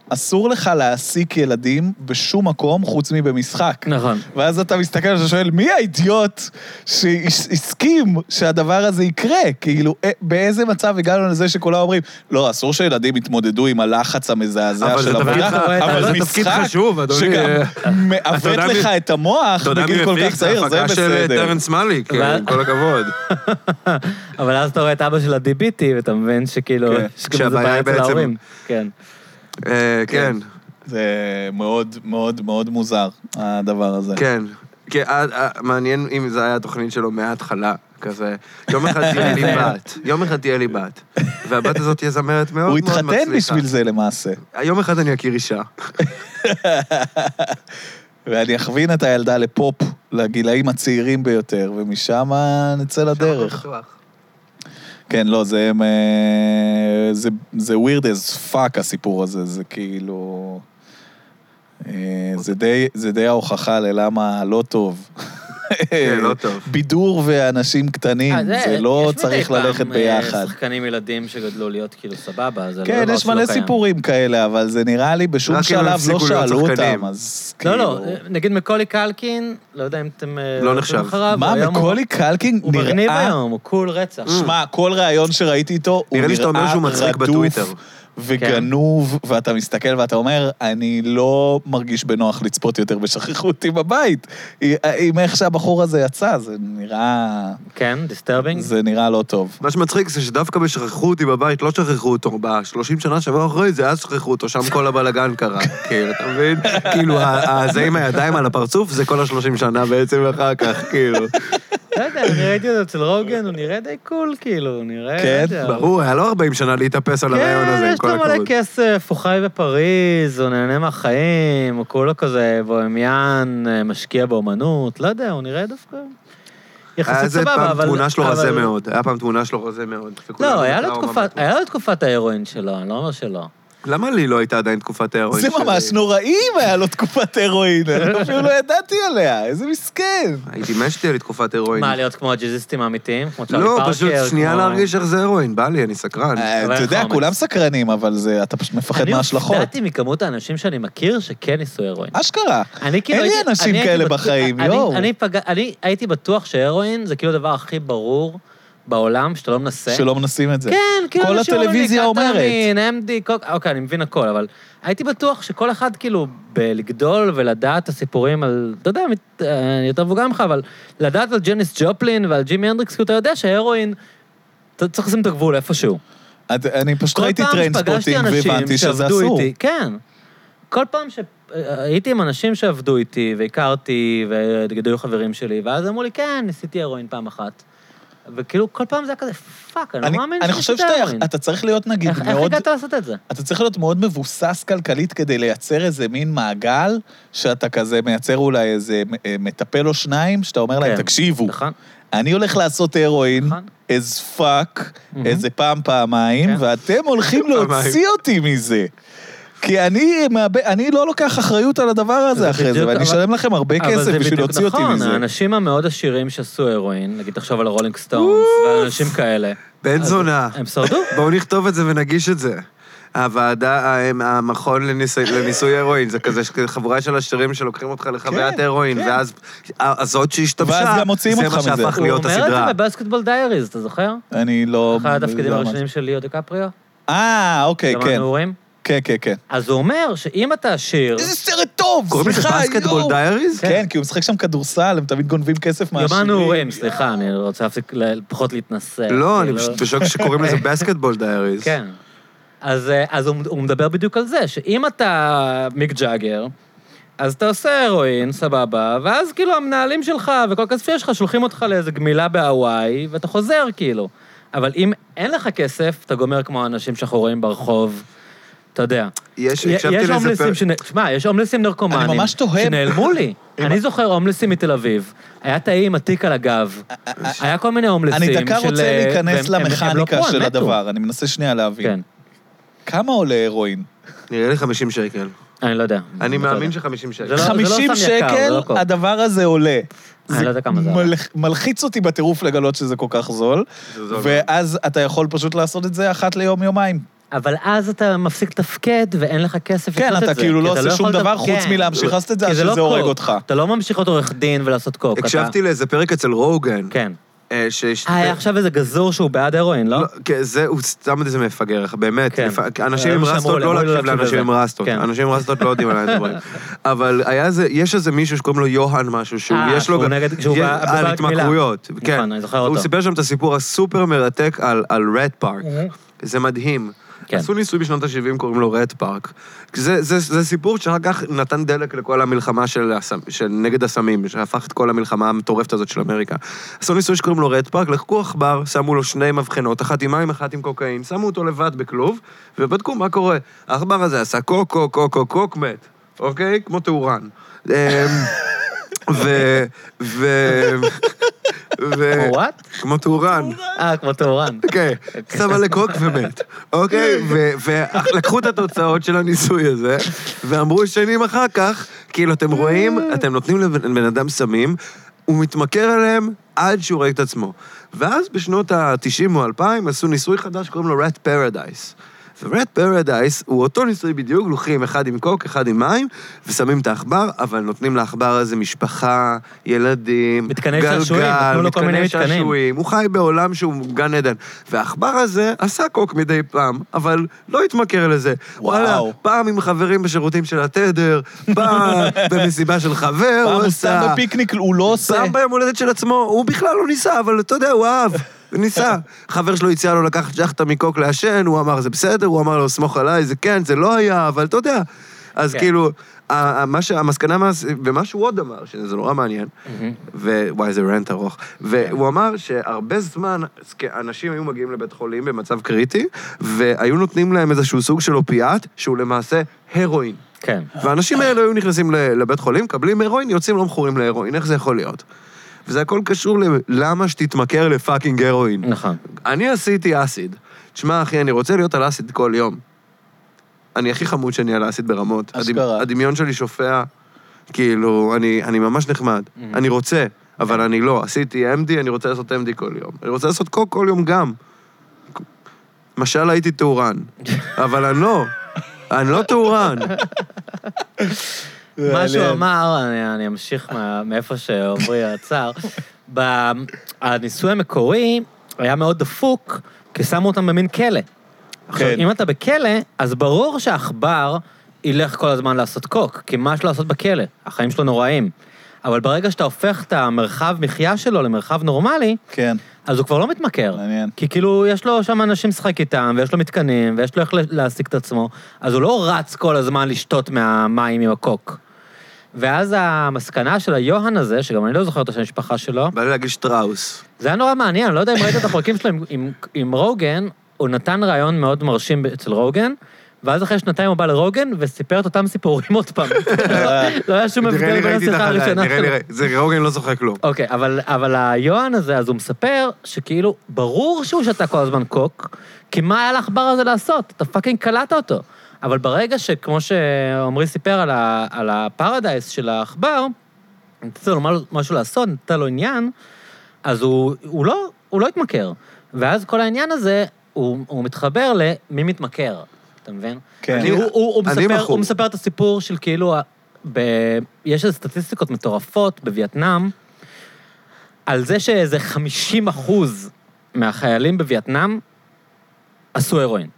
אסור לך להעסיק ילדים בשום מקום חוץ מבמשחק. נכון. ואז אתה מסתכל ואתה שואל, מי האידיוט שהסכים שהדבר הזה יקרה? כאילו, באיזה מצב הגענו לזה שכולם אומרים, לא, אסור שילדים יתמודדו עם הלחץ המזעזע של עבודה, אבל משחק שגם מעוות לך את המוח בגיל כל כך צעיר, זה בסדר. של טרנס מליק, כל הכבוד. אבל אז אתה רואה את אבא של ה-די בי טי, ואתה מבין שכאילו, שגם זה בעיה אצל ההורים. כן. כן. זה מאוד מאוד מאוד מוזר, הדבר הזה. כן. מעניין אם זה היה התוכנית שלו מההתחלה, כזה, יום אחד תהיה לי בת, יום אחד תהיה לי בת, והבת הזאת תהיה זמרת מאוד מאוד מצליחה. הוא התחתן בשביל זה למעשה. יום אחד אני אכיר אישה. ואני אכווין את הילדה לפופ, לגילאים הצעירים ביותר, ומשם נצא לדרך. כן, לא, זה, זה, זה weird as fuck הסיפור הזה, זה כאילו, זה די, זה די ההוכחה ללמה לא טוב. כן, לא טוב. בידור ואנשים קטנים, זה לא צריך ללכת ביחד. יש שחקנים ילדים שגדלו להיות כאילו סבבה, זה לא כן, יש מלא סיפורים כאלה, אבל זה נראה לי בשום שלב לא שאלו אותם, אז כאילו... לא, לא, נגיד מקולי קלקין, לא יודע אם אתם... לא נחשב. מה, מקולי קלקין נראה... הוא מגניב היום, הוא קול רצח. שמע, כל ראיון שראיתי איתו, הוא נראה רדוף. וגנוב, ואתה מסתכל ואתה אומר, אני לא מרגיש בנוח לצפות יותר בשכחו אותי בבית. עם איך שהבחור הזה יצא, זה נראה... כן, דיסטרבינג. זה נראה לא טוב. מה שמצחיק זה שדווקא בשכחו אותי בבית, לא שכחו אותו, ב-שלושים שנה שבוע אחרי זה, אז שכחו אותו, שם כל הבלגן קרה. כאילו, אתה מבין? כאילו, זה עם הידיים על הפרצוף, זה כל ה-שלושים שנה בעצם אחר כך, כאילו. לא יודע, אני ראיתי אותו אצל רוגן, הוא נראה די קול, כאילו, הוא נראה... כן, ברור, היה לו ארבעים שנה להתאפס על הרעיון הזה, עם כל הכבוד. כן, יש לו מלא כסף, הוא חי בפריז, הוא נהנה מהחיים, הוא כולו כזה בוהמיין, משקיע באומנות, לא יודע, הוא נראה דווקא... יחסית סבבה, אבל... היה פעם תמונה שלו רזה מאוד, היה פעם תמונה שלו רזה מאוד. לא, היה לו תקופת ההירואין שלו, אני לא אומר שלא. למה לי לא הייתה עדיין תקופת ההירואין שלי? זה ממש נוראי אם היה לו תקופת ההירואין, אני אפילו לא ידעתי עליה, איזה מסכן. הייתי משתי לי תקופת ההירואין. מה, להיות כמו הג'יזיסטים האמיתיים? כמו צ'ארלי לא, פארקר? פשוט שנייה להרגיש איך זה הירואין, בא לי, אני סקרן. אתה יודע, כולם סקרנים, אבל אתה פשוט מפחד מההשלכות. אני הופתעתי מכמות האנשים שאני מכיר שכן ניסו הירואין. אשכרה. אין לי אנשים כאלה בחיים, יואו. אני הייתי בטוח שהירואין זה כאילו הדבר הכי ברור בעולם, שאתה לא מנסה. שלא מנסים את זה. כן, כאילו... כל הטלוויזיה אומרת. קטמין, אם די, אוקיי, אני מבין הכל, אבל הייתי בטוח שכל אחד כאילו, בלגדול ולדעת את הסיפורים על, אתה יודע, אני יותר מבוגר ממך, אבל לדעת על ג'ניס ג'ופלין ועל ג'ימי הנדריקס, כי אתה יודע שההרואין, אתה צריך לשים את הגבול איפשהו. אני פשוט ראיתי טריינספוטינג והבנתי שזה אסור. כן. כל פעם שהייתי עם אנשים שעבדו איתי, והכרתי, וגדלו חברים שלי, ואז אמרו לי, כן, ניסיתי הרואין פעם אחת. וכאילו, כל פעם זה היה כזה, פאק, אני לא מאמין אני חושב שאתה צריך להיות, נגיד, מאוד... איך הגעת לעשות את זה? אתה צריך להיות מאוד מבוסס כלכלית כדי לייצר איזה מין מעגל, שאתה כזה מייצר אולי איזה מטפל או שניים, שאתה אומר להם, תקשיבו, אני הולך לעשות הרואין, as fuck, איזה פעם, פעמיים, ואתם הולכים להוציא אותי מזה. כי אני, אני לא לוקח אחריות על הדבר הזה אחרי זה, ואני אשלם לכם הרבה כסף בשביל להוציא אותי מזה. אבל זה בדיוק נכון, האנשים המאוד עשירים שעשו הרואין, נגיד תחשוב על הרולינג סטונס, ואנשים כאלה. בן זונה. הם שרדו? בואו נכתוב את זה ונגיש את זה. הוועדה, המכון לניסוי הרואין, זה כזה חבורה של עשירים שלוקחים אותך לחוויית הרואין, ואז הזאת שהשתבשה, זה מה שהפך להיות הסדרה. הוא אומר את זה בבסקטבול דייריז, אתה זוכר? אני לא... אחד התפקידים הראשונים של ליאו דיקפריו. אה, אוקיי, כן. כן, כן, כן. אז הוא אומר שאם אתה עשיר... איזה סרט טוב, קוראים לזה בסקטבול דייריז? כן, כי הוא משחק שם כדורסל, הם תמיד גונבים כסף מהשירים. יומן נעורים, סליחה, אני רוצה להפסיק פחות להתנסה. לא, אני פשוט בשוק שקוראים לזה בסקטבול דייריז. כן. אז הוא מדבר בדיוק על זה, שאם אתה מיק ג'אגר, אז אתה עושה הרואין, סבבה, ואז כאילו המנהלים שלך וכל כספי שלך שולחים אותך לאיזו גמילה בהוואי, ואתה חוזר כאילו. אבל אם אין לך כסף, אתה גומר כמו אנשים שחורים ברחוב, אתה יודע. יש, הקשבתי לזה פר... שמע, יש הומלסים נרקומנים שנעלמו לי. אני זוכר הומלסים מתל אביב. היה תאי עם התיק על הגב. היה כל מיני הומלסים של... אני דקה רוצה להיכנס למכניקה של הדבר. אני מנסה שנייה להבין. כמה עולה הרואין? נראה לי חמישים שקל. אני לא יודע. אני מאמין ש-חמישים שקל. חמישים שקל הדבר הזה עולה. אני לא יודע כמה זה. מלחיץ אותי בטירוף לגלות שזה כל כך זול, ואז אתה יכול פשוט לעשות את זה אחת ליום יומיים. אבל אז אתה מפסיק לתפקד ואין לך כסף כן, לעשות את זה. אתה כאילו לא עושה שום דבר חוץ מלהמשיך לעשות את זה, אז שזה הורג אותך. אתה לא ממשיך להיות עורך דין ולעשות קוק. הקשבתי לאיזה פרק אצל רוגן. כן. שיש... היה עכשיו איזה גזור שהוא בעד הרואין, לא? כן, זה, הוא סתם את זה מפגר, באמת. אנשים עם רסטות, לא להקשיב לאנשים עם רסטות. אנשים עם רסטות לא יודעים עליי דברים. אבל יש איזה מישהו שקוראים לו יוהן משהו, שיש לו... על התמכרויות. כן. הוא סיפר שם את הסיפור הסופר מרתק על רד פארק. זה מדהים. עשו ניסוי בשנות ה-שבעים, קוראים לו רד פארק. זה, זה, זה סיפור שאחר כך נתן דלק לכל המלחמה של, של נגד הסמים, שהפך את כל המלחמה המטורפת הזאת של אמריקה. עשו ניסוי שקוראים לו רד פארק, לחקו עכבר, שמו לו שני מבחנות, אחת עם מים, אחת עם קוקאין, שמו אותו לבד בכלוב, ובדקו מה קורה. העכבר הזה עשה קוק, קוק, קוק, קוק, קוק, מת. אוקיי? כמו תאורן. ו... ו... כמו what? כמו תאורן. אה, כמו תאורן. כן, שמה לקוק ומת. אוקיי? ולקחו את התוצאות של הניסוי הזה, ואמרו שנים אחר כך, כאילו, אתם רואים, אתם נותנים לבן אדם סמים, הוא מתמכר עליהם עד שהוא רואה את עצמו. ואז בשנות ה-תשעים או אלפיים עשו ניסוי חדש, קוראים לו Rat Paradise. ו-Rat Paradise הוא אותו ניסוי בדיוק, לוקחים אחד עם קוק, אחד עם מים, ושמים את העכבר, אבל נותנים לעכבר הזה משפחה, ילדים, מתקני שעשועים, נתנו לו כל מיני מתקנים. הוא חי בעולם שהוא גן עדן. והעכבר הזה עשה קוק מדי פעם, אבל לא התמכר לזה. וואלה, פעם עם חברים בשירותים של התדר, פעם במסיבה של חבר, פעם הוא שם בפיקניק, הוא לא עושה. פעם ביום הולדת של עצמו, הוא בכלל לא ניסה, אבל אתה יודע, הוא אהב. הוא ניסה. חבר שלו הציע לו לקחת ג'חטה מקוק לעשן, הוא אמר, זה בסדר, הוא אמר לו, סמוך עליי, זה כן, זה לא היה, אבל אתה יודע. אז כאילו, המסקנה, ומה שהוא עוד אמר, שזה נורא מעניין, ווואי, זה רנט ארוך, והוא אמר שהרבה זמן, אנשים היו מגיעים לבית חולים במצב קריטי, והיו נותנים להם איזשהו סוג של אופיאט, שהוא למעשה הרואין. כן. והאנשים האלה היו נכנסים לבית חולים, קבלים הרואין, יוצאים לא מכורים להרואין, איך זה יכול להיות? וזה הכל קשור ללמה שתתמכר לפאקינג הרואין. נכון. אני עשיתי אסיד. תשמע, אחי, אני רוצה להיות על אסיד כל יום. אני הכי חמוד שאני על אסיד ברמות. אשכרה. הדמיון שלי שופע, כאילו, אני, אני ממש נחמד. אני רוצה, אבל אני לא. עשיתי אם די, אני רוצה לעשות אם די כל יום. אני רוצה לעשות קוק כל יום גם. משל הייתי תאורן. אבל אני לא. אני לא תאורן. מה שהוא אמר, אני, אני אמשיך מאיפה שעומרי עצר, הניסוי המקורי היה מאוד דפוק, כי שמו אותם במין כלא. עכשיו, אם אתה בכלא, אז ברור שהעכבר ילך כל הזמן לעשות קוק, כי מה יש לו לעשות בכלא? החיים שלו נוראים. אבל ברגע שאתה הופך את המרחב מחיה שלו למרחב נורמלי, כן. אז הוא כבר לא מתמכר. מעניין. כי כאילו יש לו שם אנשים שחק איתם, ויש לו מתקנים, ויש לו איך להשיג את עצמו, אז הוא לא רץ כל הזמן לשתות מהמים עם הקוק. ואז המסקנה של היוהן הזה, שגם אני לא זוכר את השם המשפחה שלו, בא לי להגיד שטראוס. זה היה נורא מעניין, אני לא יודע אם ראית את הפרקים שלו עם, עם, עם רוגן, הוא נתן רעיון מאוד מרשים אצל רוגן, ואז אחרי שנתיים הוא בא לרוגן, וסיפר את אותם סיפורים עוד פעם. לא היה שום הבדל בין השיחה הראשונה שלו. זה רוגן לא זוכר כלום. אוקיי, אבל, אבל היוהן הזה, אז הוא מספר שכאילו, ברור שהוא שתה כל הזמן קוק, כי מה היה לעכבר הזה לעשות? אתה פאקינג קלטת אותו. אבל ברגע שכמו שעומרי סיפר על, ה, על הפרדייס של העכבר, נתת לו משהו לעשות, נתת לו עניין, אז הוא, הוא, לא, הוא לא התמכר. ואז כל העניין הזה, הוא, הוא מתחבר למי מתמכר, אתה מבין? כן. אני, הוא, הוא, הוא, מספר, הוא מספר את הסיפור של כאילו, ב, יש איזה סטטיסטיקות מטורפות בווייטנאם, על זה שאיזה חמישים אחוז מהחיילים בווייטנאם עשו הרואין.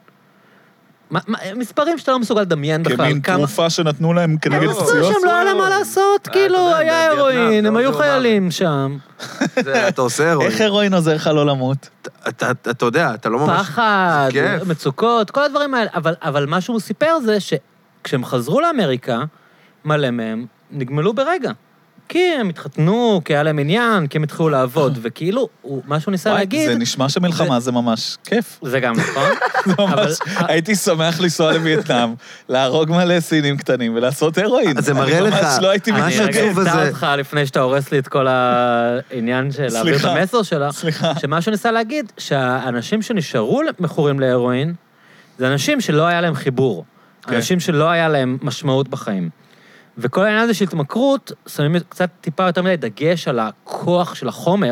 מספרים שאתה לא מסוגל לדמיין בכלל. כמין תרופה שנתנו להם כנגד פציעות. שם לא היה להם מה לעשות, כאילו, היה הרואין, הם היו חיילים שם. אתה עושה הרואין. איך הרואין עוזר לך לא למות? אתה יודע, אתה לא ממש... פחד, מצוקות, כל הדברים האלה. אבל מה שהוא סיפר זה שכשהם חזרו לאמריקה, מלא מהם נגמלו ברגע. כי הם התחתנו, כי היה להם עניין, כי הם התחילו לעבוד, וכאילו, מה שהוא ניסה להגיד... זה נשמע שמלחמה זה ממש כיף. זה גם נכון. הייתי שמח לנסוע לווייטנאם, להרוג מלא סינים קטנים ולעשות הרואין. זה מראה לך... ממש לא הייתי מתנגד. אני רגע אפתר אותך לפני שאתה הורס לי את כל העניין של להעביר את המסר שלה. סליחה. שמה שהוא ניסה להגיד, שהאנשים שנשארו מכורים להרואין, זה אנשים שלא היה להם חיבור. אנשים שלא היה להם משמעות בחיים. וכל העניין הזה של התמכרות, שמים קצת טיפה יותר מדי דגש על הכוח של החומר,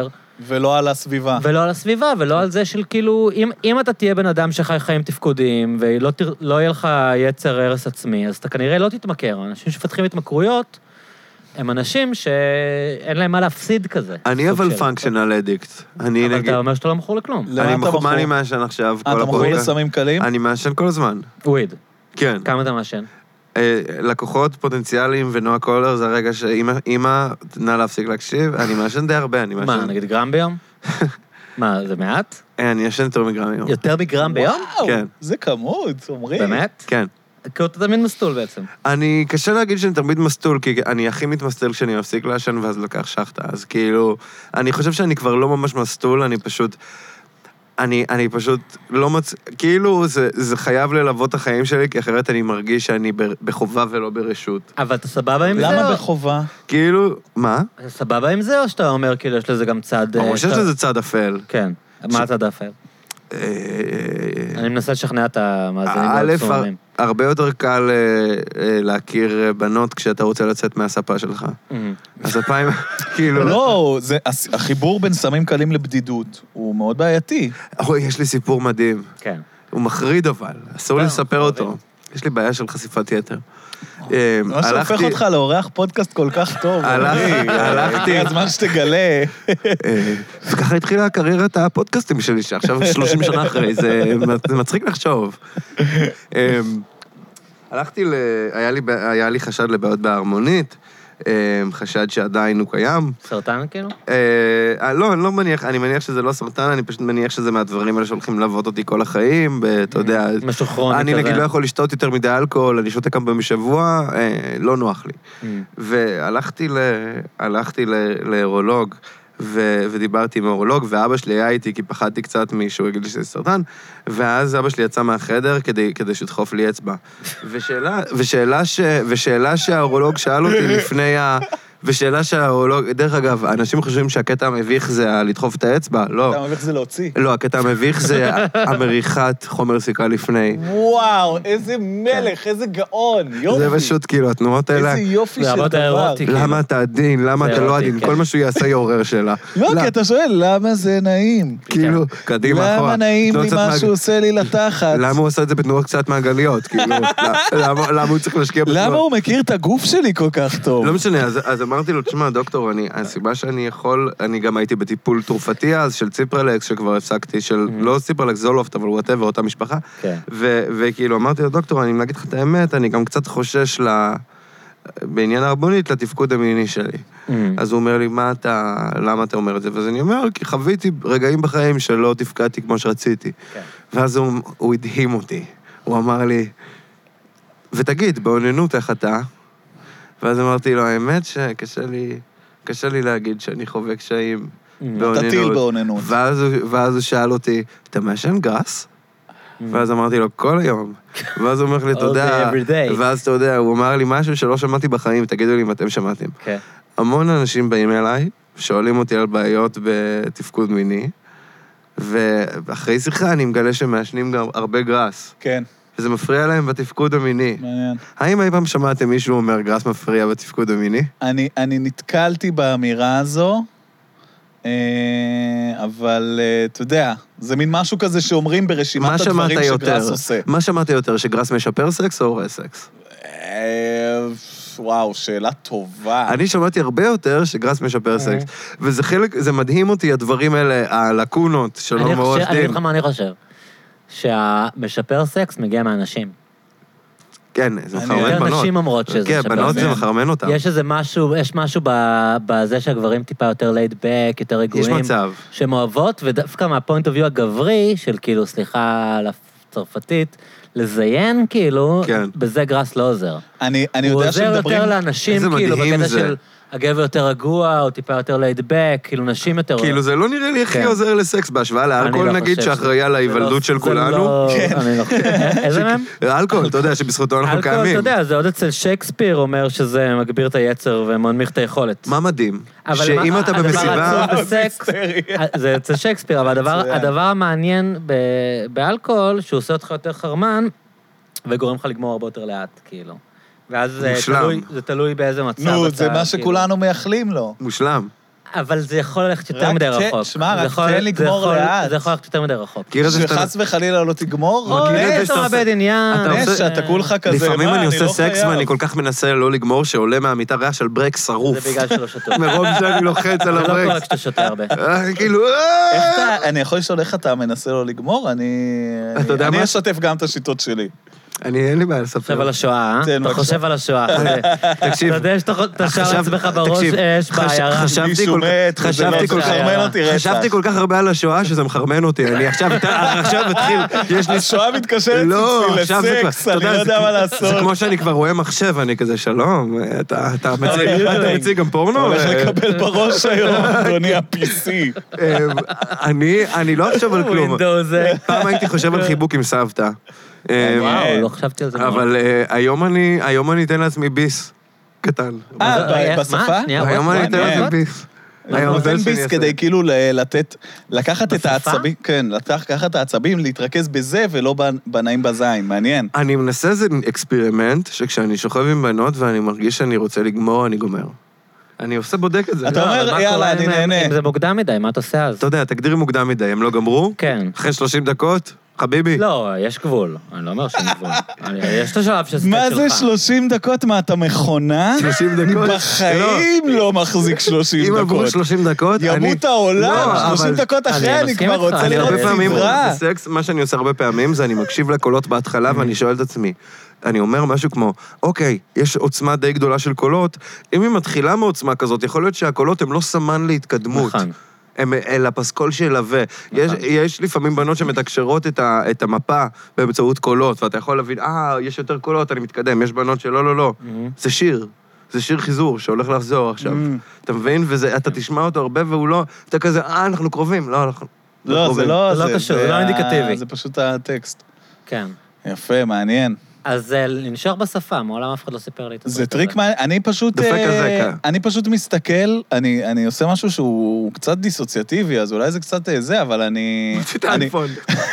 ולא על הסביבה. ולא על הסביבה, ולא על זה של כאילו, אם, אם אתה תהיה בן אדם שחי חיים תפקודיים, ולא תר, לא יהיה לך יצר הרס עצמי, אז אתה כנראה לא תתמכר. אנשים שפתחים התמכרויות, הם אנשים שאין להם מה להפסיד כזה. אני אבל פונקשיונל אדיקט. אני אבל נגיד... אתה אומר שאתה לא מכור לכלום. אני מכור, מה אני מעשן עכשיו? אתה מכור לסמים קלים? אני מעשן כל הזמן. וויד. כן. כמה אתה מעשן? לקוחות פוטנציאליים ונועה קולר, זה הרגע שאמא, נא להפסיק להקשיב, אני מעשן די הרבה, אני מעשן... מה, נגיד גרם ביום? מה, זה מעט? אני ישן יותר מגרם ביום. יותר מגרם ביום? וואו, כן. זה כמות, אומרים. באמת? כן. כי אתה תמיד מסטול בעצם. אני, קשה להגיד שאני תמיד מסטול, כי אני הכי מתמסטל כשאני מפסיק לעשן, ואז לוקח שחטה, אז כאילו, אני חושב שאני כבר לא ממש מסטול, אני פשוט... אני, אני פשוט לא מצ... כאילו, זה, זה חייב ללוות את החיים שלי, כי אחרת אני מרגיש שאני בחובה ולא ברשות. אבל אתה סבבה עם זה? למה בחובה? כאילו, מה? אתה סבבה עם זה, או שאתה אומר, כאילו, יש לזה גם צד... ברור שיש לזה צד אפל. כן. מה הצד האפל? אני מנסה לשכנע את המאזינים והצוממים. א', הרבה יותר קל להכיר בנות כשאתה רוצה לצאת מהספה שלך. אז הפעמים, כאילו... לא, החיבור בין סמים קלים לבדידות הוא מאוד בעייתי. אוי, יש לי סיפור מדהים. כן. הוא מחריד אבל, אסור לי לספר אותו. יש לי בעיה של חשיפת יתר. מה שהופך אותך לאורח פודקאסט כל כך טוב. הלכתי... הגיע הזמן שתגלה. וככה התחילה הקריירת הפודקאסטים שלי, שעכשיו שלושים שנה אחרי, זה מצחיק לחשוב. הלכתי ל... היה לי חשד לבעיות בהרמונית, חשד שעדיין הוא קיים. סרטן כאילו? לא, אני לא מניח, אני מניח שזה לא סרטן, אני פשוט מניח שזה מהדברים האלה שהולכים ללוות אותי כל החיים, אתה יודע... משהו כרוני כזה. אני נגיד לא יכול לשתות יותר מדי אלכוהול, אני שותה כמה פעמים בשבוע, לא נוח לי. והלכתי לאירולוג, ודיברתי עם אורולוג, ואבא שלי היה איתי, כי פחדתי קצת מישהו יגיד לי שזה סרטן, ואז אבא שלי יצא מהחדר כדי, כדי שתחוף לי אצבע. ושאלה, ושאלה, ש, ושאלה שהאורולוג שאל אותי לפני ה... ושאלה שהאורולוג... דרך אגב, אנשים חושבים שהקטע המביך זה לדחוף את האצבע, לא. הקטע המביך זה להוציא. לא, הקטע המביך זה המריחת חומר סיכה לפני. וואו, איזה מלך, איזה גאון, יופי. זה פשוט כאילו, התנועות האלה... איזה יופי של דבר. למה אתה עדין, למה אתה לא עדין, כל מה שהוא יעשה יעורר שאלה. לא, כי אתה שואל, למה זה נעים? כאילו, קדימה אחורה. למה נעים לי מה שהוא עושה לי לתחת? למה הוא עושה את זה בתנועות קצת מעגליות? כאילו, למה הוא צריך להשקיע בתנועות? למה הוא מכיר את הגוף שלי כל כך טוב? לא משנה, אז אמרתי לו, תשמע, דוקטור, הסיבה שאני יכול, אני גם הייתי בטיפול תרופתי אז, של ציפרלקס, שכבר הפסקתי, של לא ציפרלקס, זולופט, אבל וואטאבר, אותה משפחה. וכאילו, אמרתי לו, דוקטור, אני אגיד לך את האמת, אני גם קצת חושש בעניין ההרמונית לתפקוד המיני שלי. אז הוא אומר לי, מה אתה, למה אתה אומר את זה? ואז אני אומר, כי חוויתי רגעים בחיים שלא תפקדתי כמו שרציתי. ואז הוא הדהים אותי. הוא אמר לי, ותגיד, בעוננות איך אתה? ואז אמרתי לו, האמת שקשה לי, קשה לי להגיד שאני חווה קשיים בעוננות. תטיל בעוננות. ואז, ואז הוא שאל אותי, אתה מעשן גס? ואז אמרתי לו, כל היום. ואז הוא אומר לי, אתה יודע, ואז אתה יודע, הוא אמר לי משהו שלא שמעתי בחיים, תגידו לי אם אתם שמעתם. המון אנשים באים אליי, שואלים אותי על בעיות בתפקוד מיני, ואחרי שיחה אני מגלה שמעשנים גם הרבה גרס. כן. וזה מפריע להם בתפקוד המיני. מעניין. האם אי פעם שמעתם מישהו אומר גרס מפריע בתפקוד המיני? אני, אני נתקלתי באמירה הזו, אבל אתה יודע, זה מין משהו כזה שאומרים ברשימת הדברים שגרס עושה. מה שמעת יותר, שגרס משפר סקס או הורס סקס? וואו, שאלה טובה. אני שמעתי הרבה יותר שגרס משפר סקס, וזה חלק, זה מדהים אותי, הדברים האלה, הלקונות שלא מעורך דין. אני אגיד לך מה אני חושב. שהמשפר סקס מגיע מאנשים. כן, זה מחרמן בנות. נשים אומרות שזה כן, בנות זה מחרמן אותם. יש איזה משהו, יש משהו בזה שהגברים טיפה יותר laid back, יותר רגועים. יש מצב. שהן אוהבות, ודווקא מהפוינט אוף יו הגברי, של כאילו, סליחה על הצרפתית, לזיין כאילו, בזה גרס לא עוזר. אני יודע שמדברים... הוא עוזר יותר לאנשים, כאילו, בקטע של... הגבר יותר רגוע, או טיפה יותר laid back, כאילו נשים יותר... כאילו זה לא נראה לי הכי עוזר לסקס, בהשוואה לאלכוהול נגיד, שאחראי על ההיוולדות של כולנו. אני לא חושב. איזה מהם? אלכוהול, אתה יודע, שבזכותו אנחנו קיימים. אלכוהול, אתה יודע, זה עוד אצל שייקספיר אומר שזה מגביר את היצר ומנמיך את היכולת. מה מדהים? שאם אתה במסיבה... זה אצל שייקספיר, אבל הדבר המעניין באלכוהול, שהוא עושה אותך יותר חרמן, וגורם לך לגמור הרבה יותר לאט, כאילו. ואז זה תלוי באיזה מצב. נו, זה מה שכולנו מייחלים לו. מושלם. אבל זה יכול ללכת יותר מדי רחוק. שמע, רק תן לגמור לאט. זה יכול ללכת יותר מדי רחוק. שחס וחלילה לא תגמור, או, יש לו מאבד עניין. שאתה כולך כזה, לפעמים אני עושה סקס ואני כל כך מנסה לא לגמור, שעולה מהמיטה ריח של ברק שרוף. זה בגלל שלא שותה. מרוב שאני לוחץ על הברק. זה לא קורה כשאתה שותה הרבה. כאילו, אני יכול לשאול איך אתה מנסה לא לגמור? אני אשתף גם את השיטות שלי. אני, אין לי בעיה לספר. חושב על השואה, אה? אתה חושב על השואה. תקשיב. אתה יודע שאתה שר לעצמך בראש אש בעיירה. חשבתי כל כך הרבה על השואה שזה מחרמן אותי. אני עכשיו מתחיל, יש לי... השואה מתקשרת אצלי לסקס, אני לא יודע מה לעשות. זה כמו שאני כבר רואה מחשב, אני כזה, שלום, אתה מציג גם פורנו? הולך לקבל בראש היום, אדוני ה-פי סי. אני לא חושב על כלום. פעם הייתי חושב על חיבוק עם סבתא. וואו, לא חשבתי על זה. אבל היום אני אתן לעצמי ביס קטן. אה, בשפה? היום אני אתן לעצמי ביס. אני נותן ביס כדי כאילו לתת, לקחת את העצבים, כן, לקחת את העצבים, להתרכז בזה ולא בנעים בזין, מעניין. אני מנסה איזה אקספרימנט, שכשאני שוכב עם בנות ואני מרגיש שאני רוצה לגמור, אני גומר. אני עושה בודק את זה. אתה אומר, יאללה, אני נהנה. אם זה מוקדם מדי, מה אתה עושה אז? אתה יודע, תגדירי מוקדם מדי, הם לא גמרו? כן. אחרי שלושים דקות? חביבי. לא, יש גבול. אני לא אומר שאין גבול. יש את השלב של סטייק שלך. מה זה שלושים דקות? מה, אתה מכונה? שלושים דקות? בחיים לא מחזיק שלושים דקות. אם עברו שלושים דקות, ימות העולם, שלושים דקות אחרי אני כבר רוצה לראות סדרה. בסקס, מה שאני עושה הרבה פעמים זה אני מקשיב לקולות בהתחלה ואני שואל את עצמי, אני אומר משהו כמו, אוקיי, יש עוצמה די גדולה של קולות, אם היא מתחילה מעוצמה כזאת, יכול להיות שהקולות הם לא סמן להתקדמות. נכון. הם אל הפסקול שילווה. יש, יש לפעמים בנות שמתקשרות את, ה, את המפה באמצעות קולות, ואתה יכול להבין, אה, יש יותר קולות, אני מתקדם. יש בנות שלא, לא, לא. זה שיר. זה שיר חיזור שהולך לחזור עכשיו. אתה מבין? ואתה תשמע אותו הרבה והוא לא... אתה כזה, אה, אנחנו קרובים. לא, אנחנו לא, לא זה לא... זה לא קשור, זה לא אינדיקטיבי. זה פשוט הטקסט. כן. יפה, מעניין. אז לנשאר בשפה, מעולם אף אחד לא סיפר לי את זה. זה טריק מעניין, אני פשוט... אני פשוט מסתכל, אני עושה משהו שהוא קצת דיסוציאטיבי, אז אולי זה קצת זה, אבל אני... מוציא את האייפון.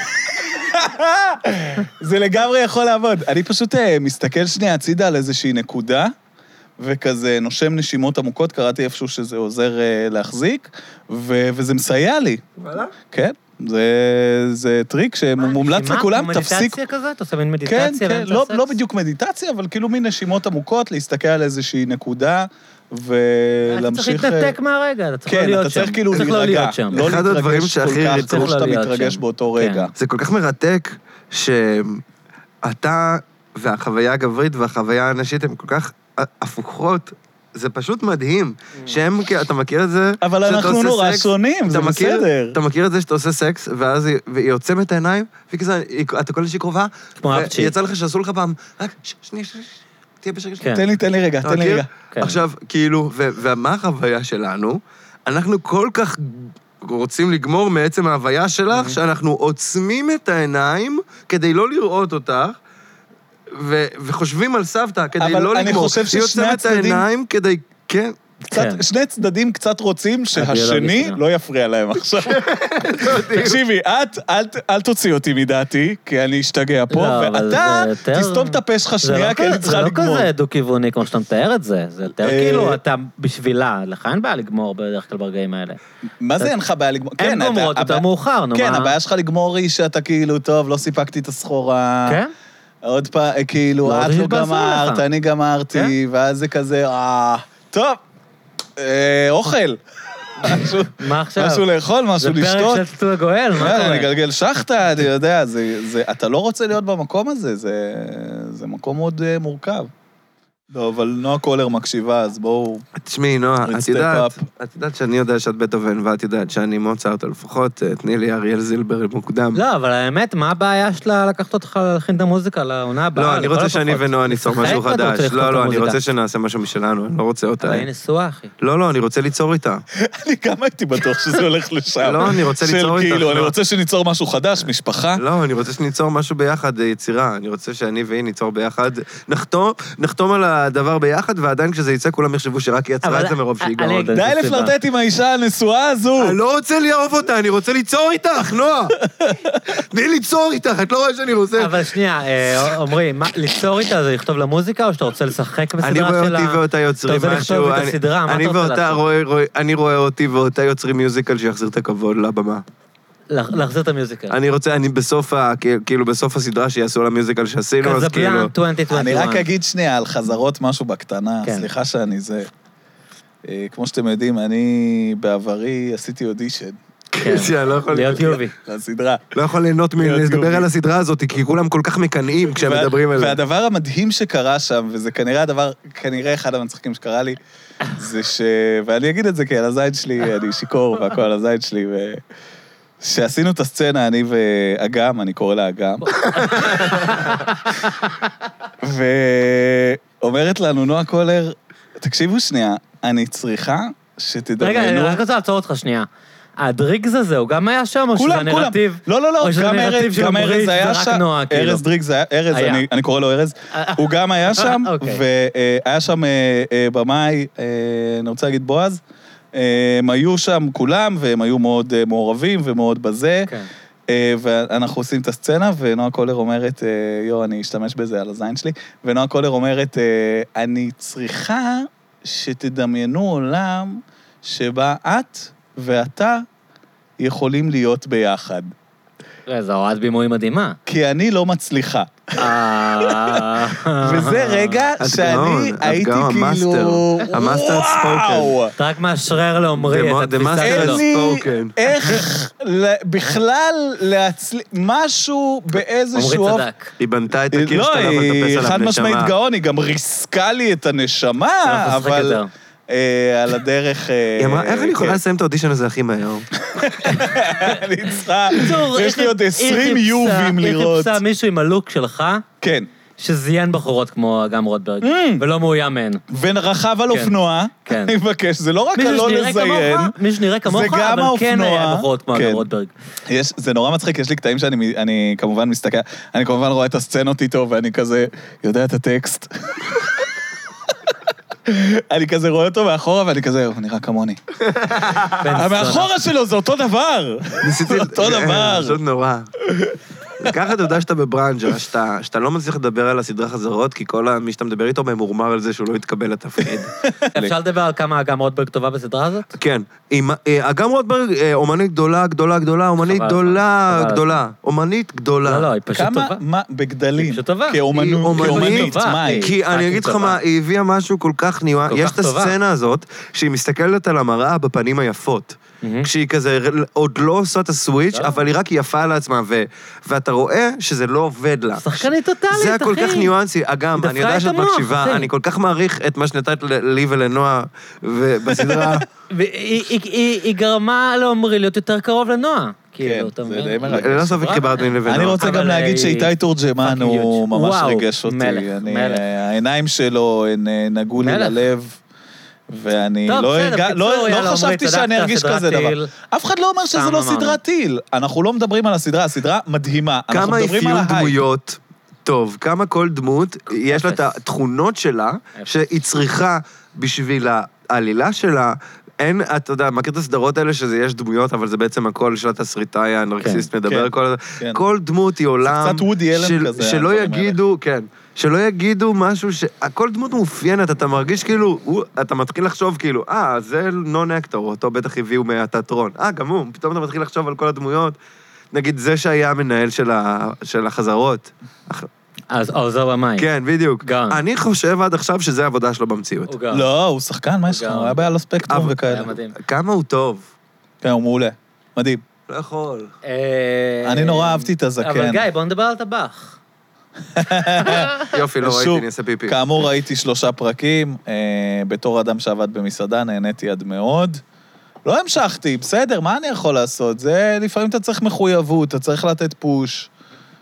זה לגמרי יכול לעבוד. אני פשוט מסתכל שנייה הצידה על איזושהי נקודה, וכזה נושם נשימות עמוקות, קראתי איפשהו שזה עוזר להחזיק, וזה מסייע לי. וואלה? כן. זה, זה טריק שמומלץ לכולם, תפסיק... מדיטציה כזאת? אתה עושה מין מדיטציה? כן, כן, לא, לא בדיוק מדיטציה, אבל כאילו מין נשימות עמוקות, להסתכל על איזושהי נקודה, ולהמשיך... אתה צריך להתנתק מהרגע, אתה צריך לא להיות שם. כן, אתה צריך כאילו להירגע. לא אחד הדברים שהכי ריצו שאתה מתרגש באותו רגע. זה כל כך מרתק, שאתה והחוויה הגברית והחוויה הנשית הן כל כך הפוכות, זה פשוט מדהים, שהם, אתה מכיר את זה? אבל אנחנו נורא שונים, זה בסדר. אתה מכיר את זה שאתה עושה סקס, ואז היא עוצמת העיניים, וכזה, אתה כל שהיא קרובה, ויצא לך שעשו לך פעם, רק, שנייה, שנייה, תהיה בשקט. תן לי, תן לי רגע, תן לי רגע. עכשיו, כאילו, ומה החוויה שלנו? אנחנו כל כך רוצים לגמור מעצם ההוויה שלך, שאנחנו עוצמים את העיניים, כדי לא לראות אותך, וחושבים על סבתא כדי לא לגמור. אבל אני חושב ששני הצדדים... העיניים כדי... כן. שני צדדים קצת רוצים שהשני לא יפריע להם עכשיו. תקשיבי, את, אל תוציא אותי מדעתי, כי אני אשתגע פה, ואתה תסתום את הפה שלך שנייה, כי אני צריכה לגמור. זה לא כזה דו-כיווני כמו שאתה מתאר את זה, זה יותר כאילו אתה בשבילה, לך אין בעיה לגמור בדרך כלל ברגעים האלה. מה זה אין לך בעיה לגמור? אין גומרות, יותר מאוחר, נו מה? כן, הבעיה שלך לגמור היא שאתה כאילו, טוב, לא סיפקתי את הסחורה. כן? עוד פעם, כאילו, את לא גמרת, אני גמרתי, ואז זה כזה, אה, טוב, אוכל. מה עכשיו? משהו לאכול, משהו לשתות. זה פרק של צטו הגואל, מה קורה? אני גלגל שחטה, אני יודע, אתה לא רוצה להיות במקום הזה, זה מקום מאוד מורכב. לא, אבל נועה קולר מקשיבה, אז בואו... תשמעי, נועה, את יודעת, את יודעת שאני יודע שאת בטהובן, ואת יודעת שאני מוצרט, לפחות תני לי אריאל זילבר מוקדם. לא, אבל האמת, מה הבעיה שלה לקחת אותך להכין את המוזיקה לעונה הבאה? לא, אני רוצה שאני ונועה ניצור משהו חדש. לא, לא, אני רוצה שנעשה משהו משלנו, אני לא רוצה אותה. אבל היא נשואה, אחי. לא, לא, אני רוצה ליצור איתה. אני גם הייתי בטוח שזה הולך לשם. לא, אני רוצה ליצור איתה. אני רוצה שניצור משהו חדש, משפחה. לא, אני רוצה שניצור משהו ביחד, יצירה. אני רוצה שאני והיא ניצור ביחד. נחתום, נחתום על הדבר ביחד, ועדיין כשזה יצא, כולם יחשבו שרק היא יצרה את זה מרוב שהיא גאון. די לפלרטט עם האישה הנשואה הזו. אני לא רוצה לאהוב אותה, אני רוצה ליצור איתך, נועה. תני ליצור איתך, את לא רואה שאני רוצה. אבל שנייה, עומרי, ליצור איתה זה לכתוב למוזיקה, או שאתה רוצה לשחק בסדרה שלה? אני רואה אותי ואותה יוצרים משהו. אתה רוצה לכתוב את הסדרה, מה אתה רוצה לעשות? אני רואה אותי ואותה יוצרים מיוזיקל שיחזיר את הכבוד לבמה. להחזיר את המיוזיקל. אני רוצה, אני בסוף, כאילו בסוף הסדרה שיעשו למיוזיקל שעשינו, אז כאילו... קזבלן, עשרים עשרים ואחת. אני רק אגיד שנייה על חזרות משהו בקטנה, סליחה שאני זה... כמו שאתם יודעים, אני בעברי עשיתי אודישן. כן, להיות יובי. לסדרה. לא יכול ליהנות לדבר על הסדרה הזאת, כי כולם כל כך מקנאים כשהם מדברים על זה. והדבר המדהים שקרה שם, וזה כנראה הדבר, כנראה אחד המצחיקים שקרה לי, זה ש... ואני אגיד את זה כי על הזית שלי, אני שיקור והכל על הזית שלי, ו... שעשינו את הסצנה, אני ואגם, אני קורא לה אגם, ואומרת לנו נועה קולר, תקשיבו שנייה, אני צריכה שתדמיינו... רגע, אני רק רוצה לעצור אותך שנייה. הדריגס הזה, הוא גם היה שם, או שזה נרטיב? לא, לא, לא, גם ארז היה שם, ארז דריגס, ארז, אני קורא לו ארז, הוא גם היה שם, והיה שם במאי, אני רוצה להגיד בועז, הם היו שם כולם, והם היו מאוד מעורבים ומאוד בזה, ואנחנו עושים את הסצנה, ונועה קולר אומרת, יו, אני אשתמש בזה על הזין שלי, ונועה קולר אומרת, אני צריכה שתדמיינו עולם שבה את ואתה יכולים להיות ביחד. זו הוראת בימוי מדהימה. כי אני לא מצליחה. וזה רגע שאני הייתי כאילו... המאסטר ספוקן. אתה רק מאשרר לעומרי את התפיסה שלו. אין לי איך בכלל להצליח... משהו באיזשהו... עומרי צדק. היא בנתה את הקיר לא, שאתה לא יכול לטפס עליו נשמה. חד משמעית גאון, היא גם ריסקה לי את הנשמה, אבל... על הדרך... היא אמרה, איך אני יכולה לסיים את האודישן הזה הכי מהר? אני צריכה... יש לי עוד עשרים יובים לראות. היא חיפשה מישהו עם הלוק שלך, כן. שזיין בחורות כמו אגם רוטברג, ולא מאוים מהן. ורכב על אופנוע, אני מבקש, זה לא רק לא לזיין, מישהו שנראה כמוך, אבל כן היה בחורות כמו אגם רוטברג. זה נורא מצחיק, יש לי קטעים שאני כמובן מסתכל, אני כמובן רואה את הסצנות איתו, ואני כזה יודע את הטקסט. אני כזה רואה אותו מאחורה, ואני כזה, הוא נראה כמוני. המאחורה שלו זה אותו דבר. זה אותו דבר. פשוט נורא. ככה אתה יודע שאתה בברנג'ה, שאתה לא מצליח לדבר על הסדרה חזרות, כי כל מי שאתה מדבר איתו ממורמר על זה שהוא לא יתקבל לתפקיד. אפשר לדבר על כמה אגם רוטברג טובה בסדרה הזאת? כן. אגם רוטברג, אומנית גדולה, גדולה, גדולה, אומנית גדולה, גדולה. אומנית גדולה. לא, לא, היא פשוט טובה. כמה? בגדלים. היא פשוט טובה. כאומנית, מה היא? כי אני אגיד לך מה, היא הביאה משהו כל כך ניואנס. יש את הסצנה הזאת, שהיא מסתכלת על המראה בפנים היפות. כשהיא כזה עוד לא עושה את הסוויץ', אבל היא רק יפה לעצמה, ואתה רואה שזה לא עובד לה. שחקנית טוטלית, אחי. זה כל כך ניואנסי. אגם, אני יודע שאת מקשיבה, אני כל כך מעריך את מה שנתת לי ולנועה בסדרה. והיא גרמה לעומרי להיות יותר קרוב לנועה. כן, זה די מרגש. לא סוף חיברת לי לבנוע. אני רוצה גם להגיד שאיתי תורג'מן הוא ממש ריגש אותי. העיניים שלו נגעו לי ללב. ואני לא חשבתי שאני ארגיש כזה דבר. אף אחד לא אומר שזה לא סדרת טיל. אנחנו לא מדברים על הסדרה, הסדרה מדהימה. כמה אפיון דמויות טוב, כמה כל דמות, יש לה את התכונות שלה, שהיא צריכה בשביל העלילה שלה, אין, אתה יודע, מכיר את הסדרות האלה שזה יש דמויות, אבל זה בעצם הכל של התסריטאי הנרקסיסט מדבר, כל דמות היא עולם, שלא יגידו, כן, שלא יגידו משהו ש... כל דמות מאופיינת, אתה מרגיש כאילו, אתה מתחיל לחשוב כאילו, אה, זה נון אקטור, אותו בטח הביאו מהתיאטרון. אה, גם הוא, פתאום אתה מתחיל לחשוב על כל הדמויות. נגיד, זה שהיה המנהל של החזרות. אז עוזר במאי. כן, בדיוק. אני חושב עד עכשיו שזה העבודה שלו במציאות. לא, הוא שחקן, מה יש לך? הוא היה בעל הספקטרום וכאלה. כמה הוא טוב. כן, הוא מעולה. מדהים. לא יכול. אני נורא אהבתי את הזקן. אבל גיא, בוא נדבר על טבח. יופי, לא ראיתי, אני אעשה פיפי. כאמור, ראיתי שלושה פרקים, בתור אדם שעבד במסעדה, נהניתי עד מאוד. לא המשכתי, בסדר, מה אני יכול לעשות? זה, לפעמים אתה צריך מחויבות, אתה צריך לתת פוש.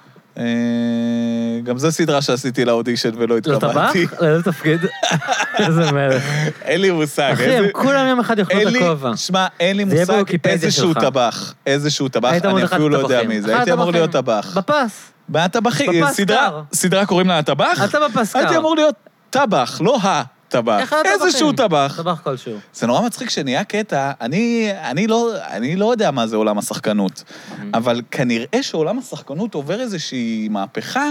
גם זה סדרה שעשיתי לאודישן ולא התקבלתי. לטבח? לאיזה תפקיד? איזה מלך. אין לי מושג. אחי, הם כולם יום אחד יאכלו את הכובע. שמע, אין לי מושג איזשהו טבח. איזשהו טבח, אני אפילו לא יודע מי זה. הייתי אמור להיות טבח. בפס. מהטבחי, סדרה קוראים לה הטבח? אתה בפס קר. הייתי אמור להיות טבח, לא הטבח. איזשהו טבח. טבח כלשהו. זה נורא מצחיק שנהיה קטע, אני, אני, לא, אני לא יודע מה זה עולם השחקנות, אבל כנראה שעולם השחקנות עובר איזושהי מהפכה,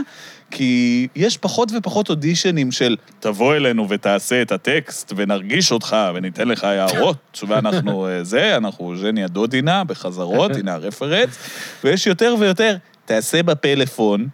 כי יש פחות ופחות אודישנים של תבוא אלינו ותעשה את הטקסט ונרגיש אותך וניתן לך הערות, ואנחנו זה, אנחנו ז'ניה דודינה בחזרות, הנה הרפרנס, ויש יותר ויותר, תעשה בפלאפון,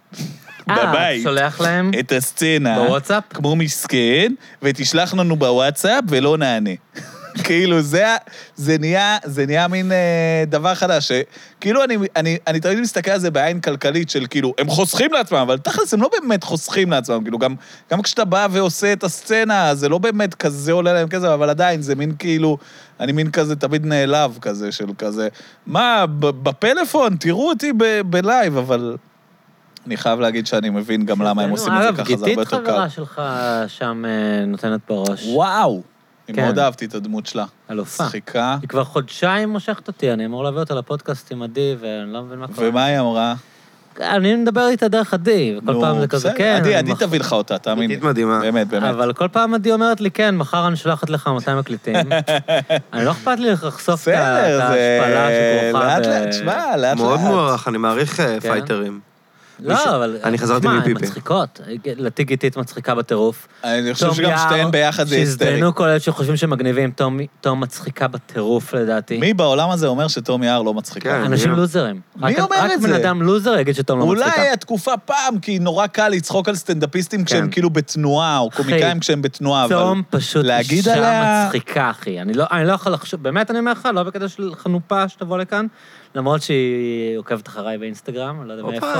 בבית, שולח להם את הסצנה, בוואטסאפ, כמו מסכן, ותשלח לנו בוואטסאפ ולא נענה. כאילו, זה, זה נהיה, זה נהיה מין אה, דבר חדש, שכאילו אני, אני, אני תמיד מסתכל על זה בעין כלכלית של כאילו, הם חוסכים לעצמם, אבל תכלס הם לא באמת חוסכים לעצמם, כאילו גם, גם כשאתה בא ועושה את הסצנה, זה לא באמת כזה עולה להם כזה, אבל עדיין זה מין כאילו, אני מין כזה תמיד נעלב כזה, של כזה, מה, בפלאפון, תראו אותי ב- בלייב, אבל אני חייב להגיד שאני מבין גם למה הם עושים את זה ככה, זה הרבה יותר קל. גיתית חברה שלך שם נותנת בראש. וואו! אני מאוד אהבתי את הדמות שלה. אלופה. שחיקה. היא כבר חודשיים מושכת אותי, אני אמור להביא אותה לפודקאסט עם עדי, ואני לא מבין מה קורה. ומה היא אמרה? אני מדבר איתה דרך עדי, וכל פעם זה כזה, כן. עדי, עדי תביא לך אותה, תאמין לי. עדית מדהימה. באמת, באמת. אבל כל פעם עדי אומרת לי, כן, מחר אני שולחת לך מתי מקליטים. אני לא אכפת לי לחשוף את ההשפלה שכרוכה. לאט לאט, שמע, לאט לאט. מאוד מוערך, אני מעריך פייטרים. לא, אבל... אני חזרתי מפיפי. הן מצחיקות. לתי גיתית מצחיקה בטירוף. אני חושב שגם שתיהן ביחד זה היסטרי. שהזדיינו כל אלה שחושבים שמגניבים, תום מצחיקה בטירוף לדעתי. מי בעולם הזה אומר שתום יער לא מצחיקה? אנשים לוזרים. מי אומר את זה? רק בן אדם לוזר יגיד שתום לא מצחיקה. אולי התקופה פעם, כי נורא קל לצחוק על סטנדאפיסטים כשהם כאילו בתנועה, או קומיקאים כשהם בתנועה, אבל תום פשוט להגיד אישה עליה... מצחיקה, אחי. אני לא יכול לחשוב, באמת אני אומר לך, לא בקטע של חנופה שתבוא לכאן, למרות שהיא עוקבת אחריי באינסטגרם, אני לא יודע מאיפה.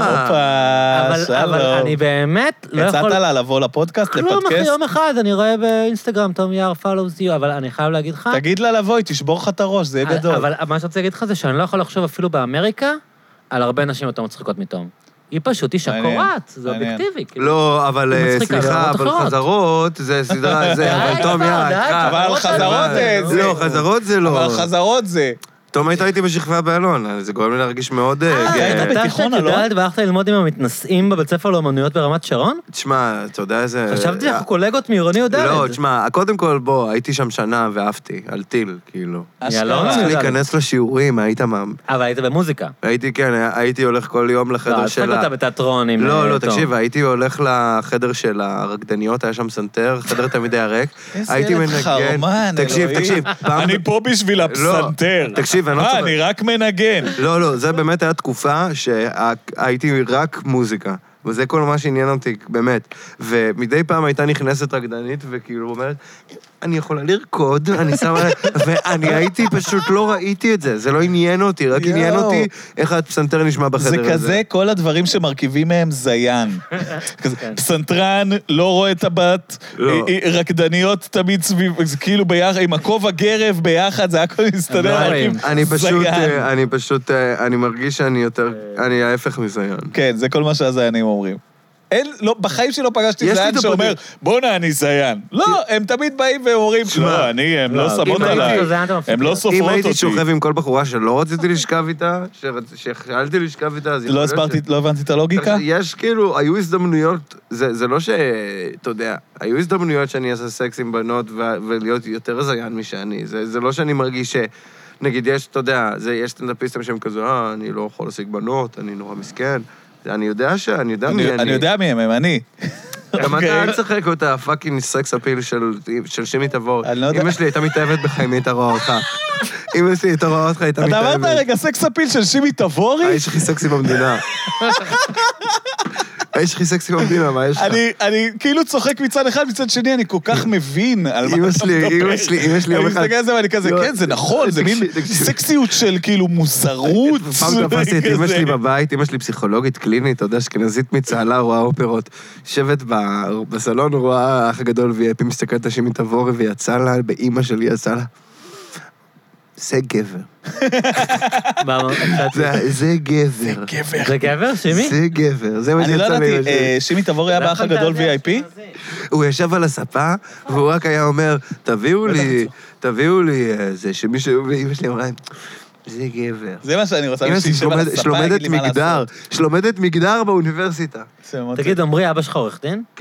הופה, שלום. אבל אני באמת לא יכול... הצעת לה לבוא לפודקאסט, לפודקאסט? כלום, אחי, יום אחד, אני רואה באינסטגרם, תום יער, follows you, אבל אני חייב להגיד לך... תגיד לה לבוא, היא תשבור לך את הראש, זה יהיה גדול. אבל מה שרציתי להגיד לך זה שאני לא יכול לחשוב אפילו באמריקה, על הרבה נשים יותר מצחיקות מתום. היא פשוט אישה קורעת, זה אובייקטיבי. לא, אבל סליחה, אבל חזרות, זה סדרה, זה, אבל תום יער. אבל חזרות זה... לא, חזרות זה לא. אבל חזרות זה... תום הייתה איתי בשכבה באלון, זה גורם לי להרגיש מאוד... היית בתיכון, לא? אתה והלכת ללמוד עם המתנשאים בבית ספר לאמנויות ברמת שרון? תשמע, אתה יודע איזה... חשבתי אנחנו קולגות מעירוני יודעת. לא, תשמע, קודם כל, בוא, הייתי שם שנה ואהבתי, על טיל, כאילו. יאללה. צריך להיכנס לשיעורים, היית מה... אבל היית במוזיקה. הייתי, כן, הייתי הולך כל יום לחדר של... לא, אתה בתיאטרון עם... לא, לא, תקשיב, הייתי הולך לחדר של הרקדניות, היה שם סנטר, חדר תמיד היה ריק. הייתי מנגן... תקשיב, תקשיב. אני פה בשביל הפסנתר. תקשיב, אני לא צריך... אני רק מנגן. לא, לא, זה באמת היה תקופה שהייתי רק מוזיקה. וזה כל מה שעניין אותי, באמת. ומדי פעם הייתה נכנסת רקדנית, וכאילו אומרת, אני יכולה לרקוד, אני שמה... ואני הייתי פשוט, לא ראיתי את זה, זה לא עניין אותי, רק עניין אותי איך הפסנתר נשמע בחדר הזה. זה כזה כל הדברים שמרכיבים מהם זיין. פסנתרן, לא רואה את הבת, רקדניות תמיד סביב, כאילו ביחד, עם הכובע גרב ביחד, זה הכל מסתדר. אני פשוט, אני פשוט, אני מרגיש שאני יותר, אני ההפך מזיין. כן, זה כל מה שהזיינים אומרים. אין, לא, בחיים שלי לא פגשתי זיין שאומר, בוא'נה, אני זיין. לא, הם תמיד באים ואומרים, לא, אני, הם לא שמות עליי, הם לא סופרות אותי. אם הייתי שוכב עם כל בחורה שלא רציתי לשכב איתה, שחלתי לשכב איתה, אז... לא הסברתי, לא הבנתי את הלוגיקה? יש כאילו, היו הזדמנויות, זה לא ש... אתה יודע, היו הזדמנויות שאני אעשה סקס עם בנות ולהיות יותר זיין משאני. זה לא שאני מרגיש ש... נגיד, יש, אתה יודע, יש סטנדאפיסטים שהם כזה, אה, אני לא יכול להשיג בנות, אני נורא מסכן. אני יודע ש... אני יודע מי אני. אני יודע מי הם, הם אני. גם אתה אל תשחק אותה, פאקינג סקס אפיל של שימי תבור. אמא שלי הייתה מתאהבת בך, אם הייתה רואה אותך. אמא שלי הייתה רואה אותך, הייתה מתאהבת. אתה אמרת רגע, סקס אפיל של שימי תבורי? יש לך סקסי במדינה. יש לך סקסי במדינה, מה יש לך? אני כאילו צוחק מצד אחד, מצד שני, אני כל כך מבין על מה אתה מדבר. אמא שלי, אמא שלי יום אחד. אני מסתכל על זה ואני כזה, כן, זה נכון, זה מין סקסיות של כאילו מוזרות. פעם תפסתי את אמא שלי בבית, אמא שלי פסיכולוגית קלינית, אתה יודע, אשכנזית מצהלה, רואה אופרות. יושבת בסלון, רואה האח הגדול ויפי, מסתכלת שימי תבורי, ויצא לה, באמא שלי יצא לה. זה גבר. זה גבר. זה גבר, שימי? זה גבר, זה מה שיצא לי. אני לא ידעתי, שימי תבורי היה באח הגדול וי איי פי? הוא ישב על הספה, והוא רק היה אומר, תביאו לי, תביאו לי, זה שמישהו, ואמא שלי אמרה, זה גבר. זה מה שאני רוצה, שישב על הספה, שלומדת מגדר, שלומדת מגדר באוניברסיטה. תגיד, עמרי, אבא שלך עורך דין? כן.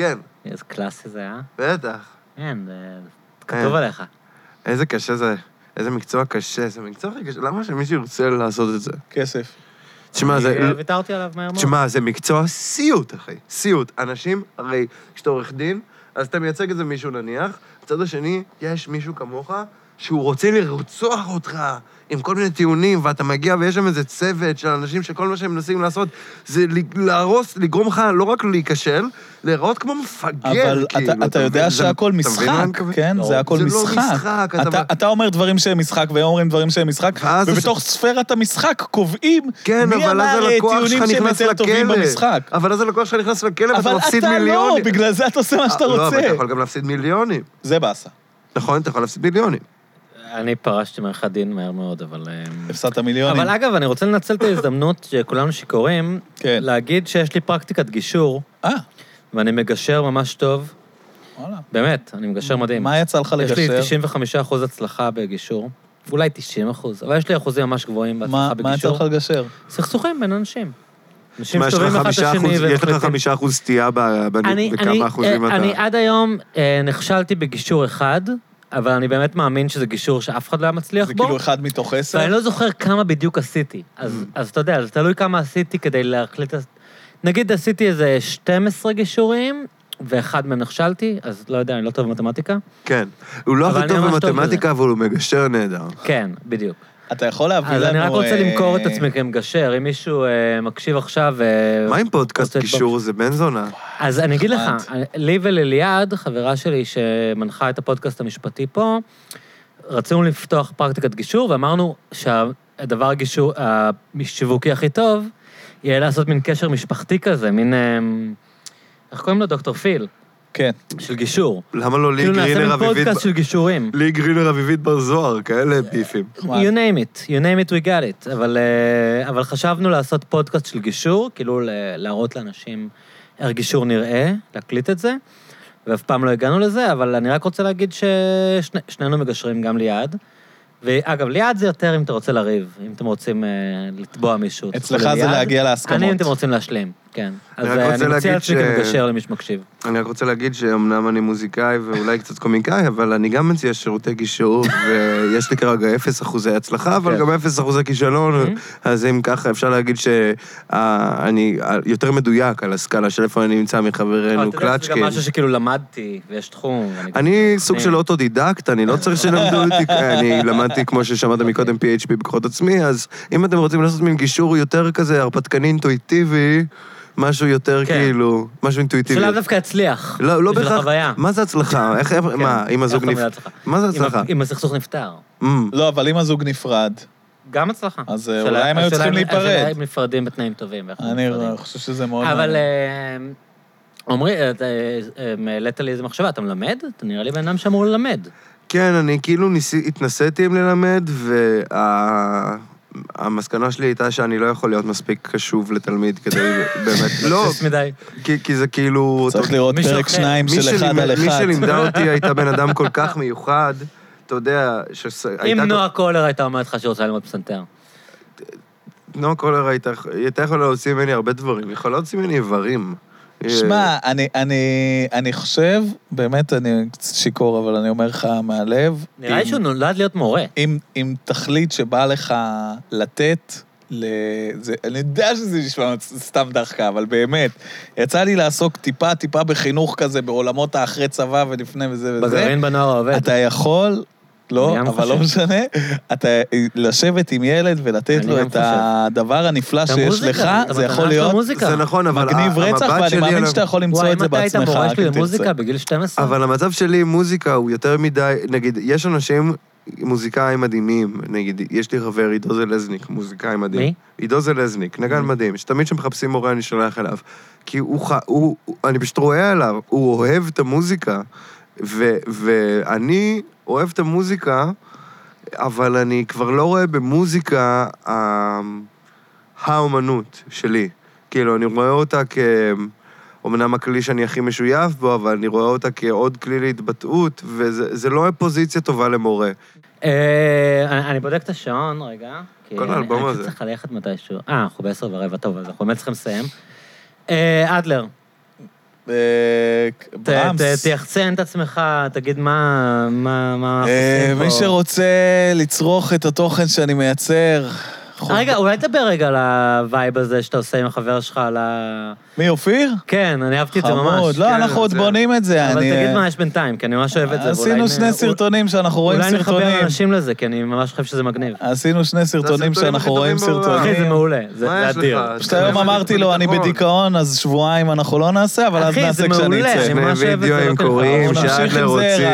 איזה קלאסי זה, אה? בטח. כן, זה כתוב עליך. איזה קשה זה, איזה מקצוע קשה, זה מקצוע הכי קשה, למה שמישהו ירצה לעשות את זה? כסף. תשמע, זה... אני ויתרתי עליו מהר מאוד. תשמע, זה מקצוע סיוט, אחי. סיוט. אנשים, הרי, כשאתה עורך דין, אז אתה מייצג איזה מישהו נניח, בצד השני, יש מישהו כמוך, שהוא רוצה לרצוח אותך עם כל מיני טיעונים, ואתה מגיע ויש שם איזה צוות של אנשים שכל מה שהם מנסים לעשות זה להרוס, לגרום לך לא רק להיכשל, להיראות כמו מפגר, אבל כאילו. אתה יודע שהכל משחק, כן? זה הכל משחק. זה לא משחק. אתה אומר דברים שהם משחק, והם אומרים דברים שהם משחק, ובתוך ספירת המשחק קובעים מי אמר טיעונים שהם יותר טובים במשחק. אבל אז הלקוח שלך נכנס לכלא ואתה מפסיד מיליונים. אבל אתה לא, בגלל זה אתה עושה מה שאתה רוצה. לא, אבל אתה יכול גם להפסיד מיליונים. זה באסה. נכון, אתה יכול להפסיד מיליונים. אני פרשתי מערך הדין מהר מאוד, אבל... הפסדת מיליונים. אבל אגב, אני רוצה לנצל את ההזדמנות שכולנו שיכורים, להגיד שיש לי פרקטיקת גישור, ואני מגשר ממש טוב. באמת, אני מגשר מדהים. מה יצא לך לגשר? יש לי תשעים וחמישה אחוז הצלחה בגישור, אולי תשעים אחוז, אבל יש לי אחוזים ממש גבוהים בהצלחה בגישור. מה יצא לך לגשר? סכסוכים בין אנשים. אנשים שטובים אחד את השני. יש לך חמישה אחוז סטייה בכמה אחוזים אתה... אני עד היום נכשלתי בגישור אחד, אבל אני באמת מאמין שזה גישור שאף אחד לא היה מצליח בו. זה כאילו אחד מתוך עשר? ואני לא זוכר כמה בדיוק עשיתי. אז, אז אתה יודע, זה תלוי כמה עשיתי כדי להחליט... נגיד עשיתי איזה שתים עשרה גישורים, ואחד מהם נכשלתי, אז לא יודע, אני לא טוב במתמטיקה. כן. הוא לא הכי טוב במתמטיקה, אבל הוא מגשר נהדר. כן, בדיוק. אתה יכול להביא לנו... אז אני רק רוצה למכור את עצמי כמגשר, אם מישהו מקשיב עכשיו... מה עם פודקאסט גישור? זה בן זונה. אז אני אגיד לך, לי ולליעד, חברה שלי שמנחה את הפודקאסט המשפטי פה, רצינו לפתוח פרקטיקת גישור, ואמרנו שהדבר הגישור, השיווקי הכי טוב, יהיה לעשות מין קשר משפחתי כזה, מין... איך קוראים לו? דוקטור פיל. כן. של גישור. למה לא לי גרינר אביבית... כאילו נעשה מין פודקאסט של גישורים. לי גרינר אביבית בר זוהר, כאלה ביפים. You name it, you name it, we got it. אבל, אבל חשבנו לעשות פודקאסט של גישור, כאילו להראות לאנשים איך גישור נראה, להקליט את זה, ואף פעם לא הגענו לזה, אבל אני רק רוצה להגיד ששנינו מגשרים גם ליד. ואגב, ליד זה יותר אם אתה רוצה לריב, אם אתם רוצים לתבוע מישהו. אצלך זה להגיע להסכמות. אני אם אתם רוצים להשלים, כן. אז אני מציע לעצמי כמגשר למי שמקשיב. אני רק רוצה להגיד שאומנם אני מוזיקאי ואולי קצת קומיקאי, אבל אני גם מציע שירותי גישור, ויש לי כרגע אפס אחוזי הצלחה, אבל גם אפס אחוזי כישלון, אז אם ככה אפשר להגיד שאני יותר מדויק על הסקאלה של איפה אני נמצא מחברנו קלצ'קין. זה גם משהו שכאילו למדתי, ויש תחום. אני סוג של אוטודידקט, אני לא צריך שלמדו אותי, אני למדתי כמו ששמעת מקודם פי אייץ' די בכוחות עצמי, אז אם אתם רוצים לעשות מין גישור יותר כזה, הרפתקני אינטואיטיבי, משהו יותר כאילו, משהו אינטואיטיבי. שלא דווקא הצליח. לא, לא בכך. מה זה הצלחה? איך, מה, אם הזוג נפטר? מה זה הצלחה? אם הסכסוך נפטר. לא, אבל אם הזוג נפרד. גם הצלחה. אז אולי הם היו צריכים להיפרד. השאלה הם נפרדים בתנאים טובים. אני חושב שזה מאוד... אבל, עומרי, העלית לי איזה מחשבה, אתה מלמד? אתה נראה לי בן אדם שאמור ללמד. כן, אני כאילו התנסיתי עם ללמד, וה... המסקנה שלי הייתה שאני לא יכול להיות מספיק קשוב לתלמיד כדי באמת... לא, כי זה כאילו... צריך לראות פרק שניים של אחד על אחד. מי שלימדה אותי הייתה בן אדם כל כך מיוחד, אתה יודע... אם נועה קולר הייתה אומרת לך שרוצה ללמוד פסנתר. נועה קולר הייתה יכולה להוציא ממני הרבה דברים, היא יכולה להוציא ממני איברים. שמע, אני, אני, אני חושב, באמת אני קצת שיקור, אבל אני אומר לך מהלב. נראה לי שהוא נולד להיות מורה. אם, אם תחליט שבא לך לתת, לזה, אני יודע שזה נשמע סתם דחקה, אבל באמת, יצא לי לעסוק טיפה, טיפה בחינוך כזה, בעולמות האחרי צבא ולפני וזה וזה. בגרעין בנוער העובד. אתה יכול... לא, אבל לא משנה, אתה לשבת עם ילד ולתת לו את הדבר הנפלא שיש לך, זה יכול להיות זה נכון, אבל מגניב רצח, ואני מאמין שאתה יכול למצוא את זה בעצמך. וואי, מתי היית מורה שלי למוזיקה בגיל שתים עשרה? אבל המצב שלי עם מוזיקה הוא יותר מדי, נגיד, יש אנשים מוזיקאים מדהימים, נגיד, יש לי חבר עידו זלזניק, מוזיקאי מדהים. מי? עידו זלזניק, נגן מדהים, שתמיד שמחפשים מורה אני שולח אליו, כי הוא, אני פשוט רואה עליו, הוא אוהב את המוזיקה, ואני אוהב את המוזיקה, אבל אני כבר לא רואה במוזיקה האומנות שלי. כאילו, אני רואה אותה כאומנם הכלי שאני הכי משויף בו, אבל אני רואה אותה כעוד כלי להתבטאות, וזה לא פוזיציה טובה למורה. אני בודק את השעון, רגע. כל האלבום הזה. אני צריך ללכת מתישהו. אה, אנחנו בעשר ורבע, טוב, אז אנחנו באמת צריכים לסיים. אדלר. ברמס. תייחצן את עצמך, תגיד מה אנחנו עושים פה. מי שרוצה לצרוך את התוכן שאני מייצר... רגע, אולי תדבר רגע על הווייב הזה שאתה עושה עם החבר שלך, על ה... מי, אופיר? כן, אני אהבתי את זה ממש. חמוד, לא, אנחנו עוד בונים את זה. אבל תגיד מה יש בינתיים, כי אני ממש אוהב את זה. עשינו שני סרטונים שאנחנו רואים סרטונים. אולי נחבר אנשים לזה, כי אני ממש חושב שזה מגניב. עשינו שני סרטונים שאנחנו רואים סרטונים. אחי, זה מעולה, זה אדיר. פשוט היום אמרתי לו, אני בדיכאון, אז שבועיים אנחנו לא נעשה, אבל אז נעשה כשאני אצא. שני וידאוים קוראים, שאדלר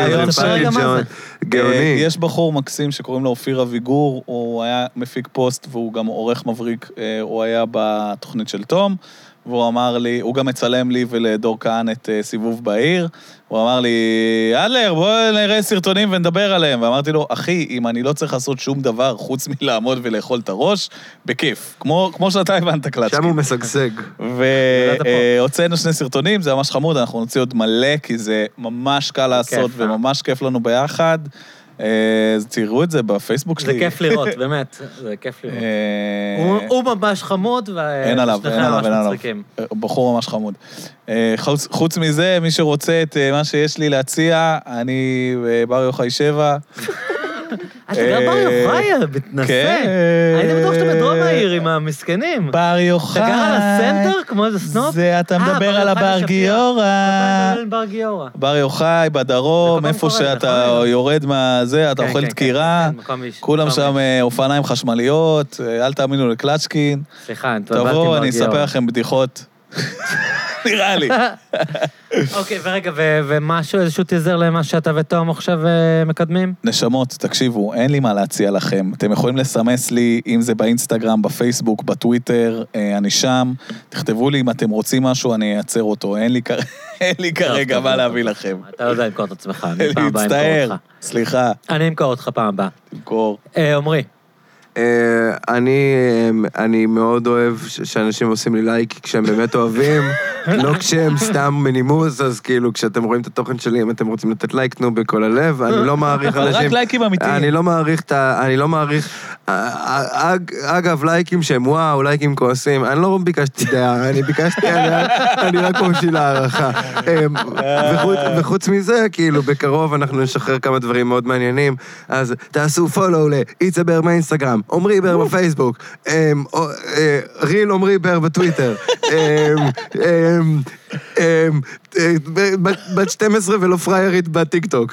רוצים, גאוני. יש בחור מקסים שקוראים לו אופיר אביגור, הוא היה מפיק פוסט והוא גם עורך מבריק, הוא היה בתוכנית של תום, והוא אמר לי, הוא גם מצלם לי ולדור כהן את סיבוב בעיר, הוא אמר לי, אדלר, בוא נראה סרטונים ונדבר עליהם, ואמרתי לו, אחי, אם אני לא צריך לעשות שום דבר חוץ מלעמוד ולאכול את הראש, בכיף, כמו, כמו שאתה הבנת קלצ'קין. שם הוא משגשג. והוצאנו שני סרטונים, זה ממש חמוד, אנחנו נוציא עוד מלא, כי זה ממש קל לעשות וממש כיף לנו ביחד. אז תראו את זה בפייסבוק שלי. זה כיף לראות, באמת, זה כיף לראות. הוא ממש חמוד, אין עליו, אין עליו, אין עליו. בחור ממש חמוד. חוץ מזה, מי שרוצה את מה שיש לי להציע, אני בר יוחאי שבע. אתה גם בר יוחאי, מתנסה. הייתי בטוח שאתה בדרום העיר עם המסכנים. בר יוחאי. אתה גר על הסנטר, כמו איזה סנופ? זה, אתה מדבר על הבר גיורא. בר גיורא. בר יוחאי, בדרום, איפה שאתה יורד מהזה, אתה אוכל דקירה. כולם שם אופניים חשמליות, אל תאמינו לקלצ'קין. סליחה, אני תבלתי בר גיורא. תבואו, אני אספר לכם בדיחות. נראה לי. אוקיי, ורגע, ומשהו, איזשהו תיזר למה שאתה ותום עכשיו מקדמים? נשמות, תקשיבו, אין לי מה להציע לכם. אתם יכולים לסמס לי, אם זה באינסטגרם, בפייסבוק, בטוויטר, אני שם. תכתבו לי אם אתם רוצים משהו, אני אעצר אותו. אין לי כרגע מה להביא לכם. אתה לא יודע למכור את עצמך, אני פעם הבאה אמכור אותך. סליחה. אני אמכור אותך פעם הבאה. תמכור. עומרי. אני, אני מאוד אוהב שאנשים עושים לי לייק כשהם באמת אוהבים, לא כשהם סתם מנימוס, אז כאילו כשאתם רואים את התוכן שלי, אם אתם רוצים לתת לייק, תנו בכל הלב, אני לא מעריך אנשים... רק לייקים אמיתיים. אני לא מעריך את ה... אני לא מעריך... אגב, לייקים שהם וואו, לייקים כועסים, אני לא ביקשתי דעה, אני ביקשתי, אני רק בשביל הערכה. וחוץ מזה, כאילו, בקרוב אנחנו נשחרר כמה דברים מאוד מעניינים, אז תעשו פולו ל-It's a Bear באינסטגרם, עומרי בר בפייסבוק, ריל עומרי בר בטוויטר, בת שתים עשרה ולא פריירית בטיקטוק.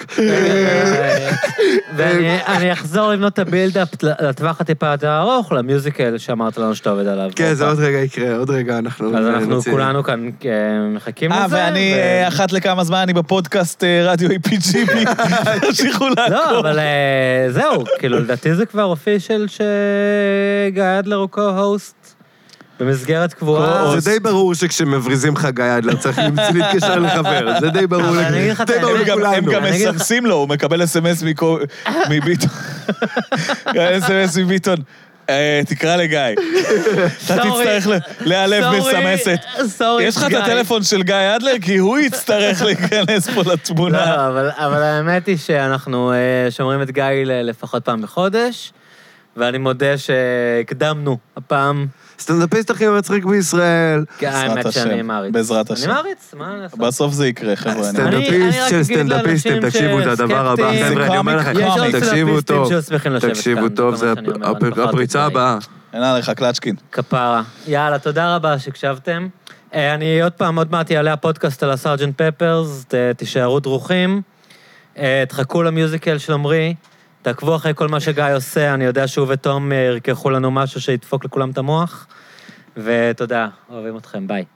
ואני אחזור לבנות את הבילדאפ לטווח הטיפה יותר ארוך, למיוזיקל שאמרת לנו שאתה עובד עליו. כן, זה עוד רגע יקרה, עוד רגע אנחנו... אז אנחנו כולנו כאן מחכים לזה. אה, ואני אחת לכמה זמן, אני בפודקאסט רדיו איי פי ג'י בי, תמשיכו לעקוב. לא, אבל זהו, כאילו, לדעתי זה כבר אופישל שגיא אדלר הוא קו-הוסט. במסגרת קבועה... זה די ברור שכשמבריזים לך גיא אדלר, צריך להתקשר לחבר, זה די ברור לכולנו. הם גם מסמסים לו, הוא מקבל אס אם אס מביטון. אס אם אס מביטון. תקרא לגיא. אתה תצטרך להיעלב מסמסת. יש לך את הטלפון של גיא אדלר, כי הוא יצטרך להיכנס פה לתמונה. לא, אבל האמת היא שאנחנו שומרים את גיא לפחות פעם בחודש, ואני מודה שהקדמנו הפעם... סטנדאפיסט הכי מצחיק בישראל. האמת שאני מעריץ. בעזרת השם. אני מעריץ, מה אני אעשה? בסוף זה יקרה, חבר'ה. סטנדאפיסט של סטנדאפיסטים, תקשיבו, זה הדבר הבא. חבר'ה, אני אומר לכם, תקשיבו טוב. תקשיבו טוב, זה הפריצה הבאה. אין עליך קלצ'קין. כפרה. יאללה, תודה רבה שהקשבתם. אני עוד פעם, עוד מעט יעלה הפודקאסט על הסארג'נט פפרס, תישארו דרוכים. תחכו למיוזיקל של עומרי. תעקבו אחרי כל מה שגיא עושה, אני יודע שהוא ותום ירקחו לנו משהו שידפוק לכולם את המוח, ותודה, אוהבים אתכם, ביי.